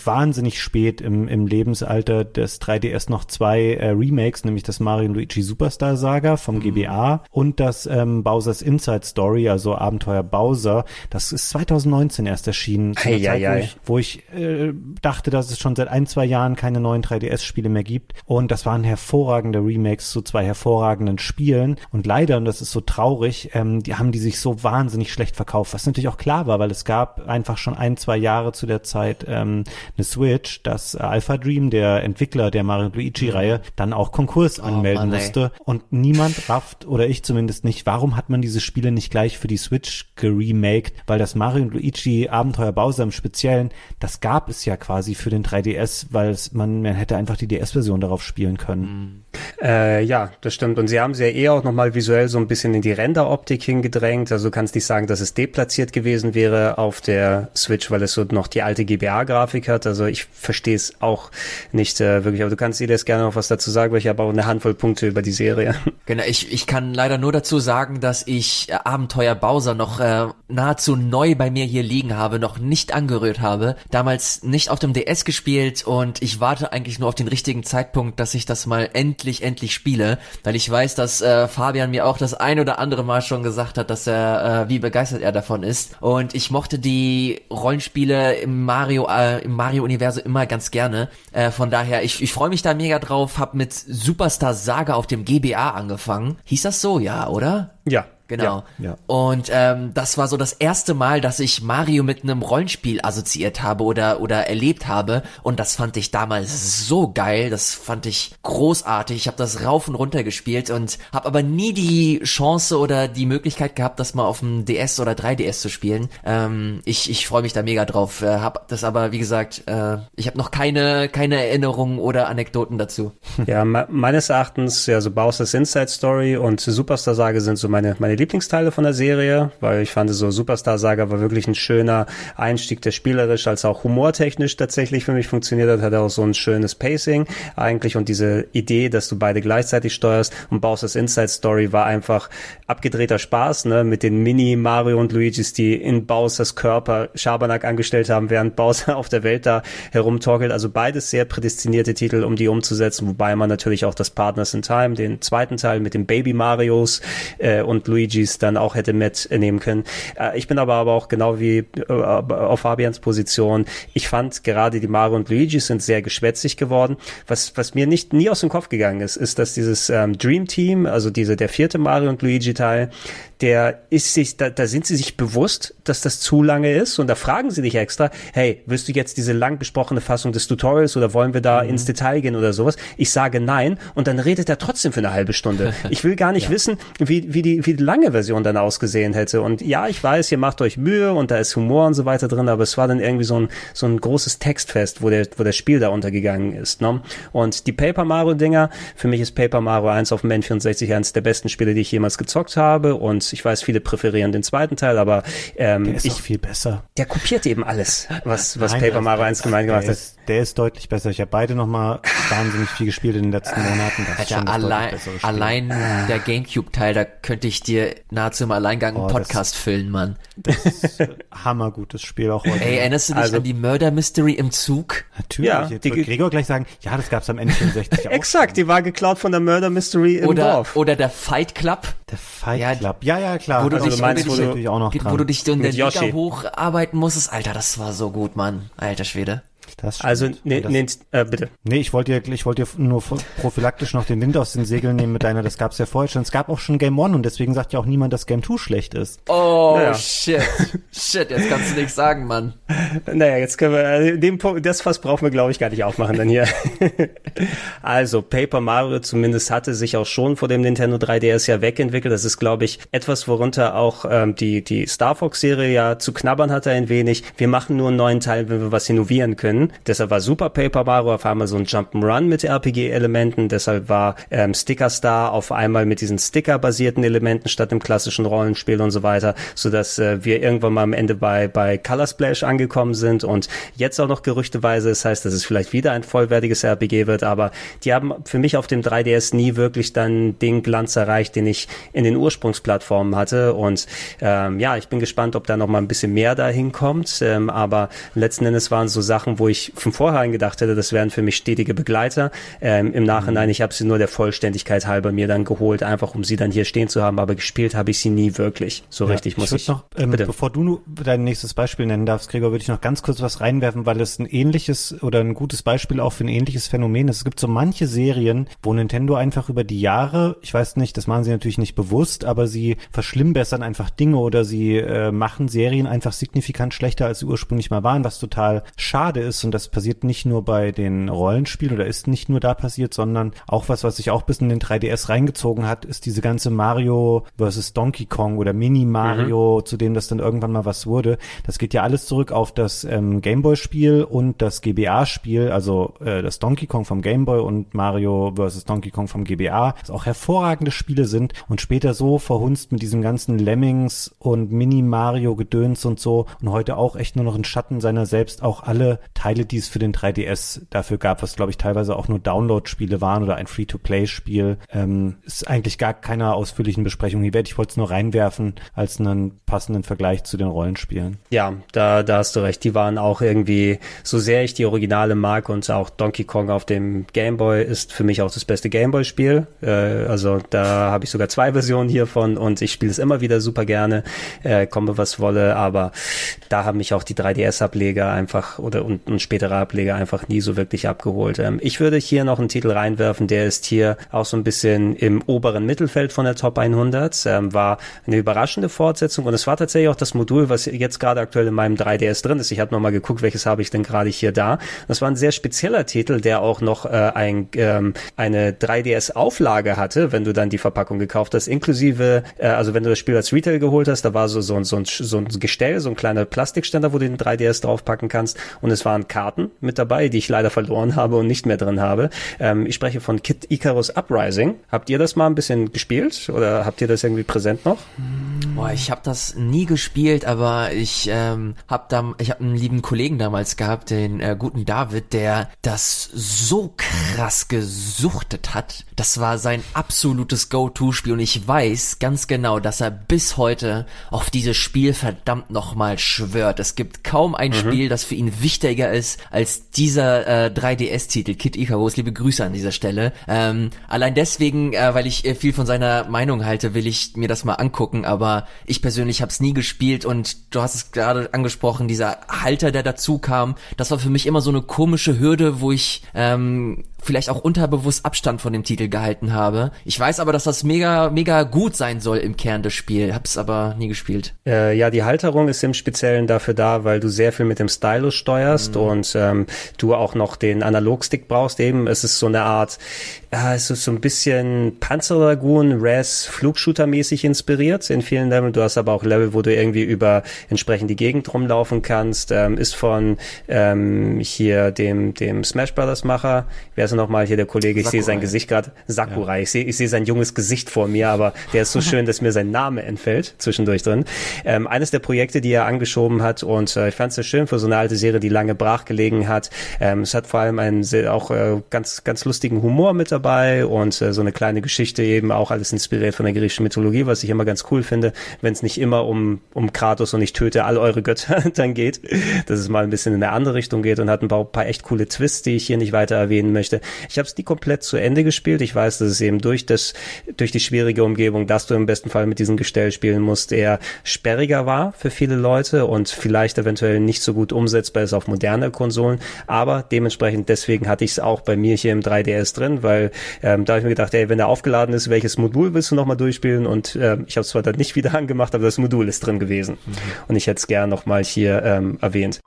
wahnsinnig spät im, im Lebensalter des drei D S noch zwei äh, Remakes, nämlich das Mario und Luigi Superstar Saga vom G B A und das ähm, Bowser's Inside Story, also Abenteuer Bowser. Das ist zwanzig neunzehn erst erschienen, zu einer Zeit, wo ich, wo ich äh, dachte, dass es schon seit ein, zwei Jahren keine neuen drei D S-Spiele mehr gibt. Und das waren hervorragende Remakes zu zwei hervorragenden Spielen. Und leider, und das ist so traurig, ähm, die haben die sich so wahnsinnig schlecht verkauft, was natürlich auch klar war, weil es gab einfach schon ein, zwei Jahre zu der Zeit ähm, eine Switch, dass äh, Alpha Dream, der Entwickler der Mario und Luigi-Reihe, dann auch Konkurs anmelden oh, Mann, musste. Und niemand rafft, oder ich zumindest nicht, warum hat man diese Spiele nicht gleich für die Switch geremaked? Weil das Mario und Luigi Abenteuer Bowser im Speziellen, das gab es ja quasi für den drei D S, weil es, man, man hätte einfach die D S-Version darauf spielen können. Mhm. Äh, ja, das stimmt. Und sie haben sie ja eher auch nochmal visuell so ein bisschen in die Renderoptik hingedrängt. Also du kannst nicht sagen, dass es deplatziert gewesen wäre auf der Switch, weil es so noch die alte G B A-Grafik hat. Also ich verstehe es auch nicht äh, wirklich. Aber du kannst dir das gerne noch was dazu sagen, weil ich habe auch eine Handvoll Punkte über die Serie. Genau, ich, ich kann leider nur dazu sagen, dass ich äh, Abenteuer Bowser noch äh, nahezu neu bei mir hier liegen habe, noch nicht angerührt habe. Damals nicht auf dem D S gespielt und ich warte eigentlich nur auf den richtigen Zeitpunkt, dass ich das mal endlich, endlich spiele, weil ich weiß, dass äh, Fabian mir auch das ein oder andere Mal schon gesagt hat, dass er, äh, wie begeistert er davon ist. Und ich mochte die Rollenspiele im Mario, äh, im Mario-Universum immer ganz gerne. Äh, von daher, ich, ich freue mich da mega drauf, hab mit Superstar Saga auf dem G B A angefangen. Hieß das so, ja, oder? Ja. Genau. Ja, ja. Und ähm, das war so das erste Mal, dass ich Mario mit einem Rollenspiel assoziiert habe oder oder erlebt habe. Und das fand ich damals so geil. Das fand ich großartig. Ich habe das rauf und runter gespielt und habe aber nie die Chance oder die Möglichkeit gehabt, das mal auf dem D S oder drei D S zu spielen. Ähm, ich ich freue mich da mega drauf. Äh, hab das aber, wie gesagt, äh, ich habe noch keine keine Erinnerungen oder Anekdoten dazu. Ja, me- meines Erachtens, ja, so Bowser's Inside Story und Superstar Saga sind so meine meine Lieblingsteile von der Serie, weil ich fand, so Superstar Saga war wirklich ein schöner Einstieg, der spielerisch als auch humortechnisch tatsächlich für mich funktioniert hat, hatte auch so ein schönes Pacing eigentlich und diese Idee, dass du beide gleichzeitig steuerst, und Bowser's Inside Story war einfach abgedrehter Spaß, ne, mit den Mini Mario und Luigis, die in Bowsers Körper Schabernack angestellt haben, während Bowser auf der Welt da herumtorkelt, also beides sehr prädestinierte Titel, um die umzusetzen, wobei man natürlich auch das Partners in Time, den zweiten Teil mit den Baby Marios äh, und Luigi dann auch hätte mitnehmen können. Äh, ich bin aber aber auch genau wie äh, auf Fabians Position. Ich fand gerade die Mario und Luigi sind sehr geschwätzig geworden. Was was mir nicht nie aus dem Kopf gegangen ist, ist, dass dieses ähm, Dream Team, also diese der vierte Mario und Luigi Teil, der ist sich, da, da sind sie sich bewusst, dass das zu lange ist und da fragen sie dich extra, hey, willst du jetzt diese lang besprochene Fassung des Tutorials oder wollen wir da mhm. ins Detail gehen oder sowas? Ich sage nein und dann redet er trotzdem für eine halbe Stunde. Ich will gar nicht ja. wissen, wie wie die wie die lange Version dann ausgesehen hätte. Und ja, ich weiß, ihr macht euch Mühe und da ist Humor und so weiter drin, aber es war dann irgendwie so ein so ein großes Textfest, wo der wo das Spiel da untergegangen ist, ne? Und die Paper Mario Dinger, für mich ist Paper Mario eins auf dem N vierundsechzig eins der besten Spiele, die ich jemals gezockt habe, und ich weiß, viele präferieren den zweiten Teil, aber ähm, der ist ich, auch viel besser. Der kopiert eben alles, was was Nein, Paper Mario eins gemein gemacht hat. Der ist deutlich besser. Ich habe beide nochmal wahnsinnig viel gespielt in den letzten Monaten. Das ist schon Alter, allein, allein der Gamecube-Teil, da könnte ich dir nahezu im Alleingang einen oh, Podcast das, füllen, Mann. Das ist ein hammergutes Spiel auch heute. Ey, erinnerst du dich also, an die Murder Mystery im Zug? Natürlich. Ja, Jetzt die, wird Gregor gleich sagen, ja, das gab's am N vierundsechzig auch. Exakt, die war geklaut von der Murder Mystery im oder, Dorf. Oder der Fight Club. Der Fight ja, Club. Ja, ja, klar. Wo du also, dich, du meinst, wo du dich, auch noch wo dran. du dich in der Liga Yoshi. hocharbeiten musstest. Alter, das war so gut, Mann. Alter Schwede. Das also, nee, das, nee, äh, bitte. Nee, ich wollte dir, ich wollte dir nur prophylaktisch noch den Wind aus den Segeln nehmen mit deiner, das gab's ja vorher schon. Es gab auch schon Game One und deswegen sagt ja auch niemand, dass Game Two schlecht ist. Oh, naja. shit. Shit, jetzt kannst du nichts sagen, Mann. Naja, jetzt können wir, den Punkt, das Fass brauchen wir, glaube ich, gar nicht aufmachen dann hier. Also, Paper Mario zumindest hatte sich auch schon vor dem Nintendo drei D S ja wegentwickelt. Das ist, glaube ich, etwas, worunter auch ähm, die, die Star Fox-Serie ja zu knabbern hatte ein wenig. Wir machen nur einen neuen Teil, wenn wir was innovieren können. Deshalb war Super Paper Mario auf einmal so ein Jump'n'Run mit R P G-Elementen. Deshalb war ähm, Sticker Star auf einmal mit diesen Sticker-basierten Elementen statt dem klassischen Rollenspiel und so weiter, sodass äh, wir irgendwann mal am Ende bei bei Color Splash angekommen sind und jetzt auch noch gerüchteweise, das heißt, dass es vielleicht wieder ein vollwertiges R P G wird, aber die haben für mich auf dem drei D S nie wirklich dann den Glanz erreicht, den ich in den Ursprungsplattformen hatte, und ähm, ja, ich bin gespannt, ob da noch mal ein bisschen mehr dahin kommt, ähm, aber letzten Endes waren so Sachen, wo wo ich von vornherein gedacht hätte, das wären für mich stetige Begleiter. Ähm, Im Nachhinein, ich habe sie nur der Vollständigkeit halber mir dann geholt, einfach um sie dann hier stehen zu haben, aber gespielt habe ich sie nie wirklich. So ja, richtig muss ich. ich noch, ähm, bevor du dein nächstes Beispiel nennen darfst, Gregor, würde ich noch ganz kurz was reinwerfen, weil es ein ähnliches oder ein gutes Beispiel auch für ein ähnliches Phänomen ist. Es gibt so manche Serien, wo Nintendo einfach über die Jahre, ich weiß nicht, das machen sie natürlich nicht bewusst, aber sie verschlimmbessern einfach Dinge oder sie äh, machen Serien einfach signifikant schlechter, als sie ursprünglich mal waren, was total schade ist. Und das passiert nicht nur bei den Rollenspielen oder ist nicht nur da passiert, sondern auch was, was sich auch bis in den drei D S reingezogen hat, ist diese ganze Mario versus Donkey Kong oder Mini Mario, mhm. zu dem das dann irgendwann mal was wurde. Das geht ja alles zurück auf das ähm, Gameboy-Spiel und das G B A-Spiel, also äh, das Donkey Kong vom Gameboy und Mario versus Donkey Kong vom G B A, das auch hervorragende Spiele sind und später so verhunzt mit diesem ganzen Lemmings und Mini-Mario-Gedöns und so und heute auch echt nur noch ein Schatten seiner selbst, auch alle Teile, die es für den drei D S dafür gab, was glaube ich teilweise auch nur Download-Spiele waren oder ein Free-to-Play-Spiel, ähm, ist eigentlich gar keiner ausführlichen Besprechung hier wert. Ich wollte es nur reinwerfen als einen passenden Vergleich zu den Rollenspielen. Ja, da, da hast du recht. Die waren auch irgendwie, so sehr ich die Originale mag und auch Donkey Kong auf dem Gameboy ist für mich auch das beste Gameboy-Spiel. Äh, also da habe ich sogar zwei Versionen hiervon und ich spiele es immer wieder super gerne, äh, komme was wolle, aber da haben mich auch die drei D S-Ableger einfach oder und, und spätere Ableger einfach nie so wirklich abgeholt. Ähm, ich würde hier noch einen Titel reinwerfen, der ist hier auch so ein bisschen im oberen Mittelfeld von der Top hundert, ähm, war eine überraschende Fortsetzung und es war tatsächlich auch das Modul, was jetzt gerade aktuell in meinem drei D S drin ist. Ich habe nochmal geguckt, welches habe ich denn gerade hier da. Das war ein sehr spezieller Titel, der auch noch äh, ein, ähm, eine drei D S-Auflage hatte, wenn du dann die Verpackung gekauft hast, inklusive, äh, also wenn du das Spiel als Retail geholt hast, da war so, so, so, ein, so ein Gestell, so ein kleiner Plastikständer, wo du den drei D S draufpacken kannst und es waren Karten mit dabei, die ich leider verloren habe und nicht mehr drin habe. Ähm, ich spreche von Kid Icarus Uprising. Habt ihr das mal ein bisschen gespielt oder habt ihr das irgendwie präsent noch? Boah, ich habe das nie gespielt, aber ich ähm, habe da, ich habe einen lieben Kollegen damals gehabt, den äh, guten David, der das so krass gesuchtet hat. Das war sein absolutes Go-To-Spiel und ich weiß ganz genau, dass er bis heute auf dieses Spiel verdammt nochmal schwört. Es gibt kaum ein mhm. Spiel, das für ihn wichtiger ist als dieser äh, drei D S-Titel, Kid Icarus. Liebe Grüße an dieser Stelle. Ähm, allein deswegen, äh, weil ich äh, viel von seiner Meinung halte, will ich mir das mal angucken, aber ich persönlich habe es nie gespielt und du hast es gerade angesprochen, dieser Halter, der dazu kam, das war für mich immer so eine komische Hürde, wo ich ähm, vielleicht auch unterbewusst Abstand von dem Titel gehalten habe. Ich weiß aber, dass das mega, mega gut sein soll im Kern des Spiels. Hab's aber nie gespielt. Äh, ja, die Halterung ist im Speziellen dafür da, weil du sehr viel mit dem Stylus steuerst mhm. und ähm, du auch noch den Analogstick brauchst. Eben, es ist so eine Art, äh, es ist so ein bisschen Panzerdragoon, R A S, Flugshooter-mäßig inspiriert in vielen Leveln. Du hast aber auch Level, wo du irgendwie über entsprechend die Gegend rumlaufen kannst. Ähm, ist von ähm, hier dem dem Smash Brothers Macher. Wer ist nochmal hier der Kollege? Ich sehe sein Gesicht gerade. Sakurai. Ja. Ich sehe ich sehe sein junges Gesicht vor mir, aber der ist so schön, dass mir sein Name entfällt zwischendurch drin. Ähm, eines der Projekte, die er angeschoben hat und äh, ich fand es sehr schön für so eine alte Serie, die lange brach gelegen hat. Ähm, es hat vor allem einen sehr, auch äh, ganz ganz lustigen Humor mit dabei und äh, so eine kleine Geschichte eben auch alles inspiriert von der griechischen Mythologie, was ich immer ganz cool finde, wenn es nicht immer um um Kratos und ich töte all eure Götter dann geht, dass es mal ein bisschen in eine andere Richtung geht und hat ein paar, paar echt coole Twists, die ich hier nicht weiter erwähnen möchte. Ich habe es nie komplett zu Ende gespielt. Ich weiß, dass es eben durch das durch die schwierige Umgebung, dass du im besten Fall mit diesem Gestell spielen musst, eher sperriger war für viele Leute und vielleicht eventuell nicht so gut umsetzbar ist auf moderne Konsolen. Aber dementsprechend deswegen hatte ich es auch bei mir hier im drei D S drin, weil ähm, da habe ich mir gedacht, ey, wenn er aufgeladen ist, welches Modul willst du nochmal durchspielen? Und ähm, ich habe es zwar dann nicht wieder angemacht, aber das Modul ist drin gewesen. Mhm. Und ich hätte es gern nochmal hier ähm, erwähnt.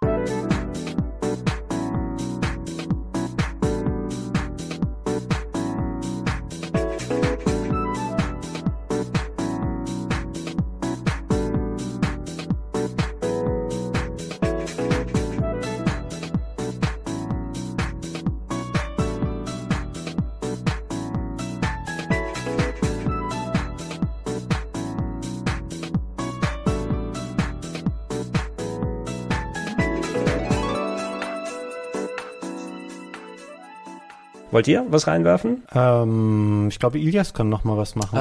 Wollt ihr was reinwerfen? Ähm, ich glaube, Ilias kann noch mal was machen.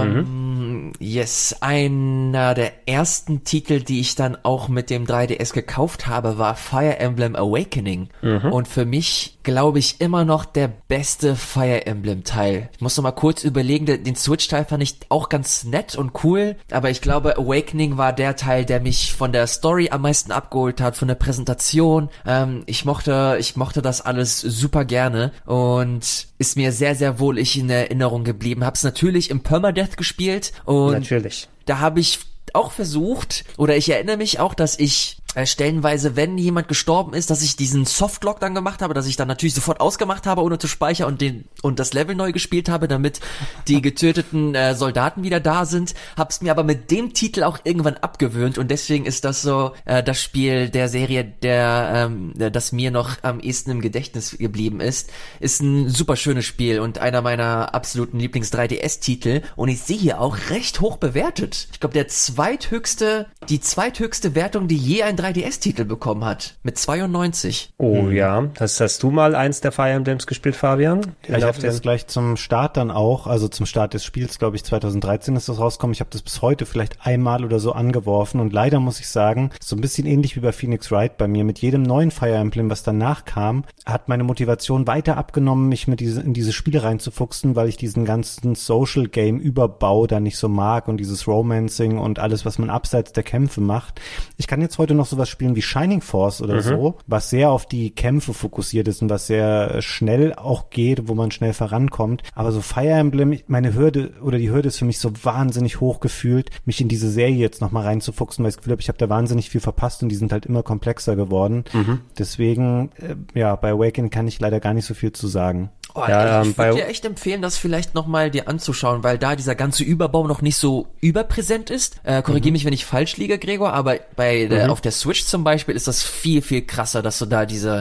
Ähm, mhm. Yes, einer der ersten Titel, die ich dann auch mit dem drei D S gekauft habe, war Fire Emblem Awakening. Mhm. Und für mich, glaube ich, immer noch der beste Fire Emblem Teil. Ich muss noch mal kurz überlegen, den Switch-Teil fand ich auch ganz nett und cool, aber ich glaube, Awakening war der Teil, der mich von der Story am meisten abgeholt hat, von der Präsentation. Ähm, ich mochte, ich mochte das alles super gerne und ist mir sehr, sehr wohlig in Erinnerung geblieben. Hab's natürlich im Permadeath gespielt und natürlich. Da habe ich auch versucht, oder ich erinnere mich auch, dass ich äh, stellenweise, wenn jemand gestorben ist, dass ich diesen Softlock dann gemacht habe, dass ich dann natürlich sofort ausgemacht habe, ohne zu speichern und den und das Level neu gespielt habe, damit die getöteten äh, Soldaten wieder da sind. Hab's mir aber mit dem Titel auch irgendwann abgewöhnt und deswegen ist das so äh, das Spiel der Serie, der ähm, das mir noch am ehesten im Gedächtnis geblieben ist. Ist ein super schönes Spiel und einer meiner absoluten Lieblings drei D S-Titel und ich sehe hier auch recht hoch bewertet. Ich glaube, der zweithöchste, die zweithöchste Wertung, die je ein drei D S-Titel bekommen hat, mit zweiundneunzig. Oh mhm. ja, hast, hast du mal eins der Fire Emblems gespielt, Fabian? Ja, ich habe das gleich zum Start dann auch, also zum Start des Spiels, glaube ich, zwanzig dreizehn ist das rausgekommen. Ich habe das bis heute vielleicht einmal oder so angeworfen und leider muss ich sagen, so ein bisschen ähnlich wie bei Phoenix Wright bei mir, mit jedem neuen Fire Emblem, was danach kam, hat meine Motivation weiter abgenommen, mich mit diese, in diese Spiele reinzufuchsen, weil ich diesen ganzen Social-Game-Überbau da nicht so mag und dieses Romancing und alles, was man abseits der Kämpfe macht. Ich kann jetzt heute noch sowas spielen wie Shining Force oder mhm. so, was sehr auf die Kämpfe fokussiert ist und was sehr schnell auch geht, wo man schnell vorankommt. Aber so Fire Emblem, meine Hürde oder die Hürde ist für mich so wahnsinnig hoch gefühlt, mich in diese Serie jetzt nochmal reinzufuchsen, weil ich das Gefühl habe, ich habe da wahnsinnig viel verpasst und die sind halt immer komplexer geworden. Mhm. Deswegen, äh, ja, bei Awakening kann ich leider gar nicht so viel zu sagen. Oh, ja, ich, ich würde dir echt empfehlen, das vielleicht nochmal dir anzuschauen, weil da dieser ganze Überbau noch nicht so überpräsent ist. Äh, korrigier mhm. mich, wenn ich falsch liege, Gregor, aber bei mhm. der, auf der Switch zum Beispiel ist das viel, viel krasser, dass du da diese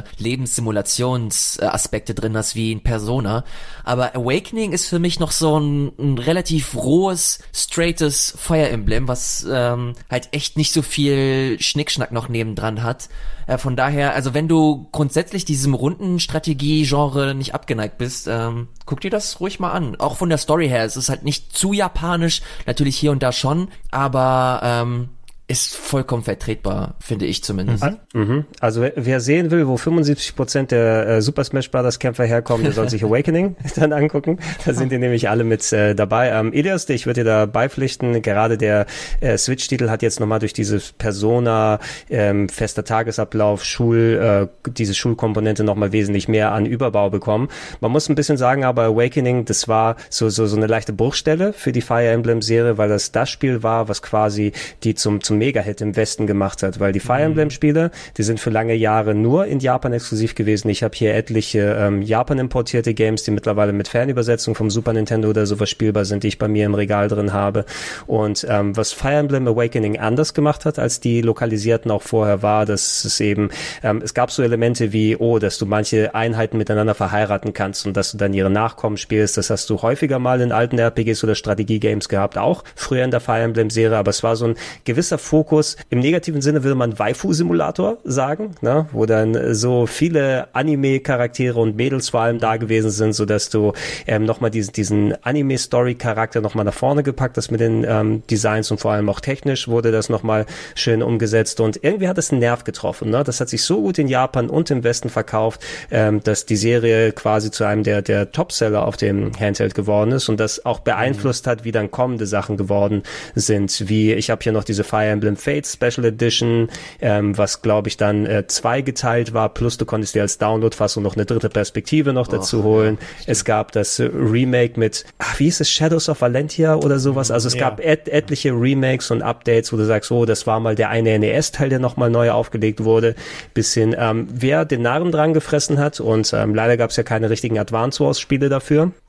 Lebenssimulationsaspekte drin hast, wie in Persona. Aber Awakening ist für mich noch so ein, ein relativ rohes, straightes Fire Emblem, was ähm, halt echt nicht so viel Schnickschnack noch nebendran hat. Äh, von daher, also wenn du grundsätzlich diesem Rundenstrategie-Genre nicht abgeneigt bist, ähm, guck dir das ruhig mal an. Auch von der Story her, es ist halt nicht zu japanisch, natürlich hier und da schon, aber ähm, ist vollkommen vertretbar, finde ich zumindest. Mhm. Also wer sehen will, wo fünfundsiebzig Prozent der äh, Super Smash Brothers Kämpfer herkommen, der soll sich Awakening dann angucken. Da sind die nämlich alle mit äh, dabei. Ähm, Ilias, ich würde dir da beipflichten, gerade der äh, Switch-Titel hat jetzt nochmal durch dieses Persona, ähm, fester Tagesablauf, Schul, äh, diese Schulkomponente nochmal wesentlich mehr an Überbau bekommen. Man muss ein bisschen sagen, aber Awakening, das war so so so eine leichte Bruchstelle für die Fire Emblem-Serie, weil das das Spiel war, was quasi die zum zum Mega-Hit im Westen gemacht hat, weil die Fire Emblem-Spiele, die sind für lange Jahre nur in Japan exklusiv gewesen. Ich habe hier etliche ähm, Japan-importierte Games, die mittlerweile mit Fernübersetzung vom Super Nintendo oder sowas spielbar sind, die ich bei mir im Regal drin habe. Und ähm, was Fire Emblem Awakening anders gemacht hat, als die lokalisierten auch vorher war, dass es eben, ähm, es gab so Elemente wie, oh, dass du manche Einheiten miteinander verheiraten kannst und dass du dann ihre Nachkommen spielst. Das hast du häufiger mal in alten R P Gs oder Strategie-Games gehabt, auch früher in der Fire Emblem-Serie, aber es war so ein gewisser Fokus, im negativen Sinne würde man Waifu-Simulator sagen, ne? Wo dann so viele Anime-Charaktere und Mädels vor allem da gewesen sind, sodass du ähm, nochmal diesen, diesen Anime-Story-Charakter nochmal nach vorne gepackt hast mit den ähm, Designs und vor allem auch technisch wurde das nochmal schön umgesetzt und irgendwie hat es einen Nerv getroffen, ne? Das hat sich so gut in Japan und im Westen verkauft, ähm, dass die Serie quasi zu einem der, der Topseller auf dem Handheld geworden ist und das auch beeinflusst hat, wie dann kommende Sachen geworden sind, wie, ich habe hier noch diese Fire Emblem Fates Special Edition, ähm, was glaube ich dann äh, zweigeteilt war, plus du konntest dir als Download-Fassung noch eine dritte Perspektive noch dazu oh, holen. Ja, es gab das äh, Remake mit, ach, wie hieß es, Shadows of Valentia oder sowas, also es ja. gab et- etliche Remakes und Updates, wo du sagst, oh, das war mal der eine N E S-Teil, der nochmal neu aufgelegt wurde, bisschen, ähm, wer den Narren dran gefressen hat und ähm, leider gab es ja keine richtigen Advance Wars-Spiele dafür.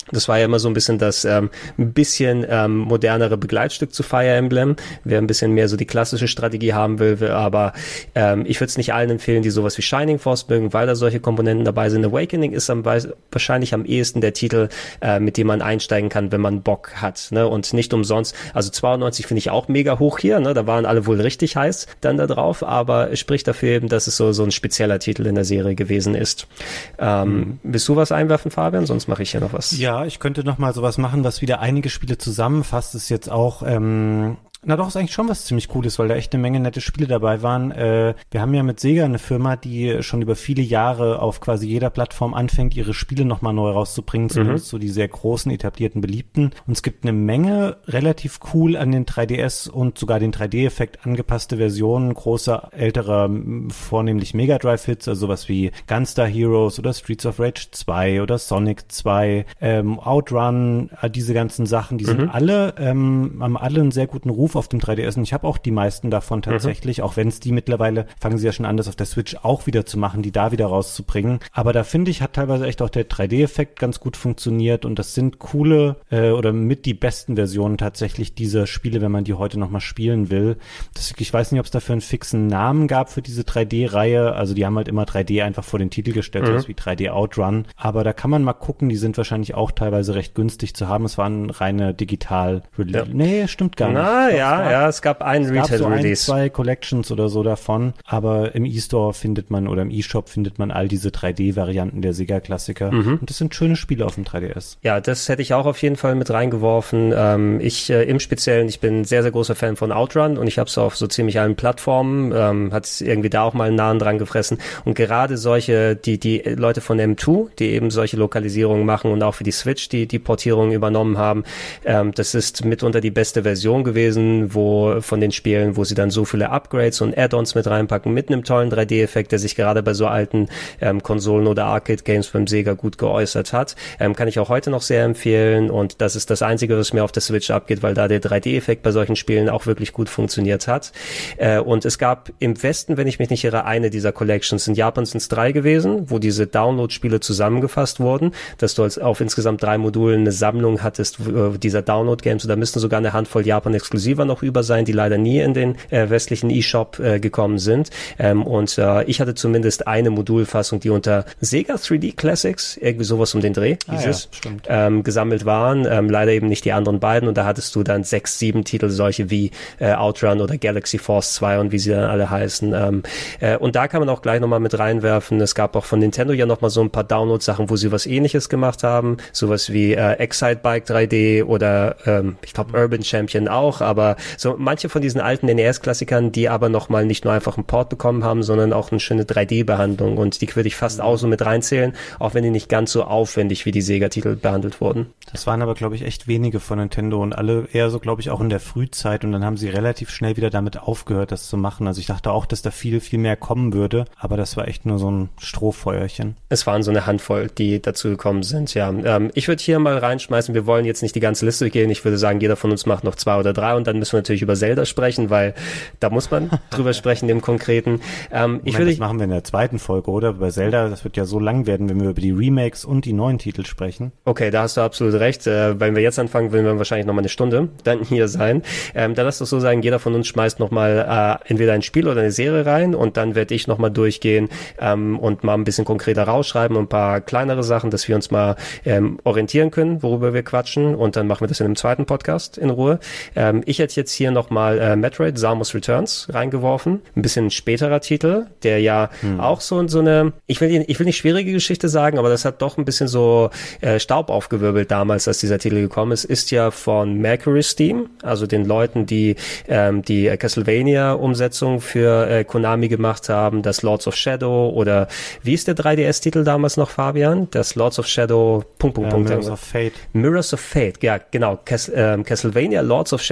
Das war ja immer so ein bisschen das ähm, ein bisschen ähm, modernere Begleitstück zu Fire Emblem. Wer ein bisschen mehr so die klassische Strategie haben will, will aber ähm, ich würde es nicht allen empfehlen, die sowas wie Shining Force mögen, weil da solche Komponenten dabei sind. Awakening ist am, wahrscheinlich am ehesten der Titel, äh, mit dem man einsteigen kann, wenn man Bock hat. Ne? Und nicht umsonst, also zweiundneunzig finde ich auch mega hoch hier, ne? Da waren alle wohl richtig heiß dann da drauf, aber es spricht dafür eben, dass es so so ein spezieller Titel in der Serie gewesen ist. Ähm, mhm. Willst du was einwerfen, Fabian? Sonst mache ich hier noch was. Ja, ich könnte noch mal sowas machen, was wieder einige Spiele zusammenfasst. Ist jetzt auch ähm Na doch, ist eigentlich schon was ziemlich Cooles, weil da echt eine Menge nette Spiele dabei waren. Äh, wir haben ja mit Sega eine Firma, die schon über viele Jahre auf quasi jeder Plattform anfängt, ihre Spiele nochmal neu rauszubringen, zumindest mhm. so die sehr großen, etablierten, beliebten. Und es gibt eine Menge relativ cool an den drei D S und sogar den drei D-Effekt angepasste Versionen großer, älterer, vornehmlich Mega Drive-Hits, also sowas wie Gunstar Heroes oder Streets of Rage zwei oder Sonic zwei, ähm, Outrun, diese ganzen Sachen, die mhm. sind alle, ähm, haben alle einen sehr guten Ruf auf dem drei D S und ich habe auch die meisten davon tatsächlich, mhm. auch wenn es die mittlerweile, fangen sie ja schon an, das auf der Switch auch wieder zu machen, die da wieder rauszubringen. Aber da finde ich, hat teilweise echt auch der drei D-Effekt ganz gut funktioniert und das sind coole äh, oder mit die besten Versionen tatsächlich dieser Spiele, wenn man die heute nochmal spielen will. Das, ich weiß nicht, ob es dafür einen fixen Namen gab für diese drei D-Reihe, also die haben halt immer drei D einfach vor den Titel gestellt, mhm. sowas wie drei D Outrun, aber da kann man mal gucken, die sind wahrscheinlich auch teilweise recht günstig zu haben. Es waren reine digital ja. Nee, stimmt gar nicht. Na, ja, gab, ja, es gab einen Retail-Release. Es gab so ein, zwei Collections oder so davon, aber im E-Store findet man oder im E-Shop findet man all diese drei D-Varianten der Sega-Klassiker mhm. und das sind schöne Spiele auf dem drei D S. Ja, das hätte ich auch auf jeden Fall mit reingeworfen. Ähm, ich äh, im Speziellen, ich bin sehr, sehr großer Fan von Outrun und ich habe es auf so ziemlich allen Plattformen, ähm, hat es irgendwie da auch mal einen Nahen dran gefressen und gerade solche, die die Leute von M zwei, die eben solche Lokalisierungen machen und auch für die Switch, die die Portierung übernommen haben, ähm, das ist mitunter die beste Version gewesen, wo von den Spielen, wo sie dann so viele Upgrades und Add-ons mit reinpacken, mit einem tollen drei D-Effekt, der sich gerade bei so alten ähm, Konsolen oder Arcade-Games beim Sega gut geäußert hat. Ähm, kann ich auch heute noch sehr empfehlen und das ist das Einzige, was mir auf der Switch abgeht, weil da der drei D-Effekt bei solchen Spielen auch wirklich gut funktioniert hat. Äh, und es gab im Westen, wenn ich mich nicht irre, eine dieser Collections. In Japan sind es drei gewesen, wo diese Download-Spiele zusammengefasst wurden, dass du als auf insgesamt drei Modulen eine Sammlung hattest äh, dieser Download-Games und da müssten sogar eine Handvoll Japan-Exklusiver noch über sein, die leider nie in den äh, westlichen E-Shop äh, gekommen sind. Ähm, und äh, ich hatte zumindest eine Modulfassung, die unter Sega drei D Classics, irgendwie sowas um den Dreh, ah, dieses, ja, stimmt. Ähm, gesammelt waren. Ähm, leider eben nicht die anderen beiden. Und da hattest du dann sechs, sieben Titel, solche wie äh, Outrun oder Galaxy Force zwei und wie sie dann alle heißen. Ähm, äh, und da kann man auch gleich nochmal mit reinwerfen. Es gab auch von Nintendo ja nochmal so ein paar Download-Sachen, wo sie was Ähnliches gemacht haben. Sowas wie äh, Excitebike drei D oder ähm, ich glaube Urban Champion auch. Aber so manche von diesen alten N E S-Klassikern, die aber nochmal nicht nur einfach einen Port bekommen haben, sondern auch eine schöne drei D-Behandlung. Und die würde ich fast auch so mit reinzählen, auch wenn die nicht ganz so aufwendig wie die Sega-Titel behandelt wurden. Das waren aber, glaube ich, echt wenige von Nintendo und alle eher so, glaube ich, auch in der Frühzeit. Und dann haben sie relativ schnell wieder damit aufgehört, das zu machen. Also ich dachte auch, dass da viel, viel mehr kommen würde. Aber das war echt nur so ein Strohfeuerchen. Es waren so eine Handvoll, die dazu gekommen sind, ja. Ähm, ich würde hier mal reinschmeißen, wir wollen jetzt nicht die ganze Liste gehen. Ich würde sagen, jeder von uns macht noch zwei oder drei und dann müssen wir natürlich über Zelda sprechen, weil da muss man drüber sprechen im Konkreten. Ähm, ich meine, würde, das machen wir in der zweiten Folge, oder? Bei Zelda, das wird ja so lang werden, wenn wir über die Remakes und die neuen Titel sprechen. Okay, da hast du absolut recht. Äh, wenn wir jetzt anfangen, würden wir wahrscheinlich noch mal eine Stunde dann hier sein. Ähm, dann lass doch so sagen, jeder von uns schmeißt noch mal äh, entweder ein Spiel oder eine Serie rein und dann werde ich noch mal durchgehen ähm, und mal ein bisschen konkreter rausschreiben und ein paar kleinere Sachen, dass wir uns mal ähm, orientieren können, worüber wir quatschen und dann machen wir das in einem zweiten Podcast in Ruhe. Ähm, ich hätte jetzt hier noch mal äh, Metroid Samus Returns reingeworfen. Ein bisschen späterer Titel, der ja hm. auch so, so eine, ich will, ich will nicht schwierige Geschichte sagen, aber das hat doch ein bisschen so äh, Staub aufgewirbelt damals, als dieser Titel gekommen ist, ist ja von Mercury Steam, also den Leuten, die ähm, die äh, Castlevania-Umsetzung für äh, Konami gemacht haben, das Lords of Shadow oder wie ist der drei D S-Titel damals noch, Fabian? Das Lords of Shadow, Punkt, Punkt, ja, Punkt. Mirrors of Fate. Mirrors of Fate, ja, genau. Cas- ähm, Castlevania Lords of Shadow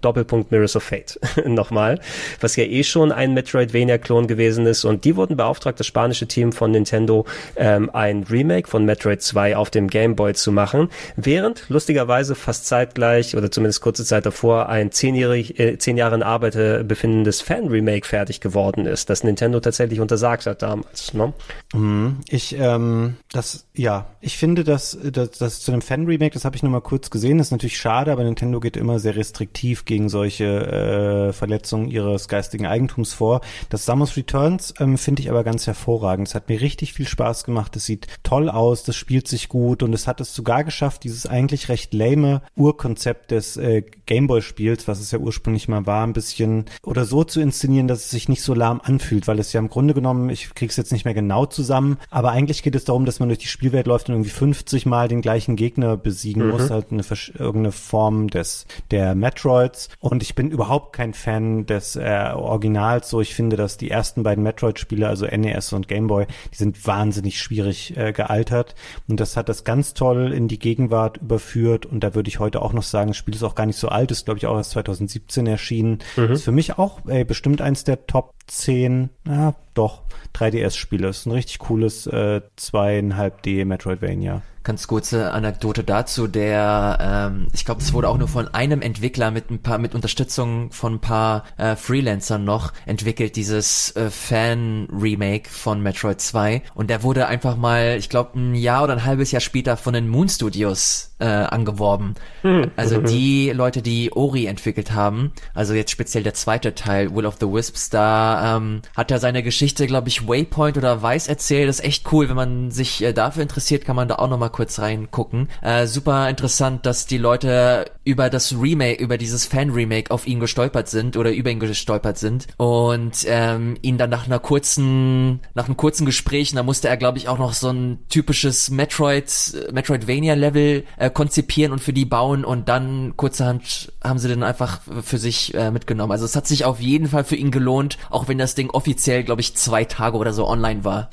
Doppelpunkt Mirrors of Fate nochmal, was ja eh schon ein Metroidvania-Klon gewesen ist, und die wurden beauftragt, das spanische Team von Nintendo, ähm, ein Remake von Metroid zwei auf dem Game Boy zu machen, während lustigerweise fast zeitgleich oder zumindest kurze Zeit davor ein zehnjährig, äh, zehn Jahre in Arbeit äh, befindendes Fan-Remake fertig geworden ist, das Nintendo tatsächlich untersagt hat damals. Ne? Ich, ähm, das, ja, ich finde, dass, dass, dass zu einem Fan-Remake, das habe ich nur mal kurz gesehen, das ist natürlich schade, aber Nintendo geht immer sehr restriktiv gegen solche äh, Verletzungen ihres geistigen Eigentums vor. Das Samus Returns ähm, finde ich aber ganz hervorragend. Es hat mir richtig viel Spaß gemacht. Es sieht toll aus, das spielt sich gut, und es hat es sogar geschafft, dieses eigentlich recht lame Urkonzept des äh, Gameboy-Spiels, was es ja ursprünglich mal war, ein bisschen oder so zu inszenieren, dass es sich nicht so lahm anfühlt, weil es ja im Grunde genommen, ich krieg's jetzt nicht mehr genau zusammen, aber eigentlich geht es darum, dass man durch die Spielwelt läuft und irgendwie fünfzig Mal den gleichen Gegner besiegen mhm. muss, halt eine, irgendeine Form des der Metroids, und ich bin überhaupt kein Fan des äh, Originals, so ich finde, dass die ersten beiden Metroid-Spiele, also N E S und Game Boy, die sind wahnsinnig schwierig äh, gealtert, und das hat das ganz toll in die Gegenwart überführt, und da würde ich heute auch noch sagen, das Spiel ist auch gar nicht so alt, ist glaube ich auch erst zwanzig siebzehn erschienen, mhm. ist für mich auch ey, bestimmt eins der Top zehn, ja doch, drei D S-Spiele, ist ein richtig cooles äh, zwei Komma fünf D Metroidvania. Ganz kurze Anekdote dazu, der, ähm, ich glaube, es wurde auch nur von einem Entwickler mit ein paar, mit Unterstützung von ein paar äh, Freelancern noch entwickelt, dieses äh, Fan-Remake von Metroid zwei, und der wurde einfach mal, ich glaube, ein Jahr oder ein halbes Jahr später von den Moon Studios äh, angeworben. Hm. Also die Leute, die Ori entwickelt haben, also jetzt speziell der zweite Teil, Will of the Wisps, da ähm, hat er seine Geschichte, glaube ich, Waypoint oder Vice erzählt. Das ist echt cool, wenn man sich äh, dafür interessiert, kann man da auch nochmal kurz reingucken. Äh, super interessant, dass die Leute über das Remake, über dieses Fan-Remake auf ihn gestolpert sind oder über ihn gestolpert sind und ähm, ihn dann nach einer kurzen, nach einem kurzen Gespräch, da musste er, glaube ich, auch noch so ein typisches Metroid, Metroidvania-Level äh, konzipieren und für die bauen, und dann kurzerhand haben sie den einfach für sich äh, mitgenommen. Also es hat sich auf jeden Fall für ihn gelohnt, auch wenn das Ding offiziell, glaube ich, zwei Tage oder so online war.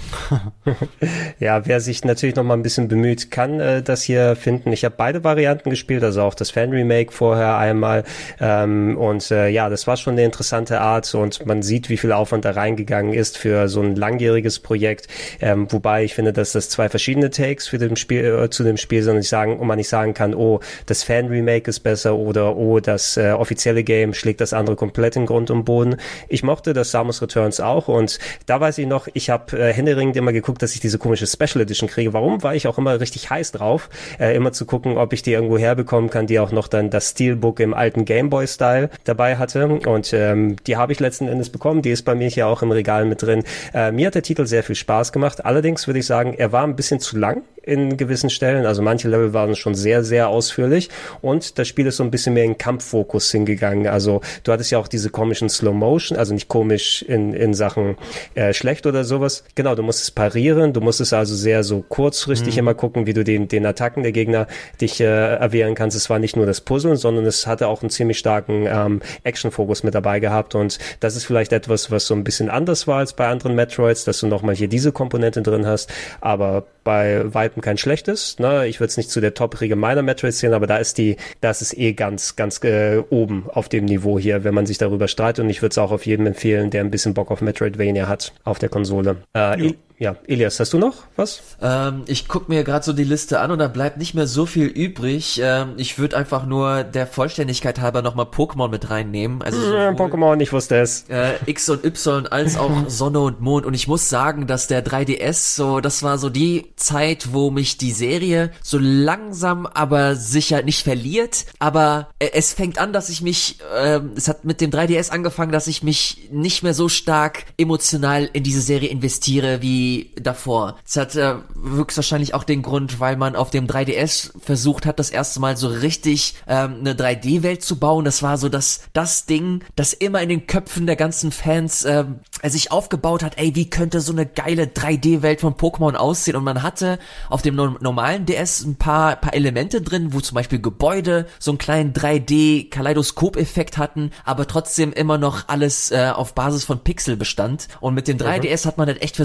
Ja, wer sich natürlich noch mal ein bisschen bemüht, kann äh, das hier finden. Ich habe beide Varianten gespielt, also auch das Fan-Remake vorher einmal, ähm, und äh, ja, das war schon eine interessante Art, und man sieht, wie viel Aufwand da reingegangen ist für so ein langjähriges Projekt, ähm, wobei ich finde, dass das zwei verschiedene Takes für dem Spiel, äh, zu dem Spiel sind, und ich sagen, und man nicht sagen kann, oh, das Fan-Remake ist besser, oder oh, das äh, offizielle Game schlägt das andere komplett in Grund und Boden. Ich mochte das Samus Returns auch, und da weiß ich noch, ich habe äh, händeringend immer geguckt, dass ich diese komische Special Edition kriege. Warum? War ich auch immer richtig heiß drauf, äh, immer zu gucken, ob ich die irgendwo herbekommen kann, die auch noch dann das Steelbook im alten Gameboy-Style dabei hatte, und ähm, die habe ich letzten Endes bekommen, die ist bei mir hier auch im Regal mit drin. Äh, mir hat der Titel sehr viel Spaß gemacht, allerdings würde ich sagen, er war ein bisschen zu lang in gewissen Stellen, also manche Level waren schon sehr, sehr ausführlich, und das Spiel ist so ein bisschen mehr in Kampffokus hingegangen, also du hattest ja auch diese komischen Slow-Motion, also nicht komisch in in Sachen äh, schlecht oder sowas, genau, du musstest parieren, du musstest also sehr so kurzfristig mhm. immer gucken, wie du den den Attacken der Gegner dich äh, erwehren kannst. Es war nicht nur das Puzzeln, sondern es hatte auch einen ziemlich starken ähm, Action-Fokus mit dabei gehabt, und das ist vielleicht etwas, was so ein bisschen anders war als bei anderen Metroids, dass du nochmal hier diese Komponente drin hast, aber bei weitem kein schlechtes, ne? Ich würde es nicht zu der Top-Riege meiner Metroids zählen, aber da ist die, das ist eh ganz, ganz äh, oben auf dem Niveau hier, wenn man sich darüber streitet, und ich würde es auch auf jedem empfehlen, der ein bisschen Bock auf Metroidvania hat auf der Konsole. Äh, ja. Ja, Elias, hast du noch was? Ähm, ich guck mir gerade so die Liste an, und da bleibt nicht mehr so viel übrig. Ähm, ich würde einfach nur der Vollständigkeit halber nochmal Pokémon mit reinnehmen. Also ja, Pokémon, ich wusste es. Äh, X und Y als auch Sonne und Mond. Und ich muss sagen, dass der drei D S so, das war so die Zeit, wo mich die Serie so langsam, aber sicher nicht verliert. Aber äh, es fängt an, dass ich mich, äh, es hat mit dem drei D S angefangen, dass ich mich nicht mehr so stark emotional in diese Serie investiere, wie davor. Es hat äh, höchstwahrscheinlich auch den Grund, weil man auf dem drei D S versucht hat, das erste Mal so richtig ähm, eine drei D-Welt zu bauen. Das war so das das Ding, das immer in den Köpfen der ganzen Fans äh, sich aufgebaut hat. Ey, wie könnte so eine geile drei D-Welt von Pokémon aussehen? Und man hatte auf dem no- normalen D S ein paar paar Elemente drin, wo zum Beispiel Gebäude so einen kleinen drei D-Kaleidoskop-Effekt hatten, aber trotzdem immer noch alles äh, auf Basis von Pixel bestand. Und mit dem drei D S mhm. hat man halt echt versucht, so drei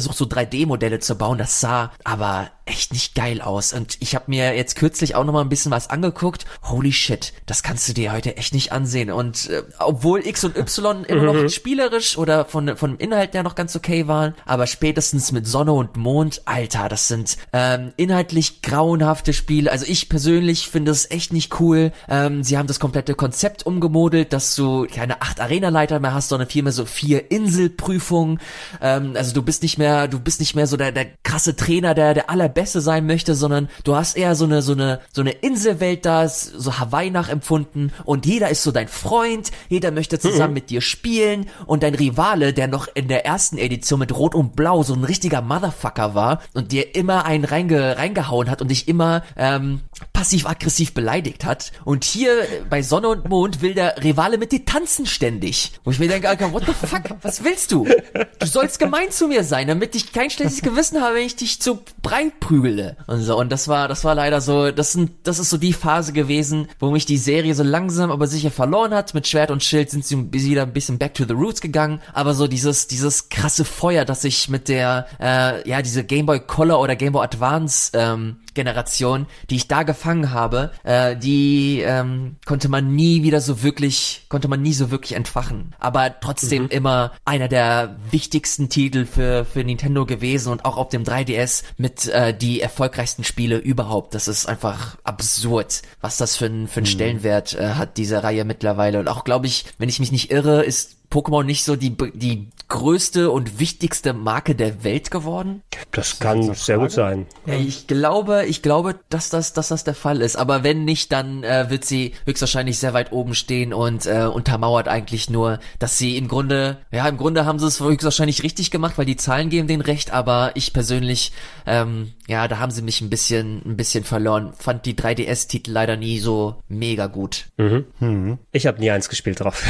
drei D-Modelle zu bauen. Das sah aber echt nicht geil aus. Und ich habe mir jetzt kürzlich auch noch mal ein bisschen was angeguckt. Holy shit, das kannst du dir heute echt nicht ansehen. Und äh, obwohl X und Y immer noch spielerisch oder von von Inhalt her noch ganz okay waren, aber spätestens mit Sonne und Mond, Alter, das sind ähm, inhaltlich grauenhafte Spiele. Also ich persönlich finde es echt nicht cool. Ähm, sie haben das komplette Konzept umgemodelt, dass du keine acht Arenaleiter mehr hast, sondern vielmehr so vier Inselprüfungen. Ähm, also du bist nicht mehr, du bist nicht mehr so der der krasse Trainer, der der allerbeste sein möchte, sondern du hast eher so eine so eine so eine Inselwelt da, so Hawaii nachempfunden, und jeder ist so dein Freund, jeder möchte zusammen mhm. mit dir spielen, und dein Rivale, der noch in der ersten Edition mit Rot und Blau so ein richtiger Motherfucker war und dir immer einen reinge, reingehauen hat und dich immer ähm, passiv-aggressiv beleidigt hat, und hier bei Sonne und Mond will der Rivale mit dir tanzen ständig, wo ich mir denke, Alter, what the fuck, was willst du? Du sollst gemein zu mir sein, damit ich kein schlechtes Gewissen habe, wenn ich dich zu Brei prügele und so. Und das war, das war leider so, das sind, das ist so die Phase gewesen, wo mich die Serie so langsam aber sicher verloren hat. Mit Schwert und Schild sind sie wieder ein bisschen back to the roots gegangen, aber so dieses, dieses krasse Feuer, das ich mit der, äh, ja, diese Game Boy Color oder Game Boy Advance, ähm, Generation, die ich da gefangen habe, äh, die ähm, konnte man nie wieder so wirklich, konnte man nie so wirklich entfachen. Aber trotzdem mhm. immer einer der wichtigsten Titel für für Nintendo gewesen, und auch auf dem drei D S mit äh, die erfolgreichsten Spiele überhaupt. Das ist einfach absurd, was das für ein für einen mhm. Stellenwert äh, hat, diese Reihe mittlerweile. Und auch, glaube ich, wenn ich mich nicht irre, ist Pokémon nicht so die die größte und wichtigste Marke der Welt geworden? Das kann sehr gut sein. Ja, ich glaube, ich glaube, dass das, dass das der Fall ist. Aber wenn nicht, dann äh, wird sie höchstwahrscheinlich sehr weit oben stehen und äh, untermauert eigentlich nur, dass sie im Grunde, ja, im Grunde haben sie es höchstwahrscheinlich richtig gemacht, weil die Zahlen geben denen recht. Aber ich persönlich, ähm, ja, da haben sie mich ein bisschen, ein bisschen verloren. Fand die drei D S-Titel leider nie so mega gut. Mhm. Mhm. Ich habe nie eins gespielt drauf.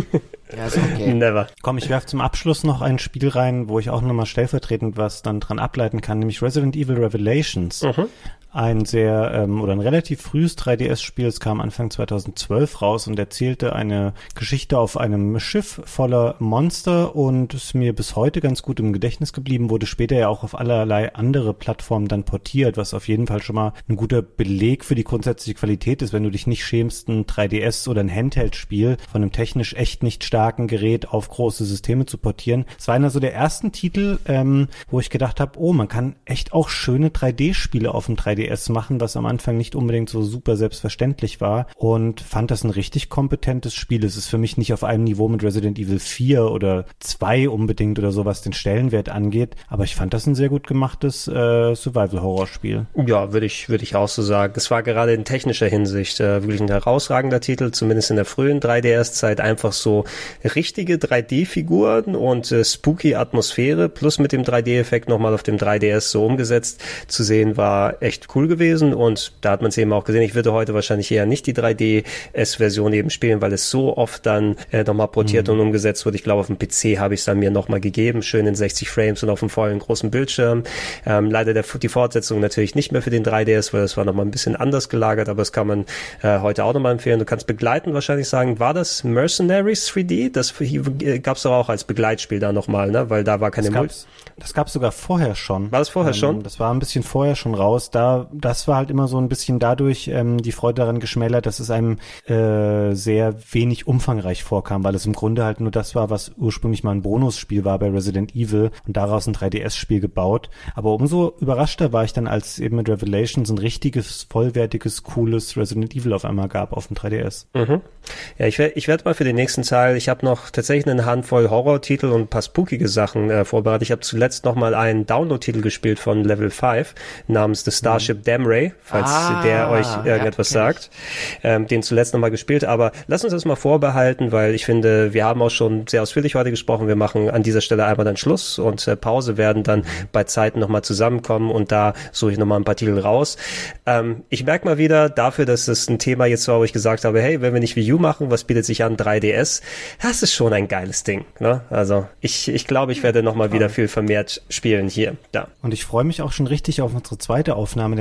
Ja, ist okay. Never. Komm, ich werfe zum Abschluss noch ein Spiel rein, wo ich auch nochmal stellvertretend was dann dran ableiten kann, nämlich Resident Evil Revelations. Mhm. Ein sehr, ähm, oder ein relativ frühes drei D S-Spiel, es kam Anfang zweitausendzwölf raus und erzählte eine Geschichte auf einem Schiff voller Monster und ist mir bis heute ganz gut im Gedächtnis geblieben, wurde später ja auch auf allerlei andere Plattformen dann portiert, was auf jeden Fall schon mal ein guter Beleg für die grundsätzliche Qualität ist, wenn du dich nicht schämst, ein drei D S oder ein Handheld-Spiel von einem technisch echt nicht starken Gerät auf große Systeme zu portieren. Es war einer so der ersten Titel, ähm, wo ich gedacht habe, oh, man kann echt auch schöne drei D-Spiele auf dem drei D S machen, was am Anfang nicht unbedingt so super selbstverständlich war, und fand das ein richtig kompetentes Spiel. Es ist für mich nicht auf einem Niveau mit Resident Evil vier oder zwei unbedingt oder so, was den Stellenwert angeht, aber ich fand das ein sehr gut gemachtes äh, Survival-Horror-Spiel. Ja, würde ich würde ich auch so sagen. Es war gerade in technischer Hinsicht äh, wirklich ein herausragender Titel, zumindest in der frühen drei D S-Zeit, einfach so richtige drei D-Figuren und äh, spooky Atmosphäre plus mit dem drei D-Effekt nochmal auf dem drei D S so umgesetzt zu sehen, war echt cool gewesen, und da hat man es eben auch gesehen. Ich würde heute wahrscheinlich eher nicht die drei D S-Version eben spielen, weil es so oft dann äh, nochmal portiert mhm. und umgesetzt wird. Ich glaube, auf dem P C habe ich es dann mir nochmal gegeben, schön in sechzig Frames und auf dem vollen großen Bildschirm. Ähm, leider der, die Fortsetzung natürlich nicht mehr für den drei D S, weil das war nochmal ein bisschen anders gelagert, aber das kann man äh, heute auch nochmal empfehlen. Du kannst begleiten wahrscheinlich sagen, war das Mercenaries drei D? Das äh, gab es doch auch als Begleitspiel da nochmal, ne? Weil da war keine Multi. Das gab es sogar vorher schon. War das vorher ähm, schon? Das war ein bisschen vorher schon raus. Da, das war halt immer so ein bisschen dadurch ähm, die Freude daran geschmälert, dass es einem äh, sehr wenig umfangreich vorkam, weil es im Grunde halt nur das war, was ursprünglich mal ein Bonusspiel war bei Resident Evil und daraus ein drei D S-Spiel gebaut. Aber umso überraschter war ich dann, als eben mit Revelations ein richtiges, vollwertiges, cooles Resident Evil auf einmal gab auf dem drei D S. Mhm. Ja, ich werde ich werd mal für den nächsten Teil, ich habe noch tatsächlich eine Handvoll Horror-Titel und ein paar spookige Sachen äh, vorbereitet. Ich habe zuletzt noch mal einen Download-Titel gespielt von Level fünf namens The Starship mhm. Damray, falls ah, der euch irgendetwas ja, sagt. Ähm, den zuletzt noch mal gespielt, aber lass uns das mal vorbehalten, weil ich finde, wir haben auch schon sehr ausführlich heute gesprochen. Wir machen an dieser Stelle einmal dann Schluss und äh, Pause, werden dann bei Zeiten noch mal zusammenkommen und da suche ich noch mal ein paar Titel raus. Ähm, ich merke mal wieder dafür, dass es ein Thema jetzt war, wo ich gesagt habe, hey, wenn wir nicht Wii U machen, was bietet sich an? drei D S. Das ist schon ein geiles Ding, ne? Also ich ich glaube, ich werde noch mal wieder viel vermehrt spielen hier. Da. Und ich freue mich auch schon richtig auf unsere zweite Aufnahme,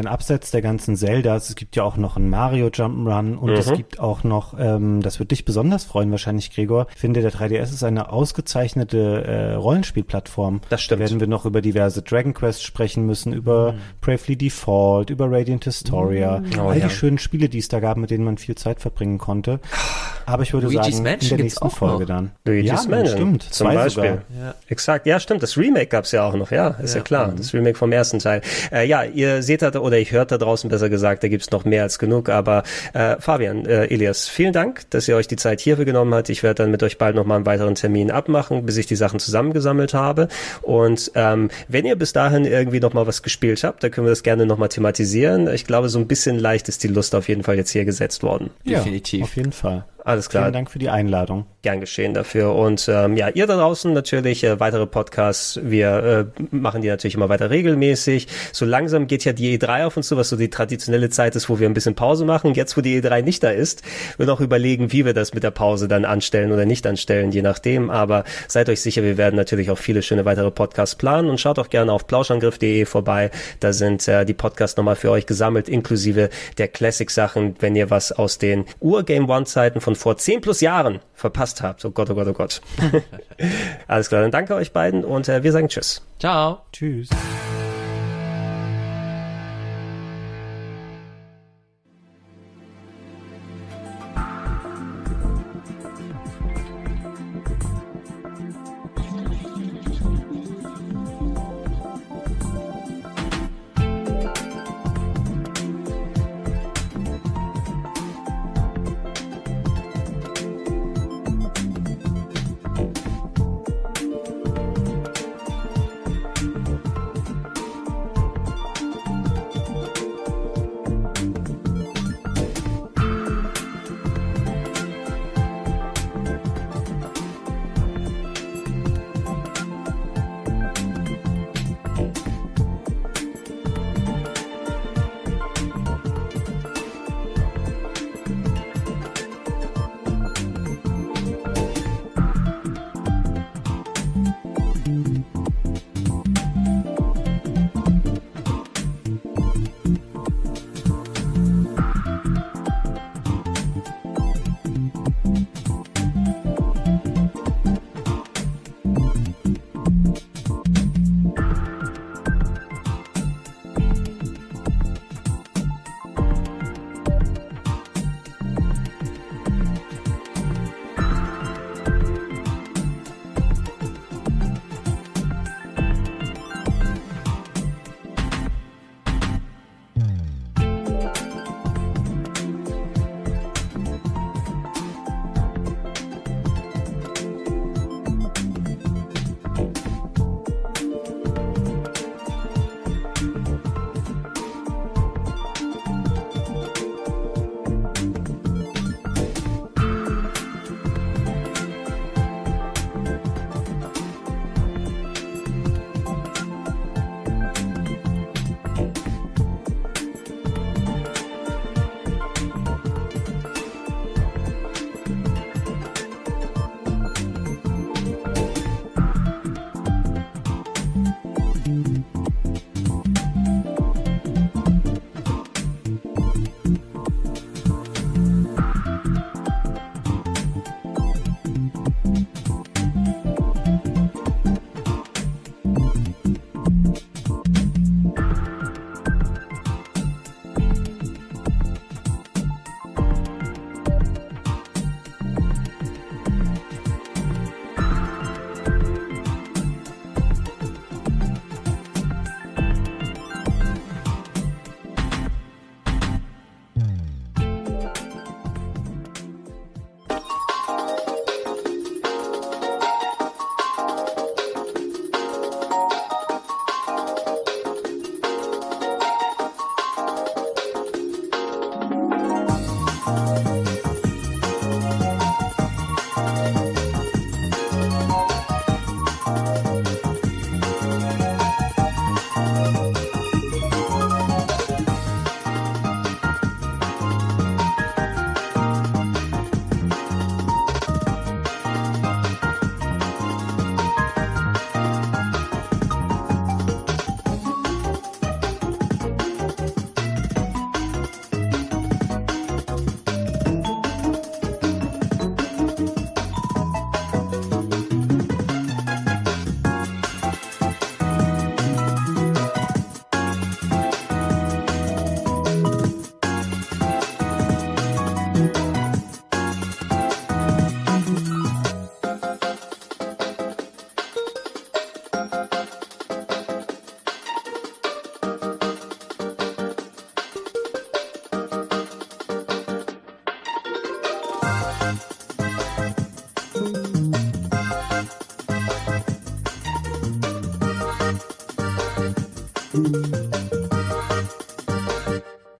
denn abseits der ganzen Zeldas, es gibt ja auch noch einen Mario Jump'n'Run und mhm. es gibt auch noch, ähm, das wird dich besonders freuen wahrscheinlich, Gregor, ich finde, der drei D S ist eine ausgezeichnete äh, Rollenspielplattform. Das stimmt. Da werden wir noch über diverse Dragon Quest sprechen müssen, über mhm. Bravely Default, über Radiant Historia, mhm. oh, all ja. die schönen Spiele, die es da gab, mit denen man viel Zeit verbringen konnte. Aber ich würde Luigi's sagen, Mansion in der nächsten Folge noch. dann. Luigi's ja, Mansion, stimmt. Zum Zwei Beispiel. Sogar. Ja. Exakt, ja stimmt, das Remake gab's ja auch noch, ja, ist ja, ja klar, mhm. das Remake vom ersten Teil. Äh, ja, ihr seht da, oder ich hört da draußen besser gesagt, da gibt's noch mehr als genug, aber äh, Fabian, äh, Elias, vielen Dank, dass ihr euch die Zeit hierfür genommen habt. Ich werde dann mit euch bald nochmal einen weiteren Termin abmachen, bis ich die Sachen zusammengesammelt habe und ähm, wenn ihr bis dahin irgendwie nochmal was gespielt habt, dann können wir das gerne nochmal thematisieren. Ich glaube, so ein bisschen leicht ist die Lust auf jeden Fall jetzt hier gesetzt worden. Ja, definitiv. Auf jeden Fall. Alles klar. Vielen Dank für die Einladung. Gern geschehen dafür. Und ähm, ja, ihr da draußen natürlich äh, weitere Podcasts. Wir äh, machen die natürlich immer weiter regelmäßig. So langsam geht ja die E drei auf uns zu, was so die traditionelle Zeit ist, wo wir ein bisschen Pause machen. Jetzt, wo die E drei nicht da ist, wir noch überlegen, wie wir das mit der Pause dann anstellen oder nicht anstellen, je nachdem. Aber seid euch sicher, wir werden natürlich auch viele schöne weitere Podcasts planen und schaut auch gerne auf plauschangriff punkt de vorbei. Da sind äh, die Podcasts nochmal für euch gesammelt, inklusive der Classic-Sachen, wenn ihr was aus den Ur-Game-One-Zeiten von vor zehn plus Jahren verpasst habt. Oh Gott, oh Gott, oh Gott. Alles klar, dann danke euch beiden und äh, wir sagen Tschüss. Ciao. Tschüss.